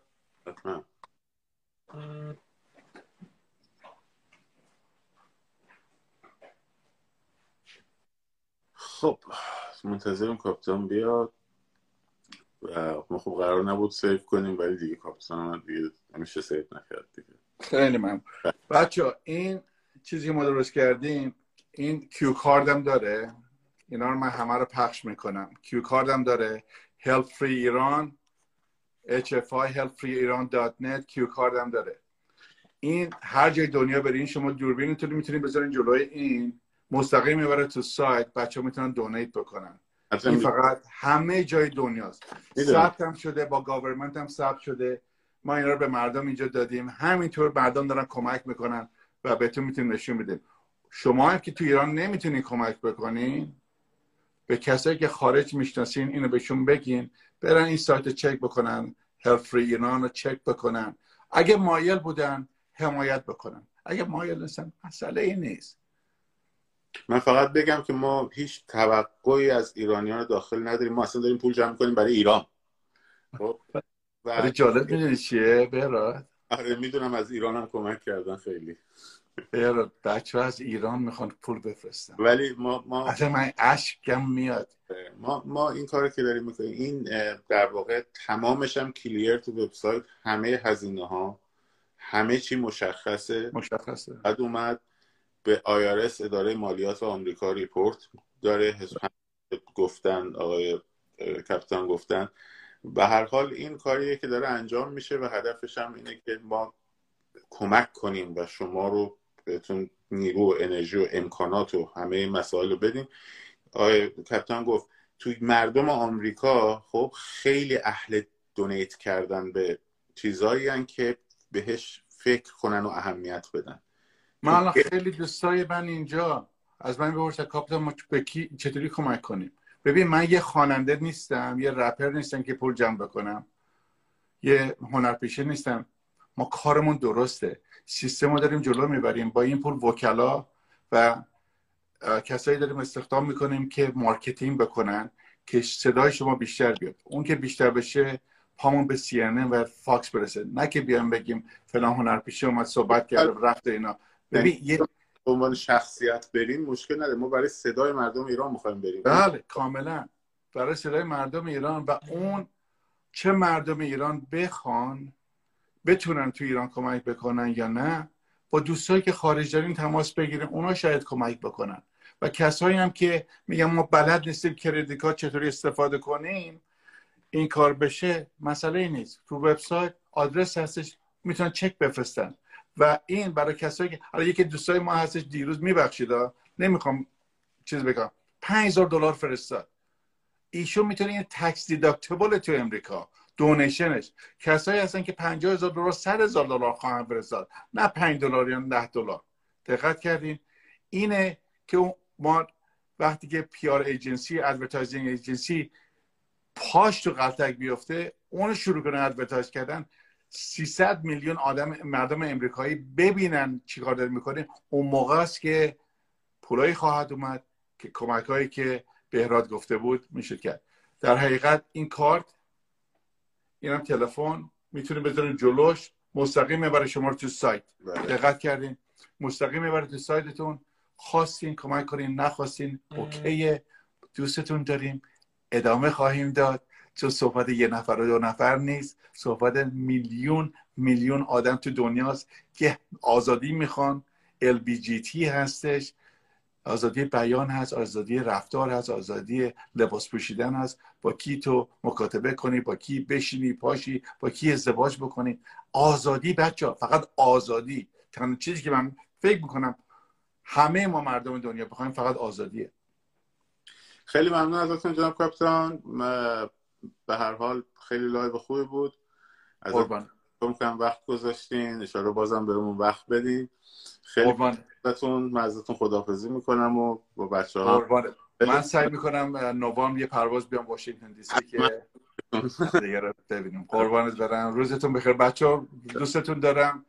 S1: خب منتظرم کاپیتان بیاد و ما خب قرار نبود سیف کنیم، ولی دیگه کاپیتان هم دیگه همیشه سیف نکرد دیگه.
S2: خیلی ممنون بچه ها. این چیزی که ما درست کردیم این کیو کاردم داره، اینا رو من همه رو پخش میکنم. کیو کاردم داره، Help Free Iran، HFI helpfreeiran.net، کیو کاردم داره. این هر جای دنیا برین شما دوربینتون میتونید بذارین جلوی این، مستقیم میبره تو سایت، بچه‌ها میتونن دونیت بکنن. این فقط همه جای دنیاست، ثبت هم شده، با گاورمنت هم ثبت شده. ما اینا رو به مردم اینجا دادیم، همینطور مردم دارن کمک میکنن و بهتون میتونیم نشون میدیم. شما هم که تو ایران نمیتونین کمک بکنین، به کسایی که خارج میشناسین اینو بهشون بگین برن این سایت رو چک بکنن، Help Free Iran رو چک بکنن. اگه مایل بودن حمایت بکنن، اگه مایل نیستن مسئله این نیست.
S1: من فقط بگم که ما هیچ توقعی از ایرانیان داخل نداریم، ما اصلا داریم پول جمع کنیم برای ایران. خب
S2: ولی جالب میدونی چیه بهراد؟
S1: آره میدونم، از ایران هم کمک کردن خیلی.
S2: بهراد بچه ها از ایران میخوان پول بفرستن،
S1: ولی ما
S2: اصلا من اشکم میاد.
S1: ما این کاری که داریم میکنیم این در واقع تمامش هم کلیر تو وبسایت، همه هزینه ها همه چی مشخصه. بعد اومد به IRS، اداره مالیات آمریکا، ریپورت داره. گفتن آقای کپتان گفتن به هر حال این کاریه که داره انجام میشه و هدفش هم اینه که ما کمک کنیم و شما رو بهتون نیرو و انرژی و امکانات و همه مسائل رو بدیم. آقای کپتان گفت توی مردم آمریکا خب خیلی اهل دونیت کردن به چیزایی هن که بهش فکر کنن و اهمیت بدن.
S2: من الان خیلی دوستای من اینجا از من بپرسن کاپیتان ما به کی چطوری کمک کنیم. ببین من یه خواننده نیستم، یه رپر نیستم که پول جمع بکنم، یه هنرپیشه نیستم. ما کارمون درسته، سیستم رو داریم جلو میبریم. با این پول وکلا و کسایی داریم استخدام میکنیم که مارکتینگ بکنن که صدای شما بیشتر بیاد. اون که بیشتر بشه پامون به CNN و فاکس برسه، نه که بیان بگیم فلان هنرپیشه اومد صحبت کرد رفت اینا. ببین یه
S1: به عنوان شخصیت بریم مشکل نداره، ما برای صدای مردم ایران میخوایم بریم.
S2: بله کاملا برای صدای مردم ایران، و اون چه مردم ایران بخوان بتونن تو ایران کمک بکنن یا نه، با دوستایی که خارج داریم تماس بگیریم، اونا شاید کمک بکنن. و کسایی هم که میگن ما بلد نیستیم کردیت کارت چطوری استفاده کنیم، این کار بشه مسئله ای نیست. تو وبسایت آدرس هستش، میتونن چک بفرستن. و این برای کسایی که حالا یکی دوستای ما هستش دیروز، میبخشید نمیخوام چیز بگم، $5000 فرستاد. ایشون میتونه این تکس دیداکتیبل تو امریکا دونیشنش. کسایی هستن که $50,000 $100,000 خواهند فرستاد، نه $5 یا $10. دقت کردین؟ اینه که ما وقتی که PR ایجنسی، ادورتایزینگ ایجنسی پاش تو قلتک بیفته، اون شروع کنه ادورتایز کردن، 300 میلیون آدم مردم امریکایی ببینن چیکار داریم میکنیم، اون موقع است که پولایی خواهد اومد که کمکایی که بهراد گفته بود میشه کرد. در حقیقت این کارت، اینم تلفن، میتونید بذارین جلوش، مستقیم میبره شما رو تو سایت. دقت کردین؟ مستقیم میبره تو سایتتون. خواستین کمک کنین، نخواستین اوکیه، دوستتون داریم، ادامه خواهیم داد. چون صحبت یه نفر و دو نفر نیست، صحبت میلیون آدم تو دنیاست که آزادی میخوان. LBGT هستش، آزادی بیان هست، آزادی رفتار هست، آزادی لباس پوشیدن هست، با کی تو مکاتبه کنی، با کی بشینی پاشی، با کی ازدواج بکنی. آزادی بچه‌ها، فقط آزادی. تنها چیزی که من فکر میکنم همه ما مردم دنیا بخوایم فقط آزادیه.
S1: خیلی ممنون ازتون جناب کاپیتان. به هر حال خیلی لایو خوبی بود.
S2: قربان.
S1: میکنم وقت گذاشتین، ان شاءالله بازم بهمون وقت بدین. خیلی ازتون خداحافظی میکنم و با بچه‌ها.
S2: من سعی میکنم نوامبر یه پرواز بیام واشنگتن دی سی که دیگه رو ببینیم. قربانت برم، روزتون بخیر بچه‌ها، دوستتون دارم.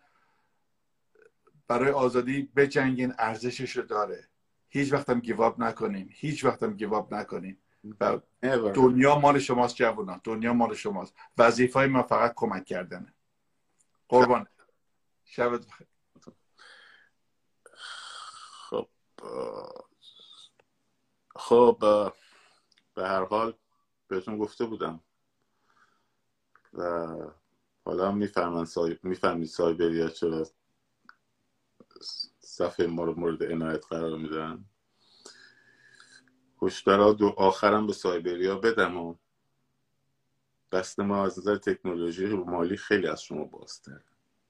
S2: برای آزادی بجنگین، ارزشش رو داره. هیچ وقتم گیواب نکنیم، هیچ وقتم گیواب نکنیم. و دنیا مال شماست جوونا، دنیا مال شماست. وظیفه ما فقط کمک کردنه. قربان. شبت بخیر.
S1: خب به هر حال بهتون گفته بودم و حالا میفهمید سایبریا چرا صفحه ما رو مورد عنایت قرار میدن. هشدارا دو آخرم به سایبریا بدم و دست ما از نظر تکنولوژی و مالی خیلی از شما بازتر.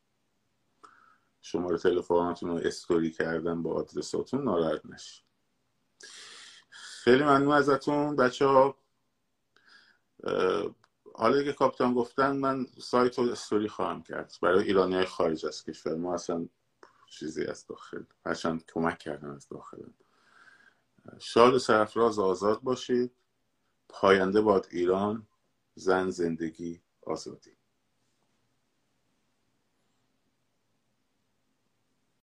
S1: شماره تلفناتون رو استوری کردن با آدرساتون، ناراحت نشید. خیلی ممنون ازتون بچه ها. حالا که کاپیتان گفتن من سایت رو استوری خواهم کرد برای ایرانی های خارج از کشور. ما اصلا چیزی از داخل هرچند کمک کردن از داخل. شاد و سرفراز آزاد باشید. پاینده باد ایران، زن، زندگی، آزادی.